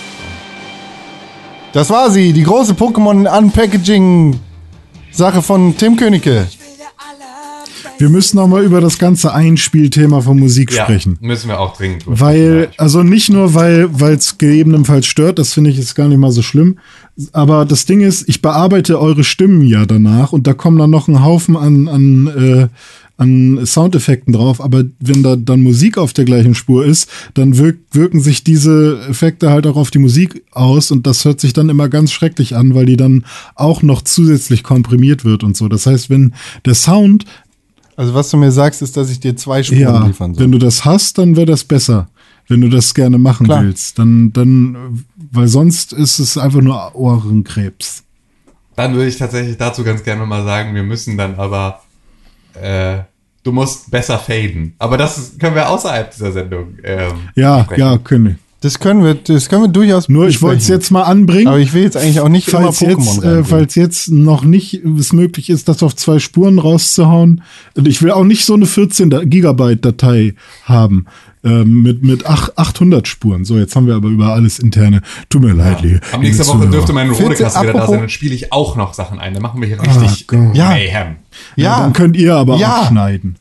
Das war sie, die große Pokémon-Unpackaging-Sache von Tim Königke. Wir müssen noch mal über das ganze Einspielthema von Musik sprechen. Müssen wir auch dringend drüber Weil, sprechen. also nicht nur, weil es gegebenenfalls stört, das finde ich jetzt gar nicht mal so schlimm. Aber das Ding ist, ich bearbeite eure Stimmen ja danach und da kommen dann noch ein Haufen an Soundeffekten drauf. Aber wenn da dann Musik auf der gleichen Spur ist, dann wirken sich diese Effekte halt auch auf die Musik aus und das hört sich dann immer ganz schrecklich an, weil die dann auch noch zusätzlich komprimiert wird und so. Das heißt, wenn der Sound Also was du mir sagst, ist, dass ich dir 2 Spuren ja, liefern soll. wenn du das hast, dann wäre das besser. Wenn du das gerne machen Klar. willst, dann, weil sonst ist es einfach nur Ohrenkrebs. Dann würde ich tatsächlich dazu ganz gerne mal sagen, wir müssen dann aber, du musst besser faden. Aber können wir außerhalb dieser Sendung Ja, besprechen. ja, können wir. Das können wir durchaus Nur ich wollte es besprechen. jetzt mal anbringen. Aber ich will jetzt eigentlich auch nicht falls immer Pokémon jetzt, reinbringen. falls jetzt noch nicht es möglich ist, das auf 2 Spuren rauszuhauen. Und ich will auch nicht so eine 14 Gigabyte Datei haben. Mit 800 Spuren. So, jetzt haben wir aber über alles interne. Tut mir leid, liebe Am nächsten Woche Zuhörer. dürfte mein 14, Rodekasten wieder da apropos- sein, dann spiele ich auch noch Sachen ein. Dann machen wir hier richtig Gott. Ja. Mayhem. Ja, ja, dann könnt ihr aber Ja. auch schneiden.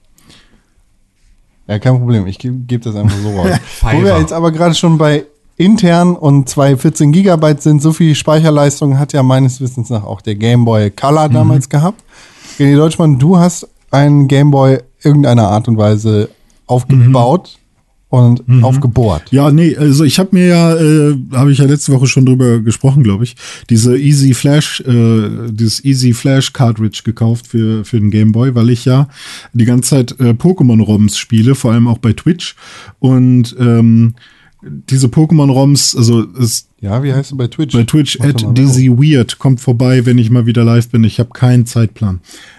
ja, kein Problem. Ich gebe das einfach so raus. Wo wir Fiverr. jetzt aber gerade schon bei intern und 2 14 Gigabyte sind, so viel Speicherleistung hat ja meines Wissens nach auch der Game Boy Color damals gehabt. René Deutschmann, du hast einen Game Boy irgendeiner Art und Weise aufgebaut und aufgebohrt. Ja, nee, also ich habe mir ja, habe ich ja letzte Woche schon drüber gesprochen, glaube ich, dieses Easy Flash Cartridge gekauft für den Game Boy, weil ich ja die ganze Zeit Pokémon-ROMs spiele, vor allem auch bei Twitch und diese Pokémon-ROMs, also Ja, wie heißt du bei Twitch? bei Twitch Mach doch mal @dizzyweird, kommt vorbei, wenn ich mal wieder live bin. Ich habe keinen Zeitplan.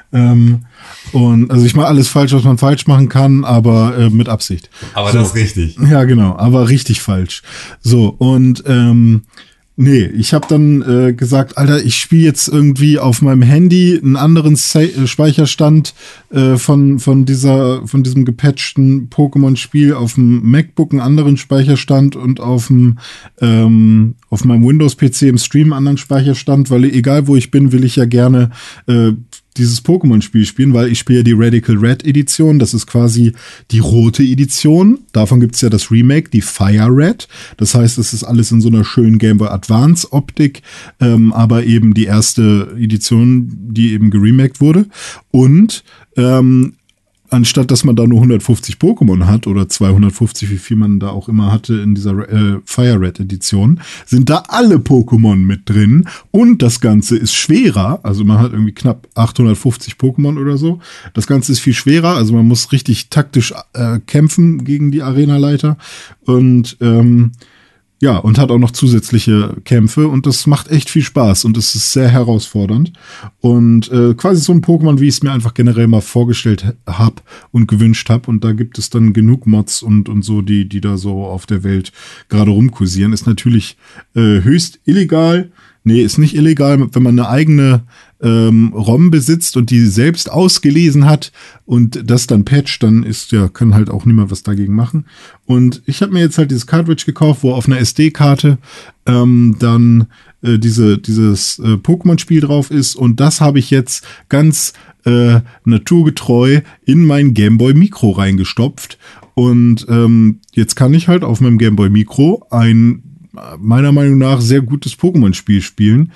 Und also ich mache alles falsch, was man falsch machen kann, aber mit Absicht. Aber So. das ist richtig. Ja, genau, aber richtig falsch. So, und nee, ich habe dann gesagt, Alter, ich spiele jetzt irgendwie auf meinem Handy einen anderen Speicherstand von diesem gepatchten Pokémon-Spiel, auf dem MacBook einen anderen Speicherstand und auf meinem Windows-PC im Stream einen anderen Speicherstand, weil egal wo ich bin, will ich ja gerne dieses Pokémon-Spiel spielen, weil ich spiele ja die Radical Red Edition, das ist quasi die rote Edition. Davon gibt's ja das Remake, die Fire Red. Das heißt, es ist alles in so einer schönen Game Boy Advance Optik, aber eben die erste Edition, die eben geremaked wurde. Und anstatt dass man da nur 150 Pokémon hat oder 250, wie viel man da auch immer hatte in dieser Fire Red Edition, sind da alle Pokémon mit drin und das Ganze ist schwerer, also man hat irgendwie knapp 850 Pokémon oder so. Das Ganze ist viel schwerer, also man muss richtig taktisch kämpfen gegen die Arenaleiter und ja, und hat auch noch zusätzliche Kämpfe und das macht echt viel Spaß und es ist sehr herausfordernd. Und quasi so ein Pokémon, wie ich es mir einfach generell mal vorgestellt habe und gewünscht habe. Und da gibt es dann genug Mods und so, die da so auf der Welt gerade rumkursieren. Ist natürlich höchst illegal. Nee, ist nicht illegal, wenn man eine eigene ROM besitzt und die selbst ausgelesen hat und das dann patcht, dann kann halt auch niemand was dagegen machen. Und ich habe mir jetzt halt dieses Cartridge gekauft, wo auf einer SD-Karte dann dieses Pokémon-Spiel drauf ist und das habe ich jetzt ganz naturgetreu in mein Game Boy Micro reingestopft und jetzt kann ich halt auf meinem Game Boy Micro ein meiner Meinung nach sehr gutes Pokémon-Spiel spielen.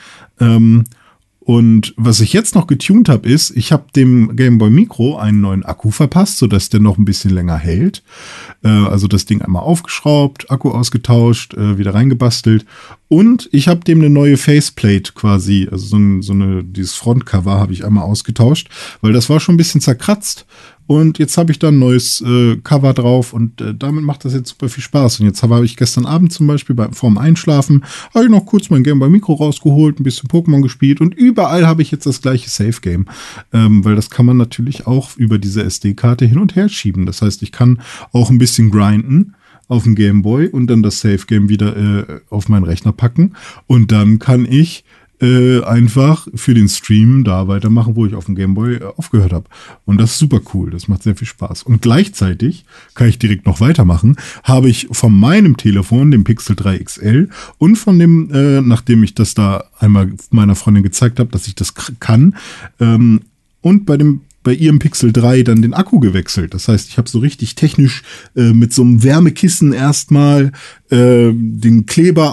Und was ich jetzt noch getuned habe, ist, ich habe dem Game Boy Micro einen neuen Akku verpasst, sodass der noch ein bisschen länger hält. Also das Ding einmal aufgeschraubt, Akku ausgetauscht, wieder reingebastelt. Und ich habe dem eine neue Faceplate quasi, also dieses Frontcover habe ich einmal ausgetauscht, weil das war schon ein bisschen zerkratzt. Und jetzt habe ich da ein neues Cover drauf und damit macht das jetzt super viel Spaß. Und jetzt habe ich gestern Abend zum Beispiel vorm Einschlafen, habe ich noch kurz mein Game Boy Micro rausgeholt, ein bisschen Pokémon gespielt und überall habe ich jetzt das gleiche Safe Game. Weil das kann man natürlich auch über diese SD-Karte hin und her schieben. Das heißt, ich kann auch ein bisschen grinden auf dem Game Boy und dann das Safe Game wieder auf meinen Rechner packen. Und dann kann ich einfach für den Stream da weitermachen, wo ich auf dem Gameboy aufgehört habe. Und das ist super cool. Das macht sehr viel Spaß. Und gleichzeitig kann ich direkt noch weitermachen. Habe ich von meinem Telefon, dem Pixel 3 XL und von dem, nachdem ich das da einmal meiner Freundin gezeigt habe, dass ich das kann, und bei ihrem Pixel 3 dann den Akku gewechselt. Das heißt, ich habe so richtig technisch mit so einem Wärmekissen erstmal den Kleber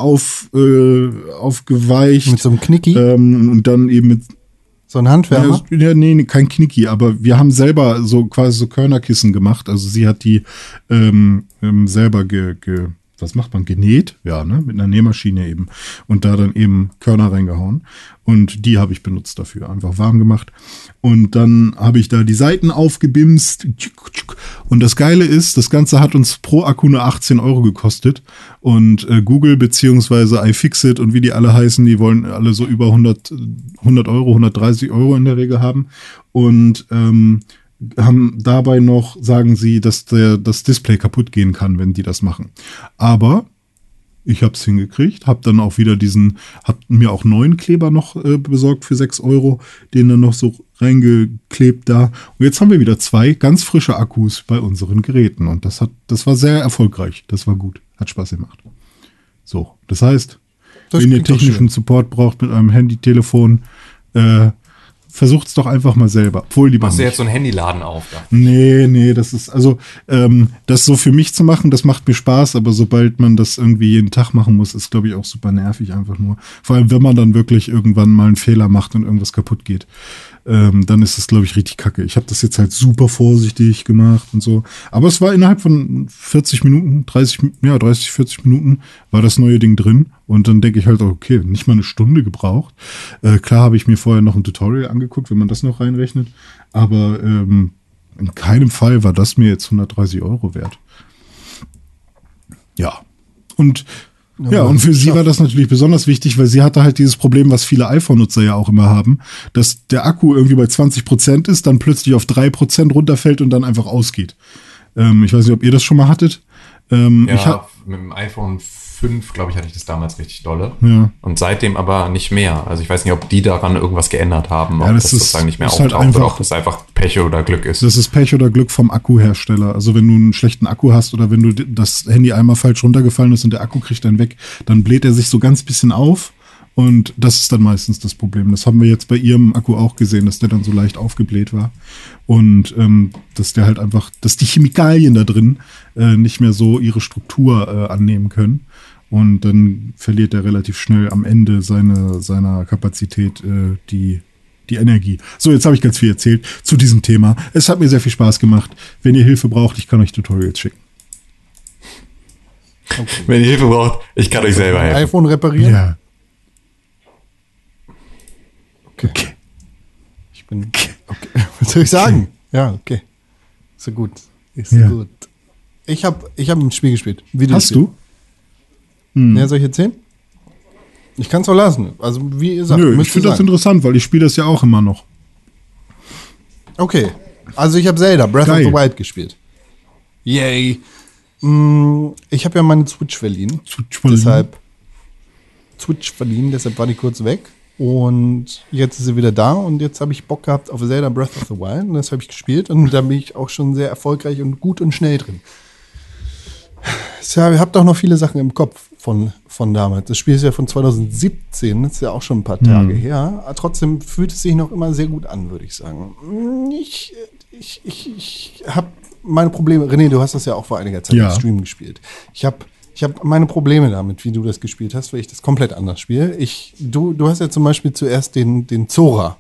aufgeweicht. Mit so einem Knicki? Und dann eben mit So ein Handwärmer? ja, nee, kein Knicki, aber wir haben selber so quasi so Körnerkissen gemacht. Also sie hat die selber was macht man? Genäht? Ja, ne? Mit einer Nähmaschine eben. Und da dann eben Körner reingehauen. Und die habe ich benutzt dafür. Einfach warm gemacht. Und dann habe ich da die Seiten aufgebimst. Und das Geile ist, das Ganze hat uns pro Akku nur 18 Euro gekostet. Und Google beziehungsweise iFixit und wie die alle heißen, die wollen alle so über 100 Euro, 130 Euro in der Regel haben. Und haben dabei noch, sagen sie, dass das Display kaputt gehen kann, wenn die das machen. Aber ich habe es hingekriegt, habe dann auch wieder hab mir auch neuen Kleber noch besorgt für 6 Euro, den dann noch so reingeklebt da. Und jetzt haben wir wieder 2 ganz frische Akkus bei unseren Geräten. Und das war sehr erfolgreich. Das war gut. Hat Spaß gemacht. So, das heißt, wenn ihr technischen Support braucht mit eurem Handy-Telefon, versucht's doch einfach mal selber. Obwohl die Machst du jetzt so einen Handyladen auf? Da? Nee, das ist, also, das so für mich zu machen, das macht mir Spaß, aber sobald man das irgendwie jeden Tag machen muss, ist, glaube ich, auch super nervig einfach nur. Vor allem, wenn man dann wirklich irgendwann mal einen Fehler macht und irgendwas kaputt geht. Dann ist das, glaube ich, richtig kacke. Ich habe das jetzt halt super vorsichtig gemacht und so. Aber es war innerhalb von 40 Minuten, 30, 40 Minuten war das neue Ding drin. Und dann denke ich halt, okay, nicht mal eine Stunde gebraucht. Klar habe ich mir vorher noch ein Tutorial angeguckt, wenn man das noch reinrechnet. Aber in keinem Fall war das mir jetzt 130 Euro wert. Ja, Und und für sie war das natürlich besonders wichtig, weil sie hatte halt dieses Problem, was viele iPhone-Nutzer ja auch immer haben, dass der Akku irgendwie bei 20% ist, dann plötzlich auf 3% runterfällt und dann einfach ausgeht. Ich weiß nicht, ob ihr das schon mal hattet. Mit dem iPhone 5, glaube ich, hatte ich das damals richtig dolle. Ja. Und seitdem aber nicht mehr. Also ich weiß nicht, ob die daran irgendwas geändert haben, ob Ja, das sozusagen nicht mehr ist halt auftaucht oder einfach- ob das einfach Pech oder Glück ist. Das ist Pech oder Glück vom Akkuhersteller. Also wenn du einen schlechten Akku hast oder wenn du das Handy einmal falsch runtergefallen ist und der Akku kriegt dann weg, dann bläht er sich so ganz bisschen auf. Und das ist dann meistens das Problem. Das haben wir jetzt bei ihrem Akku auch gesehen, dass der dann so leicht aufgebläht war. Und dass der halt einfach, dass die Chemikalien da drin nicht mehr so ihre Struktur annehmen können. Und dann verliert er relativ schnell am Ende seiner Kapazität die Energie. So, jetzt habe ich ganz viel erzählt zu diesem Thema. Es hat mir sehr viel Spaß gemacht. Wenn ihr Hilfe braucht, ich kann euch Tutorials schicken. Wenn ihr Hilfe braucht, ich kann euch selber helfen. iPhone reparieren? Ja. Okay. Ich bin. Okay. Was soll ich sagen? Ja, okay. Ist so gut. Ist Ja. gut. Ich hab ein Spiel gespielt. Hast du? Ja, soll ich erzählen? Ich kann es auch lassen. Also, wie ihr sagt, Nö, ich müsst ihr finde das sagen. interessant, weil ich spiele das ja auch immer noch. Okay. Also, ich habe Zelda, Breath Geil. of the Wild gespielt. Yay. Ich habe ja meine Switch verliehen. Deshalb war die kurz weg. Und jetzt ist sie wieder da und jetzt habe ich Bock gehabt auf Zelda Breath of the Wild und das habe ich gespielt und da bin ich auch schon sehr erfolgreich und gut und schnell drin. Ich habe doch noch viele Sachen im Kopf von damals. Das Spiel ist ja von 2017, das ist ja auch schon ein paar Tage her. Aber trotzdem fühlt es sich noch immer sehr gut an, würde ich sagen. Ich habe meine Probleme. René, du hast das ja auch vor einiger Zeit Ja. im Stream gespielt. Ich habe meine Probleme damit, wie du das gespielt hast, weil ich das komplett anders spiele. Du hast ja zum Beispiel zuerst den Zora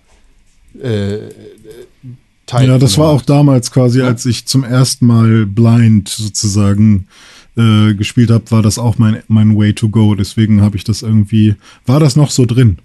Teil. Ja, das war auch gemacht. damals quasi, als ich zum ersten Mal blind sozusagen gespielt habe, war das auch mein Way to go. Deswegen habe ich das irgendwie, war das noch so drin?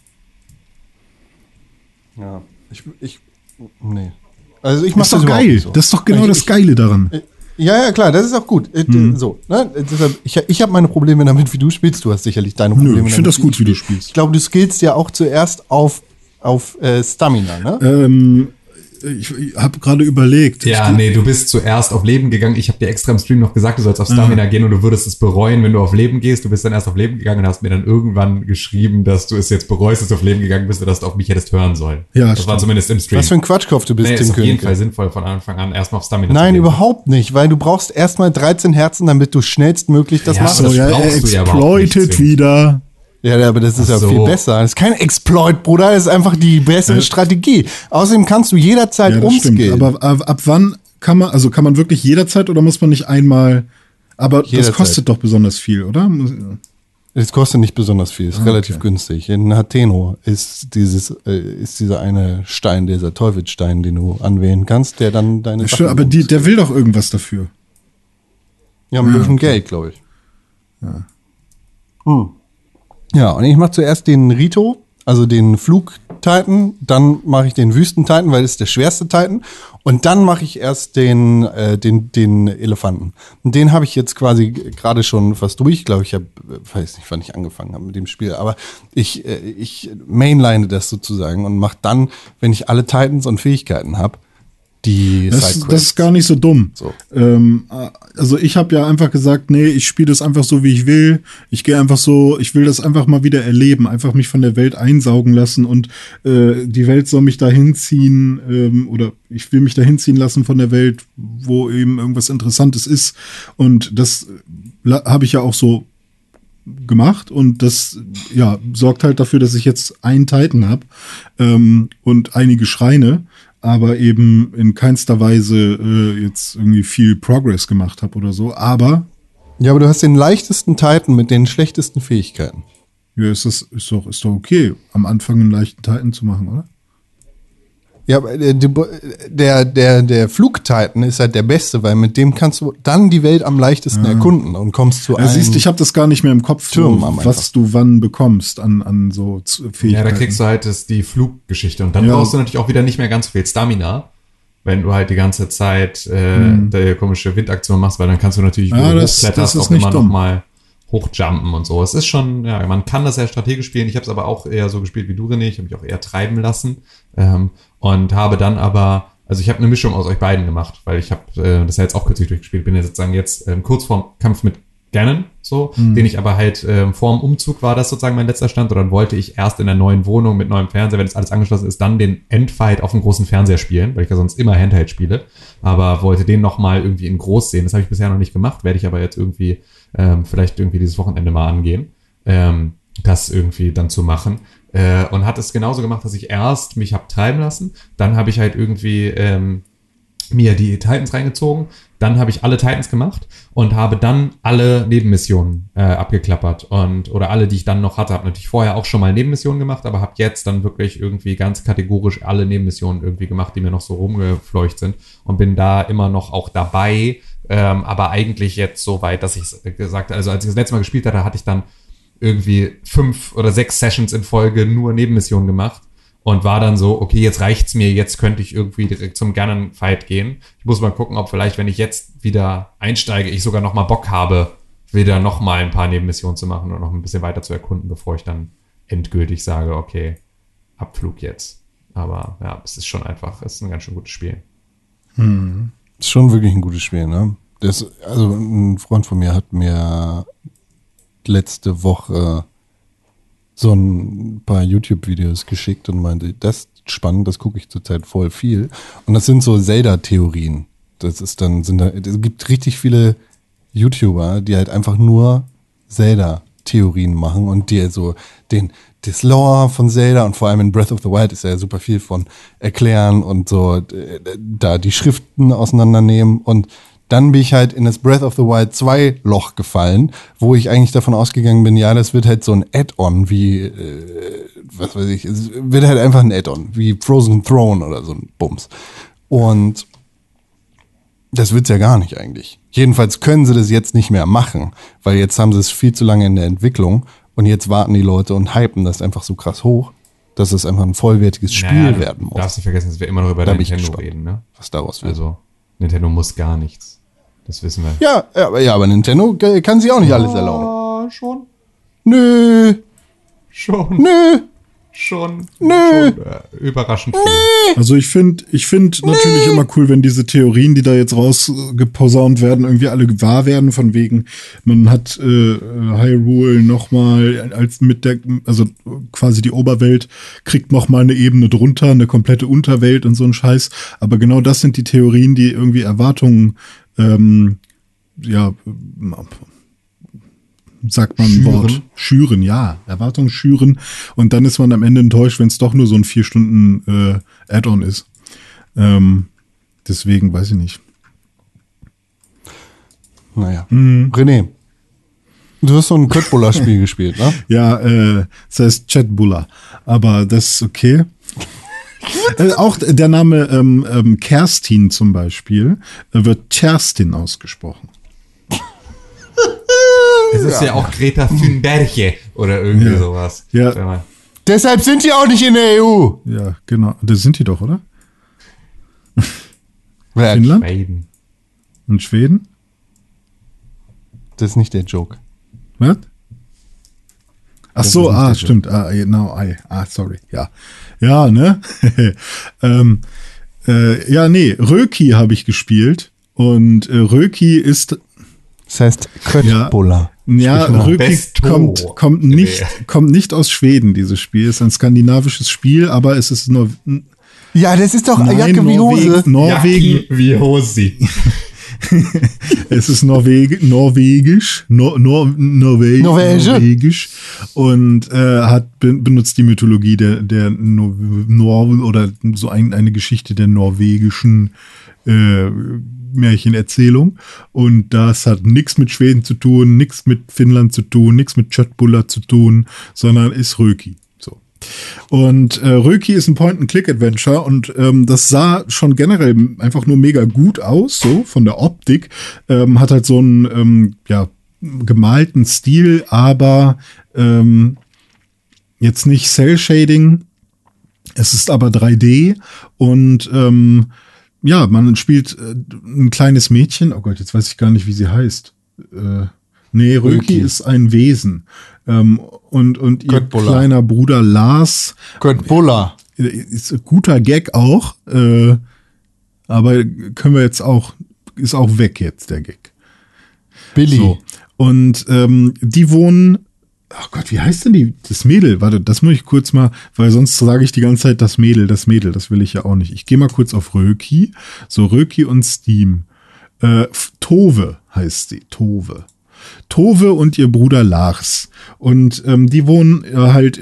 Ja, nee. Also ich Das mach ist das doch überhaupt geil. nicht so. Das ist doch genau das Geile daran. Ja, klar, das ist auch gut. So, ne? Deshalb, ich habe meine Probleme damit, wie du spielst. Du hast sicherlich deine Probleme damit. Ich finde das gut, wie du spielst. Ich glaube, du skillst ja auch zuerst auf Stamina, ne? Ich habe gerade überlegt. Ja, nee, du bist zuerst auf Leben gegangen. Ich habe dir extra im Stream noch gesagt, du sollst auf Stamina gehen und du würdest es bereuen, wenn du auf Leben gehst. Du bist dann erst auf Leben gegangen und hast mir dann irgendwann geschrieben, dass du es jetzt bereust, dass du auf Leben gegangen bist und dass du auf mich hättest hören sollen. Ja, das war stimmt. zumindest im Stream. Was für ein Quatschkopf du bist, Nee, Tim ist auf jeden König. Fall sinnvoll, von Anfang an erstmal auf Stamina Nein, zu gehen. überhaupt nicht, weil du brauchst erstmal 13 Herzen, damit du schnellstmöglich das Ja, machst. So, das ja, er brauchst du ja überhaupt nicht exploitet zwingend. wieder. Ja, aber das ist ja Ach so. viel besser. Das ist kein Exploit, Bruder. Das ist einfach die bessere Strategie. Außerdem kannst du jederzeit Ja, das stimmt. umskillen. Aber ab wann kann man wirklich jederzeit oder muss man nicht einmal, aber das Jederzeit. kostet doch besonders viel, oder? Es kostet nicht besonders viel, ist relativ günstig. In Hateno ist dieser eine Stein, dieser Teufelsstein, den du anwählen kannst, der dann deine Stimmt, aber der will doch irgendwas dafür. Ja, ein bisschen Geld, glaube ich. Ja, und ich mache zuerst den Rito, also den Flug-Titan, dann mache ich den Wüsten-Titan, weil das ist der schwerste Titan. Und dann mache ich erst den Elefanten. Und den habe ich jetzt quasi gerade schon fast durch. Ich glaube, weiß nicht, wann ich angefangen habe mit dem Spiel, aber ich mainline das sozusagen und mache dann, wenn ich alle Titans und Fähigkeiten habe, die Das Sidequests. ist gar nicht so dumm. So. Also ich habe ja einfach gesagt, nee, ich spiele das einfach so, wie ich will. Ich gehe einfach so, ich will das einfach mal wieder erleben, einfach mich von der Welt einsaugen lassen und die Welt soll mich dahin ziehen oder ich will mich dahin ziehen lassen von der Welt, wo eben irgendwas Interessantes ist. Und das habe ich ja auch so gemacht und das ja sorgt halt dafür, dass ich jetzt einen Titan habe und einige Schreine, aber eben in keinster Weise jetzt irgendwie viel Progress gemacht habe oder so. Aber Ja, aber du hast den leichtesten Titan mit den schlechtesten Fähigkeiten. ja, ist doch okay, am Anfang einen leichten Titan zu machen, oder? Ja, aber der Flug-Titan ist halt der beste, weil mit dem kannst du dann die Welt am leichtesten erkunden und kommst zu Ja, siehst, ich habe das gar nicht mehr im Kopf, Türmen so, am was du wann bekommst an so Fähigkeiten. Ja, da kriegst du halt die Fluggeschichte und dann Ja. brauchst du natürlich auch wieder nicht mehr ganz so viel Stamina, wenn du halt die ganze Zeit die komische Windaktion machst, weil dann kannst du natürlich, Ja, wo du das hochkletterst, ist auch nicht immer dumm. noch mal hochjumpen und so. Es ist schon, ja, man kann das ja strategisch spielen. Ich habe es aber auch eher so gespielt wie du, René. Ich habe mich auch eher treiben lassen und habe dann aber, also ich habe eine Mischung aus euch beiden gemacht, weil ich habe das ja jetzt auch kürzlich durchgespielt. Bin ja sozusagen jetzt kurz vorm Kampf mit Ganon, so, den ich aber halt vorm Umzug war das sozusagen mein letzter Stand und dann wollte ich erst in der neuen Wohnung mit neuem Fernseher, wenn das alles angeschlossen ist, dann den Endfight auf dem großen Fernseher spielen, weil ich ja sonst immer Handheld spiele, aber wollte den nochmal irgendwie in groß sehen. Das habe ich bisher noch nicht gemacht, werde ich aber jetzt irgendwie vielleicht irgendwie dieses Wochenende mal angehen, das irgendwie dann zu machen. Und hat es genauso gemacht, dass ich erst mich hab treiben lassen, dann habe ich halt irgendwie mir die Titans reingezogen, dann habe ich alle Titans gemacht und habe dann alle Nebenmissionen abgeklappert und oder alle, die ich dann noch hatte. Habe natürlich vorher auch schon mal Nebenmissionen gemacht, aber habe jetzt dann wirklich irgendwie ganz kategorisch alle Nebenmissionen irgendwie gemacht, die mir noch so rumgefleucht sind und bin da immer noch auch dabei, aber eigentlich jetzt so weit, dass ich gesagt habe, also als ich das letzte Mal gespielt hatte, hatte ich dann irgendwie 5 oder 6 Sessions in Folge nur Nebenmissionen gemacht und war dann so, okay, jetzt reicht's mir, jetzt könnte ich irgendwie direkt zum Ganon-Fight gehen. Ich muss mal gucken, ob vielleicht, wenn ich jetzt wieder einsteige, ich sogar noch mal Bock habe, wieder noch mal ein paar Nebenmissionen zu machen und noch ein bisschen weiter zu erkunden, bevor ich dann endgültig sage, okay, Abflug jetzt. Aber ja, es ist schon einfach, es ist ein ganz schön gutes Spiel. Ist schon wirklich ein gutes Spiel, ne? Also ein Freund von mir hat mir letzte Woche so ein paar YouTube-Videos geschickt und meinte, das ist spannend, das gucke ich zurzeit voll viel. Und das sind so Zelda-Theorien. Es gibt richtig viele YouTuber, die halt einfach nur Zelda-Theorien machen und die so das Lore von Zelda und vor allem in Breath of the Wild ist ja super viel von erklären und so da die Schriften auseinandernehmen und dann bin ich halt in das Breath of the Wild 2 Loch gefallen, wo ich eigentlich davon ausgegangen bin, ja, das wird halt so ein Add-on wie, was weiß ich, es wird halt einfach ein Add-on, wie Frozen Throne oder so ein Bums. Und das wird's ja gar nicht eigentlich. Jedenfalls können sie das jetzt nicht mehr machen, weil jetzt haben sie es viel zu lange in der Entwicklung und jetzt warten die Leute und hypen das einfach so krass hoch, dass es einfach ein vollwertiges Spiel werden muss. Du darfst nicht vergessen, dass wir immer noch über Nintendo reden, ne? Was daraus wird. Also, Nintendo muss gar nichts. Das wissen wir. Ja, aber Nintendo kann sich auch nicht alles erlauben. Schon. Nö. Schon. Überraschend viel. Also ich finde natürlich immer cool, wenn diese Theorien, die da jetzt rausgeposaunt werden, irgendwie alle wahr werden, von wegen, man hat Hyrule nochmal also quasi die Oberwelt kriegt nochmal eine Ebene drunter, eine komplette Unterwelt und so ein Scheiß. Aber genau das sind die Theorien, die irgendwie Erwartungen sagt man ein Wort. Schüren, ja. Erwartungen schüren. Und dann ist man am Ende enttäuscht, wenn es doch nur so ein 4 Stunden Add-on ist. Deswegen weiß ich nicht. Naja. René, du hast so ein Köttbullar-Spiel gespielt, ne? Ja, das heißt Chatbulla. Aber das ist okay. Auch der Name Kerstin zum Beispiel wird Kerstin ausgesprochen. Es ist ja auch Greta Thunberg oder irgendwie sowas. Ja. Deshalb sind die auch nicht in der EU. Ja, genau. Das sind die doch, oder? Wer? Finnland? Schweden. Und Schweden? Das ist nicht der Joke. Was? Ach Das so, ist nicht der stimmt. Genau. Sorry. Ja. Ja, ne? Röki habe ich gespielt. Und Röki ist. Das heißt Köttbullar. Ja, Röki kommt nicht aus Schweden, dieses Spiel. Es ist ein skandinavisches Spiel, aber es ist nur. Ja, das ist doch Jacke wie Hose. Norwegen. Wie Hose. Es ist norwegisch und benutzt die Mythologie der oder so eine Geschichte der norwegischen Märchenerzählung. Und das hat nichts mit Schweden zu tun, nichts mit Finnland zu tun, nichts mit Chatbulla zu tun, sondern ist Röki. So. Und Röki ist ein Point-and-Click-Adventure und das sah schon generell einfach nur mega gut aus, so von der Optik. Hat halt so einen gemalten Stil, aber jetzt nicht Cell-Shading. Es ist aber 3D und man spielt ein kleines Mädchen. Oh Gott, jetzt weiß ich gar nicht, wie sie heißt. Nee, Röki Röki. ist ein Wesen. Und ihr Köttbullar. kleiner Bruder Lars Kurt Buller. ist ein guter Gag auch, aber können wir jetzt auch, ist auch weg jetzt, der Gag. Billy. So. Und die wohnen, ach Gott, wie heißt denn das Mädel? Warte, das muss ich kurz mal, weil sonst sage ich die ganze Zeit das Mädel, das will ich ja auch nicht. Ich gehe mal kurz auf Röki. So, Röki und Steam. Tove heißt sie, Tove. Tove und ihr Bruder Lars. Und die wohnen halt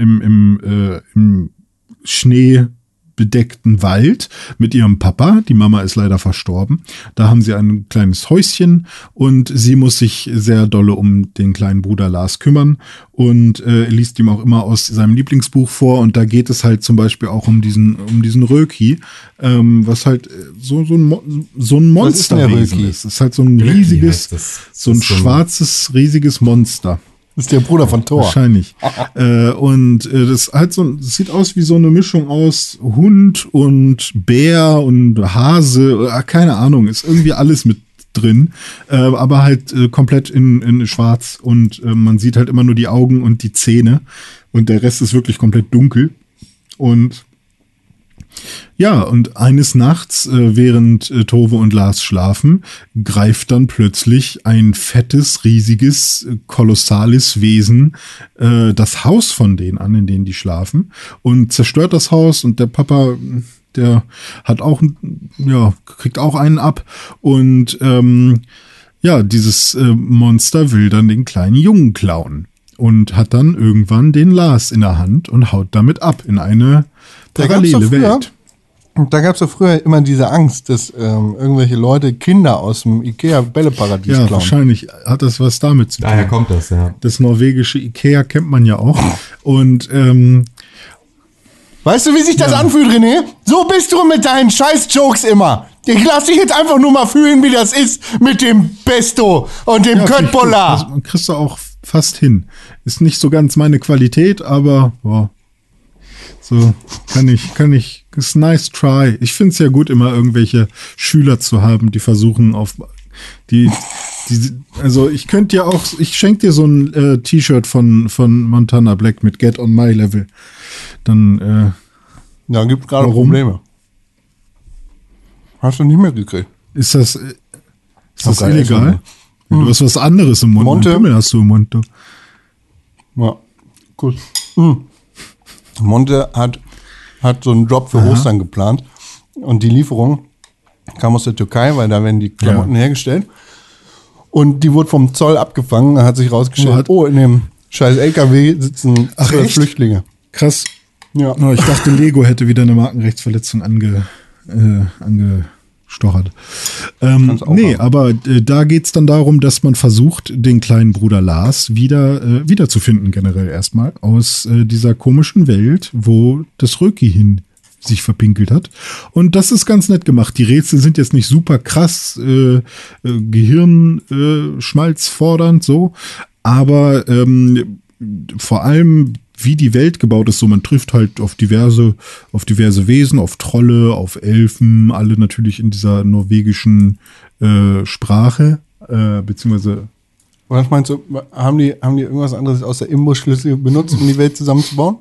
im schneebedeckten Wald mit ihrem Papa. Die Mama ist leider verstorben. Da haben sie ein kleines Häuschen und sie muss sich sehr dolle um den kleinen Bruder Lars kümmern und liest ihm auch immer aus seinem Lieblingsbuch vor. Und da geht es halt zum Beispiel auch um diesen Röki, was halt so ein Was ist denn der Monsterwesen Röki? ist. Das ist halt so ein Röki riesiges, heißt das. so ein Das ist so ein- schwarzes, riesiges Monster. Das ist der Bruder von Thor. Wahrscheinlich. Das halt das sieht aus wie so eine Mischung aus Hund und Bär und Hase, keine Ahnung, ist irgendwie alles mit drin, aber halt komplett in schwarz und man sieht halt immer nur die Augen und die Zähne und der Rest ist wirklich komplett dunkel und ja, und eines Nachts, während Tove und Lars schlafen, greift dann plötzlich ein fettes, riesiges, kolossales Wesen das Haus von denen an, in denen die schlafen und zerstört das Haus und der Papa, der hat auch, kriegt auch einen ab und dieses Monster will dann den kleinen Jungen klauen und hat dann irgendwann den Lars in der Hand und haut damit ab in eine Da gab's doch parallele früher- Welt. Da gab es ja früher immer diese Angst, dass irgendwelche Leute Kinder aus dem Ikea-Bälleparadies Ja, klauen. wahrscheinlich hat das was damit zu tun. Daher kommt das, ja. Das norwegische Ikea kennt man ja auch. Und Weißt du, wie sich das anfühlt, René? So bist du mit deinen Scheiß-Jokes immer. Ich lass dich jetzt einfach nur mal fühlen, wie das ist mit dem Pesto und dem Köttbullar. Man kriegst du auch fast hin. Ist nicht so ganz meine Qualität, aber boah. So kann ich, ist nice try. Ich finde es ja gut, immer irgendwelche Schüler zu haben, die versuchen also ich könnte ja auch, ich schenke dir so ein T-Shirt von Montana Black mit Get on My Level. Dann, Ja, gibt gerade Warum? Probleme. Hast du nicht mehr gekriegt. ist das kein illegal? Du hast was anderes im Mund. Monte. Einen Pimmel hast du im Mund, du. Ja, gut. Monte hat so einen Drop für Ostern geplant und die Lieferung kam aus der Türkei, weil da werden die Klamotten hergestellt und die wurde vom Zoll abgefangen, da hat sich rausgestellt, in dem scheiß LKW sitzen 12 echt? Flüchtlinge. Krass. Ja. Oh, ich dachte, Lego hätte wieder eine Markenrechtsverletzung angestochert. Kann's auch Nee, haben. aber da geht's dann darum, dass man versucht, den kleinen Bruder Lars wiederzufinden, generell erstmal, aus dieser komischen Welt, wo das Röki hin sich verpinkelt hat. Und das ist ganz nett gemacht. Die Rätsel sind jetzt nicht super krass gehirnschmalzfordernd so, aber vor allem wie die Welt gebaut ist, so man trifft halt auf diverse Wesen, auf Trolle, auf Elfen, alle natürlich in dieser norwegischen Sprache, beziehungsweise Was meinst du, haben die irgendwas anderes außer Imbusschlüssel benutzt, um die Welt zusammenzubauen?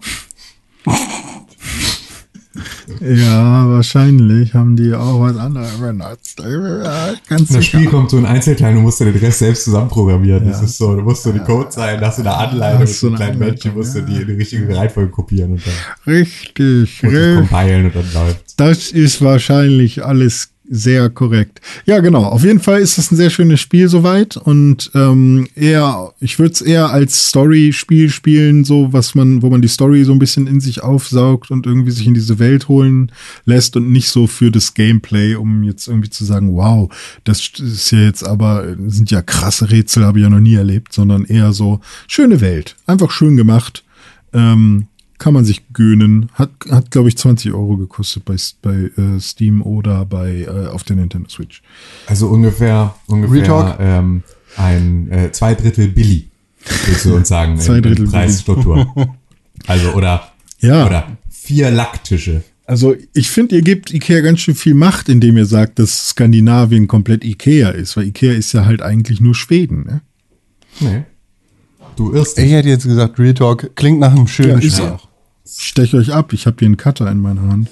ja, wahrscheinlich haben die auch was anderes benutzt. Ganz Das Spiel sicher. kommt so in Einzelteilen, du musst dir den Rest selbst zusammenprogrammieren. Das ist so, du musst so die Code sein, hast du eine Anleitung mit Hast so du einem eine kleinen Männchen, musst du die in die richtige Reihenfolge kopieren und dann Richtig. musst du es compilen und dann läuft. Das ist wahrscheinlich alles sehr korrekt. Ja, genau. Auf jeden Fall ist das ein sehr schönes Spiel soweit und ich würde es eher als Story-Spiel spielen, so wo man die Story so ein bisschen in sich aufsaugt und irgendwie sich in diese Welt holen lässt und nicht so für das Gameplay, um jetzt irgendwie zu sagen, wow, das ist ja jetzt sind ja krasse Rätsel, habe ich ja noch nie erlebt, sondern eher so schöne Welt. Einfach schön gemacht. Kann man sich gönnen. Hat glaube ich, 20 € gekostet bei Steam oder auf der Nintendo Switch. Also ungefähr Retalk? ein 2/3 Billy, willst du uns sagen, in 2/3 Billy. Preisstruktur. Also oder 4 Lacktische. Also ich finde, ihr gebt Ikea ganz schön viel Macht, indem ihr sagt, dass Skandinavien komplett Ikea ist, weil Ikea ist ja halt eigentlich nur Schweden, ne? Nee. Du irrst Ich dich. hätte jetzt gesagt, Real Talk klingt nach einem schönen ist Spiel. auch. Ich steche euch ab, ich habe hier einen Cutter in meiner Hand.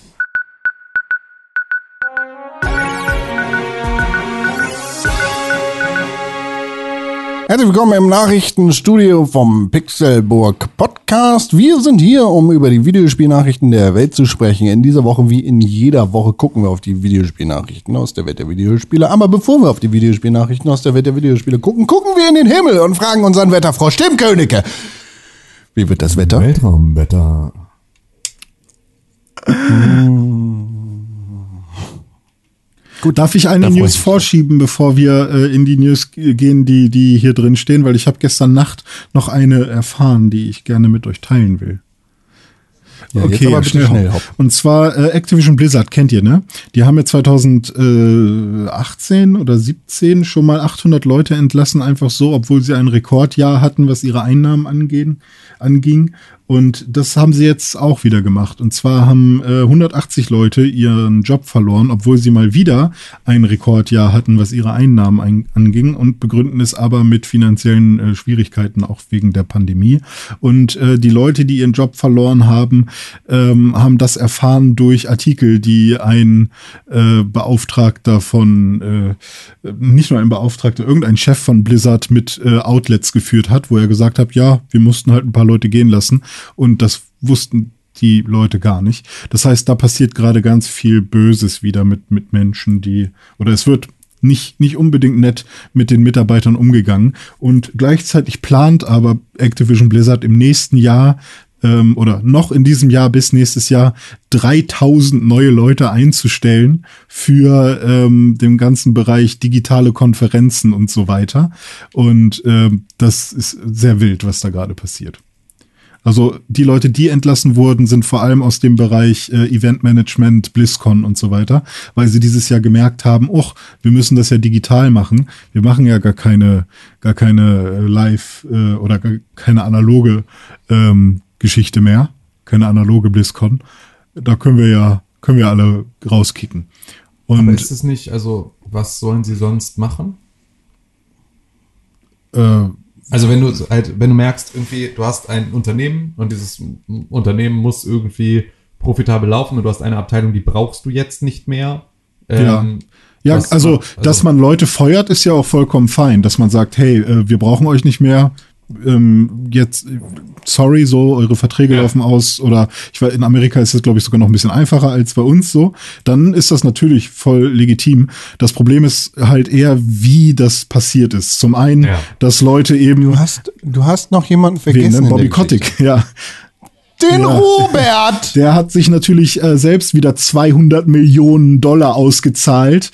Herzlich willkommen im Nachrichtenstudio vom Pixelburg Podcast. Wir sind hier, um über die Videospielnachrichten der Welt zu sprechen. In dieser Woche, wie in jeder Woche, gucken wir auf die Videospielnachrichten aus der Welt der Videospiele. Aber bevor wir auf die Videospielnachrichten aus der Welt der Videospiele gucken, gucken wir in den Himmel und fragen unseren Wetterfrosch Tim Königke. Wie wird das Wetter? Weltraumwetter. Gut, darf ich eine Da freu ich News mich vorschieben, bevor wir in die News gehen, die hier drin stehen? Weil ich habe gestern Nacht noch eine erfahren, die ich gerne mit euch teilen will. Ja, jetzt aber bitte schnell, hopp. Und zwar Activision Blizzard, kennt ihr, ne? Die haben ja 2018 oder 17 schon mal 800 Leute entlassen, einfach so, obwohl sie ein Rekordjahr hatten, was ihre Einnahmen anging. Und das haben sie jetzt auch wieder gemacht. Und zwar haben 180 Leute ihren Job verloren, obwohl sie mal wieder ein Rekordjahr hatten, was ihre Einnahmen anging, und begründen es aber mit finanziellen Schwierigkeiten, auch wegen der Pandemie. Und die Leute, die ihren Job verloren haben, haben das erfahren durch Artikel, die ein Beauftragter von, nicht nur ein Beauftragter, irgendein Chef von Blizzard mit Outlets geführt hat, wo er gesagt hat, ja, wir mussten halt ein paar Leute gehen lassen. Und das wussten die Leute gar nicht. Das heißt, da passiert gerade ganz viel Böses wieder mit Menschen, oder es wird nicht unbedingt nett mit den Mitarbeitern umgegangen. Und gleichzeitig plant aber Activision Blizzard im nächsten Jahr oder noch in diesem Jahr bis nächstes Jahr 3000 neue Leute einzustellen für den ganzen Bereich digitale Konferenzen und so weiter. Und das ist sehr wild, was da gerade passiert. Also die Leute, die entlassen wurden, sind vor allem aus dem Bereich Eventmanagement, BlizzCon und so weiter, weil sie dieses Jahr gemerkt haben, wir müssen das ja digital machen. Wir machen ja gar keine Live oder gar keine analoge Geschichte mehr, keine analoge BlizzCon. Da können wir alle rauskicken. Und Aber ist es nicht, was sollen sie sonst machen? Also wenn du merkst, irgendwie, du hast ein Unternehmen und dieses Unternehmen muss irgendwie profitabel laufen und du hast eine Abteilung, die brauchst du jetzt nicht mehr. Dass man Leute feuert, ist ja auch vollkommen fein, dass man sagt, hey, wir brauchen euch nicht mehr. Jetzt, sorry, so, eure Verträge laufen aus, oder in Amerika ist das, glaube ich, sogar noch ein bisschen einfacher als bei uns so, dann ist das natürlich voll legitim. Das Problem ist halt eher, wie das passiert ist. Zum einen, dass Leute eben... Du hast noch jemanden vergessen. Wen, Bobby Kotick, ja. Den Robert! Der hat sich natürlich selbst wieder $200 Millionen ausgezahlt.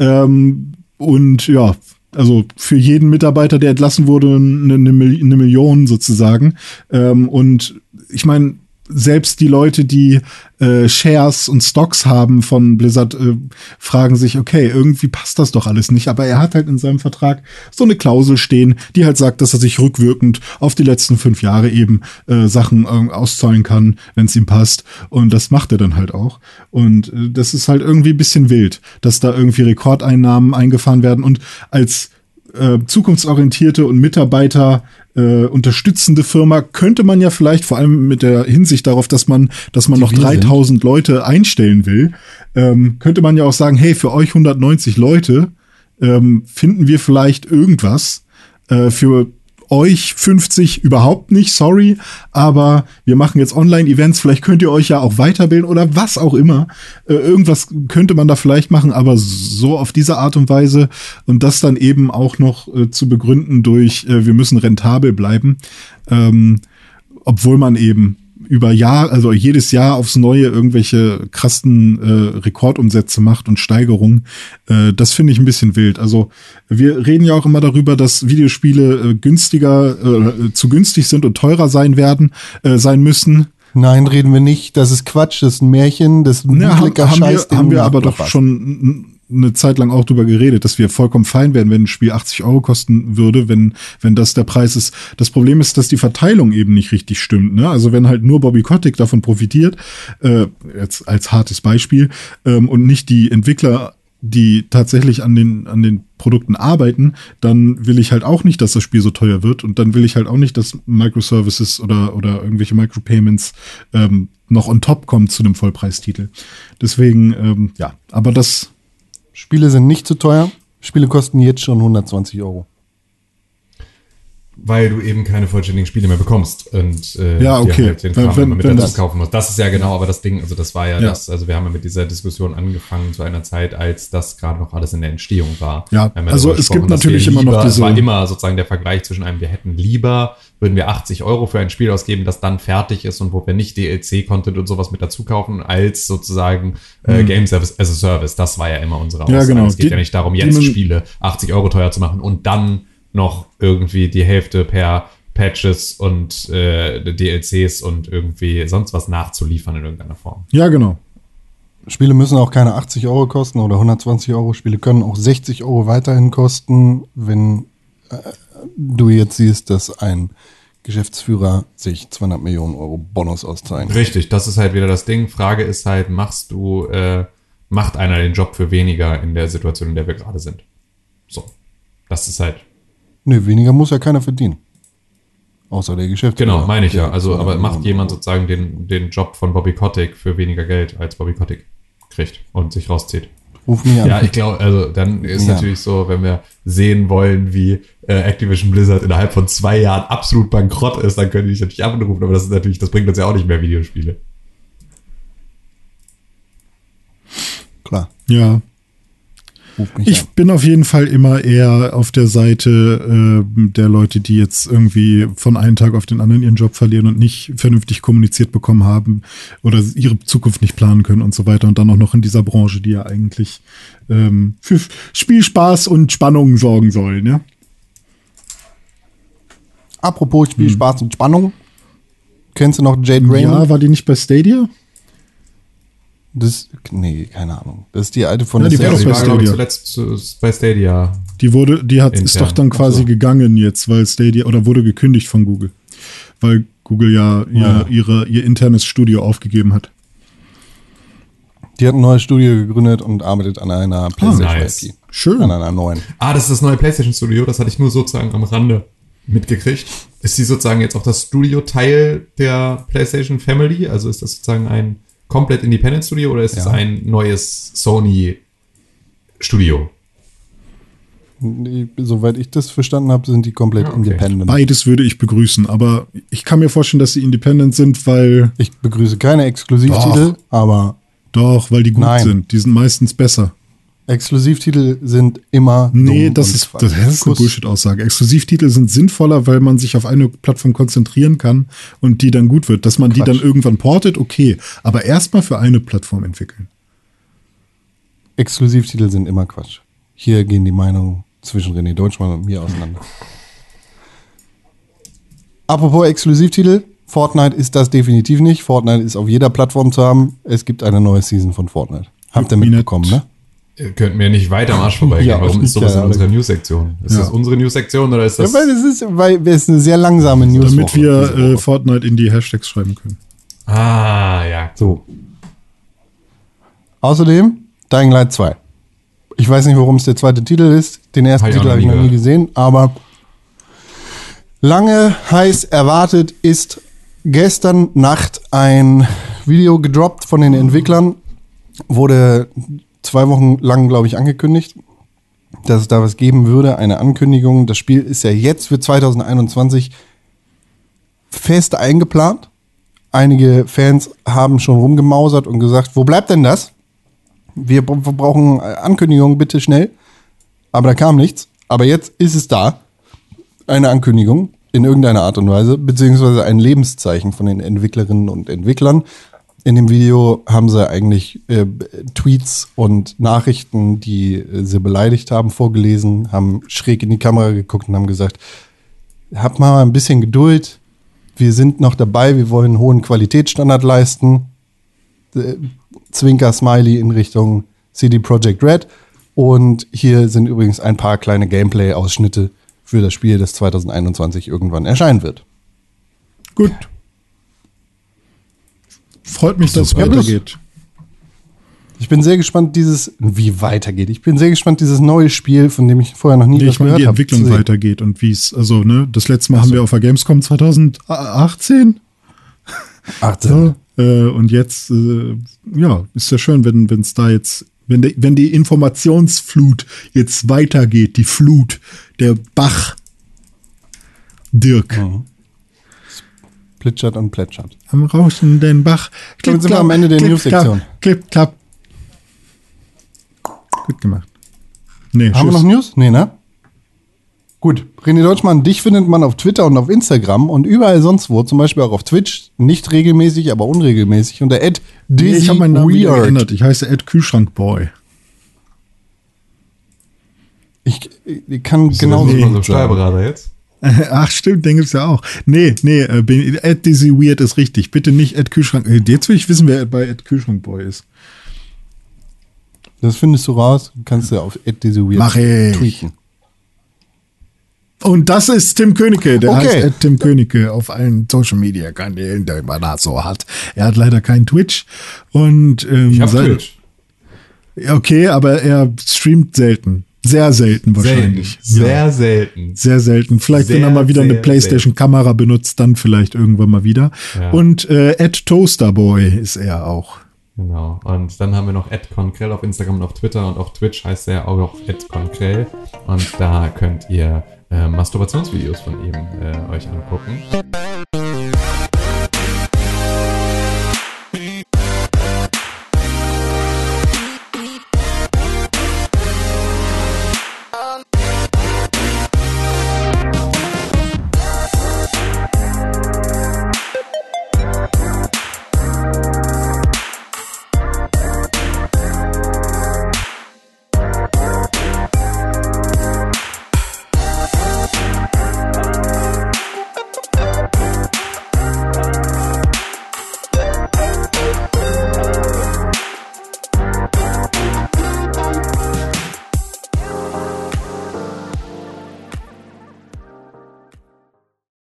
Und ja, also für jeden Mitarbeiter, der entlassen wurde, eine Million sozusagen. Und ich meine, selbst die Leute, die Shares und Stocks haben von Blizzard, fragen sich, okay, irgendwie passt das doch alles nicht. Aber er hat halt in seinem Vertrag so eine Klausel stehen, die halt sagt, dass er sich rückwirkend auf die letzten 5 Jahre eben Sachen auszahlen kann, wenn es ihm passt. Und das macht er dann halt auch. Und das ist halt irgendwie ein bisschen wild, dass da irgendwie Rekordeinnahmen eingefahren werden. Und als zukunftsorientierte und Mitarbeiter unterstützende Firma könnte man ja vielleicht, vor allem mit der Hinsicht darauf, dass man noch 3000 Leute einstellen will, könnte man ja auch sagen, hey, für euch 190 Leute finden wir vielleicht irgendwas, für euch 50 überhaupt nicht, sorry, aber wir machen jetzt Online-Events, vielleicht könnt ihr euch ja auch weiterbilden oder was auch immer. Irgendwas könnte man da vielleicht machen, aber so auf diese Art und Weise und das dann eben auch noch zu begründen durch, wir müssen rentabel bleiben, obwohl man eben also jedes Jahr aufs Neue irgendwelche krassen Rekordumsätze macht und Steigerungen. Das finde ich ein bisschen wild. Also wir reden ja auch immer darüber, dass Videospiele zu günstig sind und teurer sein müssen. Nein, reden wir nicht. Das ist Quatsch, das ist ein Märchen, das ist ein Scheiß. Haben wir aber doch schon eine Zeit lang auch drüber geredet, dass wir vollkommen fein wären, wenn ein Spiel 80 € kosten würde, wenn das der Preis ist. Das Problem ist, dass die Verteilung eben nicht richtig stimmt. Ne? Also wenn halt nur Bobby Kotick davon profitiert, jetzt als hartes Beispiel, und nicht die Entwickler die tatsächlich an den Produkten arbeiten, dann will ich halt auch nicht, dass das Spiel so teuer wird und dann will ich halt auch nicht, dass Microservices oder irgendwelche Micropayments noch on top kommen zu einem Vollpreistitel. Deswegen, aber das... Spiele sind nicht zu teuer. Spiele kosten jetzt schon 120 €. Weil du eben keine vollständigen Spiele mehr bekommst und Ja, okay. dir halt den Kram Wenn immer mit das- dazu kaufen musst. Das ist ja genau aber das Ding, also das war ja, Ja. das, also wir haben ja mit dieser Diskussion angefangen zu einer Zeit, als das gerade noch alles in der Entstehung war. Ja, Wir haben also darüber es gibt gesprochen, dass natürlich wir immer noch lieber, diese- es war immer sozusagen der Vergleich zwischen einem, wir hätten lieber, würden wir 80 € für ein Spiel ausgeben, das dann fertig ist und wo wir nicht DLC-Content und sowas mit dazu kaufen, als sozusagen Game Service as a Service. Das war ja immer unsere Aussage. genau. Es geht ja nicht darum, jetzt Die- Spiele 80 € teuer zu machen und dann noch irgendwie die Hälfte per Patches und DLCs und irgendwie sonst was nachzuliefern in irgendeiner Form. Ja, genau. Spiele müssen auch keine 80 € kosten oder 120 €. Spiele können auch 60 € weiterhin kosten, wenn du jetzt siehst, dass ein Geschäftsführer sich 200 Millionen € Bonus auszahlt. Richtig, das ist halt wieder das Ding. Frage ist halt, macht einer den Job für weniger in der Situation, in der wir gerade sind? So, das ist halt, Nö, weniger muss ja keiner verdienen. Außer der Geschäftsführer. genau, meine ich ja. Der Also, 200 aber macht Millionen jemand Euro. sozusagen den Job von Bobby Kotick für weniger Geld, als Bobby Kotick kriegt und sich rauszieht? Ruf mich an. Ja, ich glaube, also dann ist Ja. natürlich so, wenn wir sehen wollen, wie Activision Blizzard innerhalb von 2 Jahren absolut bankrott ist, dann können die dich natürlich anrufen, aber das ist natürlich, das bringt uns ja auch nicht mehr Videospiele. Klar, Ja. ruf mich Ich an. bin auf jeden Fall immer eher auf der Seite der Leute, die jetzt irgendwie von einem Tag auf den anderen ihren Job verlieren und nicht vernünftig kommuniziert bekommen haben oder ihre Zukunft nicht planen können und so weiter. Und dann auch noch in dieser Branche, die ja eigentlich für Spielspaß und Spannung sorgen soll. Ne? Apropos Spiel, Spaß und Spannung. Kennst du noch Jade Raymond? Ja, war die nicht bei Stadia? Nee, keine Ahnung. Das ist die alte von Ja, die der war Ja, doch sie bei war, glaube ich, Stadia. zuletzt bei Stadia. Die ist Intern. doch dann quasi Ach so. gegangen jetzt, weil Stadia, oder wurde gekündigt von Google. Weil Google ja ihr internes Studio aufgegeben hat. Die hat ein neues Studio gegründet und arbeitet an einer PlayStation nice. IP. Schön. An einer neuen. Das ist das neue PlayStation Studio, das hatte ich nur sozusagen am Rande mitgekriegt. Ist sie sozusagen jetzt auch das Studio-Teil der PlayStation Family? Also ist das sozusagen ein komplett Independent Studio oder ist es Ja. ein neues Sony Studio? Soweit ich das verstanden habe, sind die komplett Okay. independent. Beides würde ich begrüßen, aber ich kann mir vorstellen, dass sie independent sind, weil Ich begrüße keine Exklusivtitel, aber weil die gut Nein. sind. Die sind meistens besser. Exklusivtitel sind immer Nee, dumm das und ist Quatsch. eine Kuss. Bullshit-Aussage. Exklusivtitel sind sinnvoller, weil man sich auf eine Plattform konzentrieren kann und die dann gut wird. Dass man die Quatsch. dann irgendwann portet, okay. Aber erstmal für eine Plattform entwickeln. Exklusivtitel sind immer Quatsch. Hier gehen die Meinungen zwischen René Deutschmann und mir auseinander. Apropos Exklusivtitel, Fortnite ist das definitiv nicht. Fortnite ist auf jeder Plattform zu haben. Es gibt eine neue Season von Fortnite. Habt ihr Juckt mich mitbekommen, ne? Ihr könnt mir nicht weiter am Arsch vorbeigehen. Ja, Warum ist sowas ja, in unserer News-Sektion? Ist Ja. das unsere News-Sektion oder ist Ja, das... weil es eine sehr langsame News Damit wir Fortnite in die Hashtags schreiben können. ja. So. Außerdem Dying Light 2. Ich weiß nicht, warum es der zweite Titel ist. Den ersten Hab ich auch Titel noch habe ich nie noch nie gehört. gesehen, aber lange heiß erwartet ist gestern Nacht ein Video gedroppt von den Entwicklern. Wurde 2 Wochen lang, glaube ich, angekündigt, dass es da was geben würde. Eine Ankündigung. Das Spiel ist ja jetzt für 2021 fest eingeplant. Einige Fans haben schon rumgemausert und gesagt, wo bleibt denn das? Wir brauchen Ankündigungen, bitte schnell. Aber da kam nichts. Aber jetzt ist es da. Eine Ankündigung in irgendeiner Art und Weise, beziehungsweise ein Lebenszeichen von den Entwicklerinnen und Entwicklern. In dem Video haben sie eigentlich Tweets und Nachrichten, die sie beleidigt haben, vorgelesen, haben schräg in die Kamera geguckt und haben gesagt, habt mal ein bisschen Geduld. Wir sind noch dabei, wir wollen einen hohen Qualitätsstandard leisten. Zwinker-Smiley in Richtung CD Projekt Red. Und hier sind übrigens ein paar kleine Gameplay-Ausschnitte für das Spiel, das 2021 irgendwann erscheinen wird. Gut. Freut mich, dass es Super. weitergeht. Ich bin sehr gespannt, wie weitergeht. Ich bin sehr gespannt, dieses neue Spiel, von dem ich vorher noch nie was gehört habe. Wie die Entwicklung weitergeht und wie es, also, ne, das letzte Mal haben wir auf der Gamescom 2018. 18. Und jetzt, ja, ist ja schön, wenn es da jetzt, wenn die Informationsflut jetzt weitergeht, die Flut, der Bach, Dirk. Mhm. Plitschert und plätschert. Am rauschenden Bach. Damit sind wir am Ende der News-Sektion. Klipp, klapp. Gut gemacht. Nee, Haben wir noch News? Nee, ne? Gut. René Deutschmann, dich findet man auf Twitter und auf Instagram und überall sonst wo, zum Beispiel auch auf Twitch, nicht regelmäßig, aber unregelmäßig, unter Nee, ich habe meinen Namen wieder geändert. Ich heiße Kühlschrankboy. Ich kann genauso so sagen. Steuerberater jetzt. Ach, stimmt, den gibt's ja auch. Nee, @dizzyweird ist richtig. Bitte nicht @Kühlschrank. Jetzt will ich wissen, wer bei @Kühlschrankboy ist. Das findest du raus. Kannst du auf @dizzyweird Mach ich. tweeten. Und das ist Tim Königke. Der Okay. heißt Tim Königke auf allen Social-Media-Kanälen, die man da so hat. Er hat leider keinen Twitch. Und, Ich hab Twitch. Okay, aber er streamt selten. Sehr selten wahrscheinlich. Sehr selten. Sehr selten. Vielleicht, wenn er mal wieder eine PlayStation-Kamera benutzt, dann vielleicht irgendwann mal wieder. Ja. Und @Toasterboy ist er auch. Genau. Und dann haben wir noch @Konkrell auf Instagram und auf Twitter und auf Twitch heißt er auch noch @Konkrell. Und da könnt ihr Masturbationsvideos von ihm euch angucken.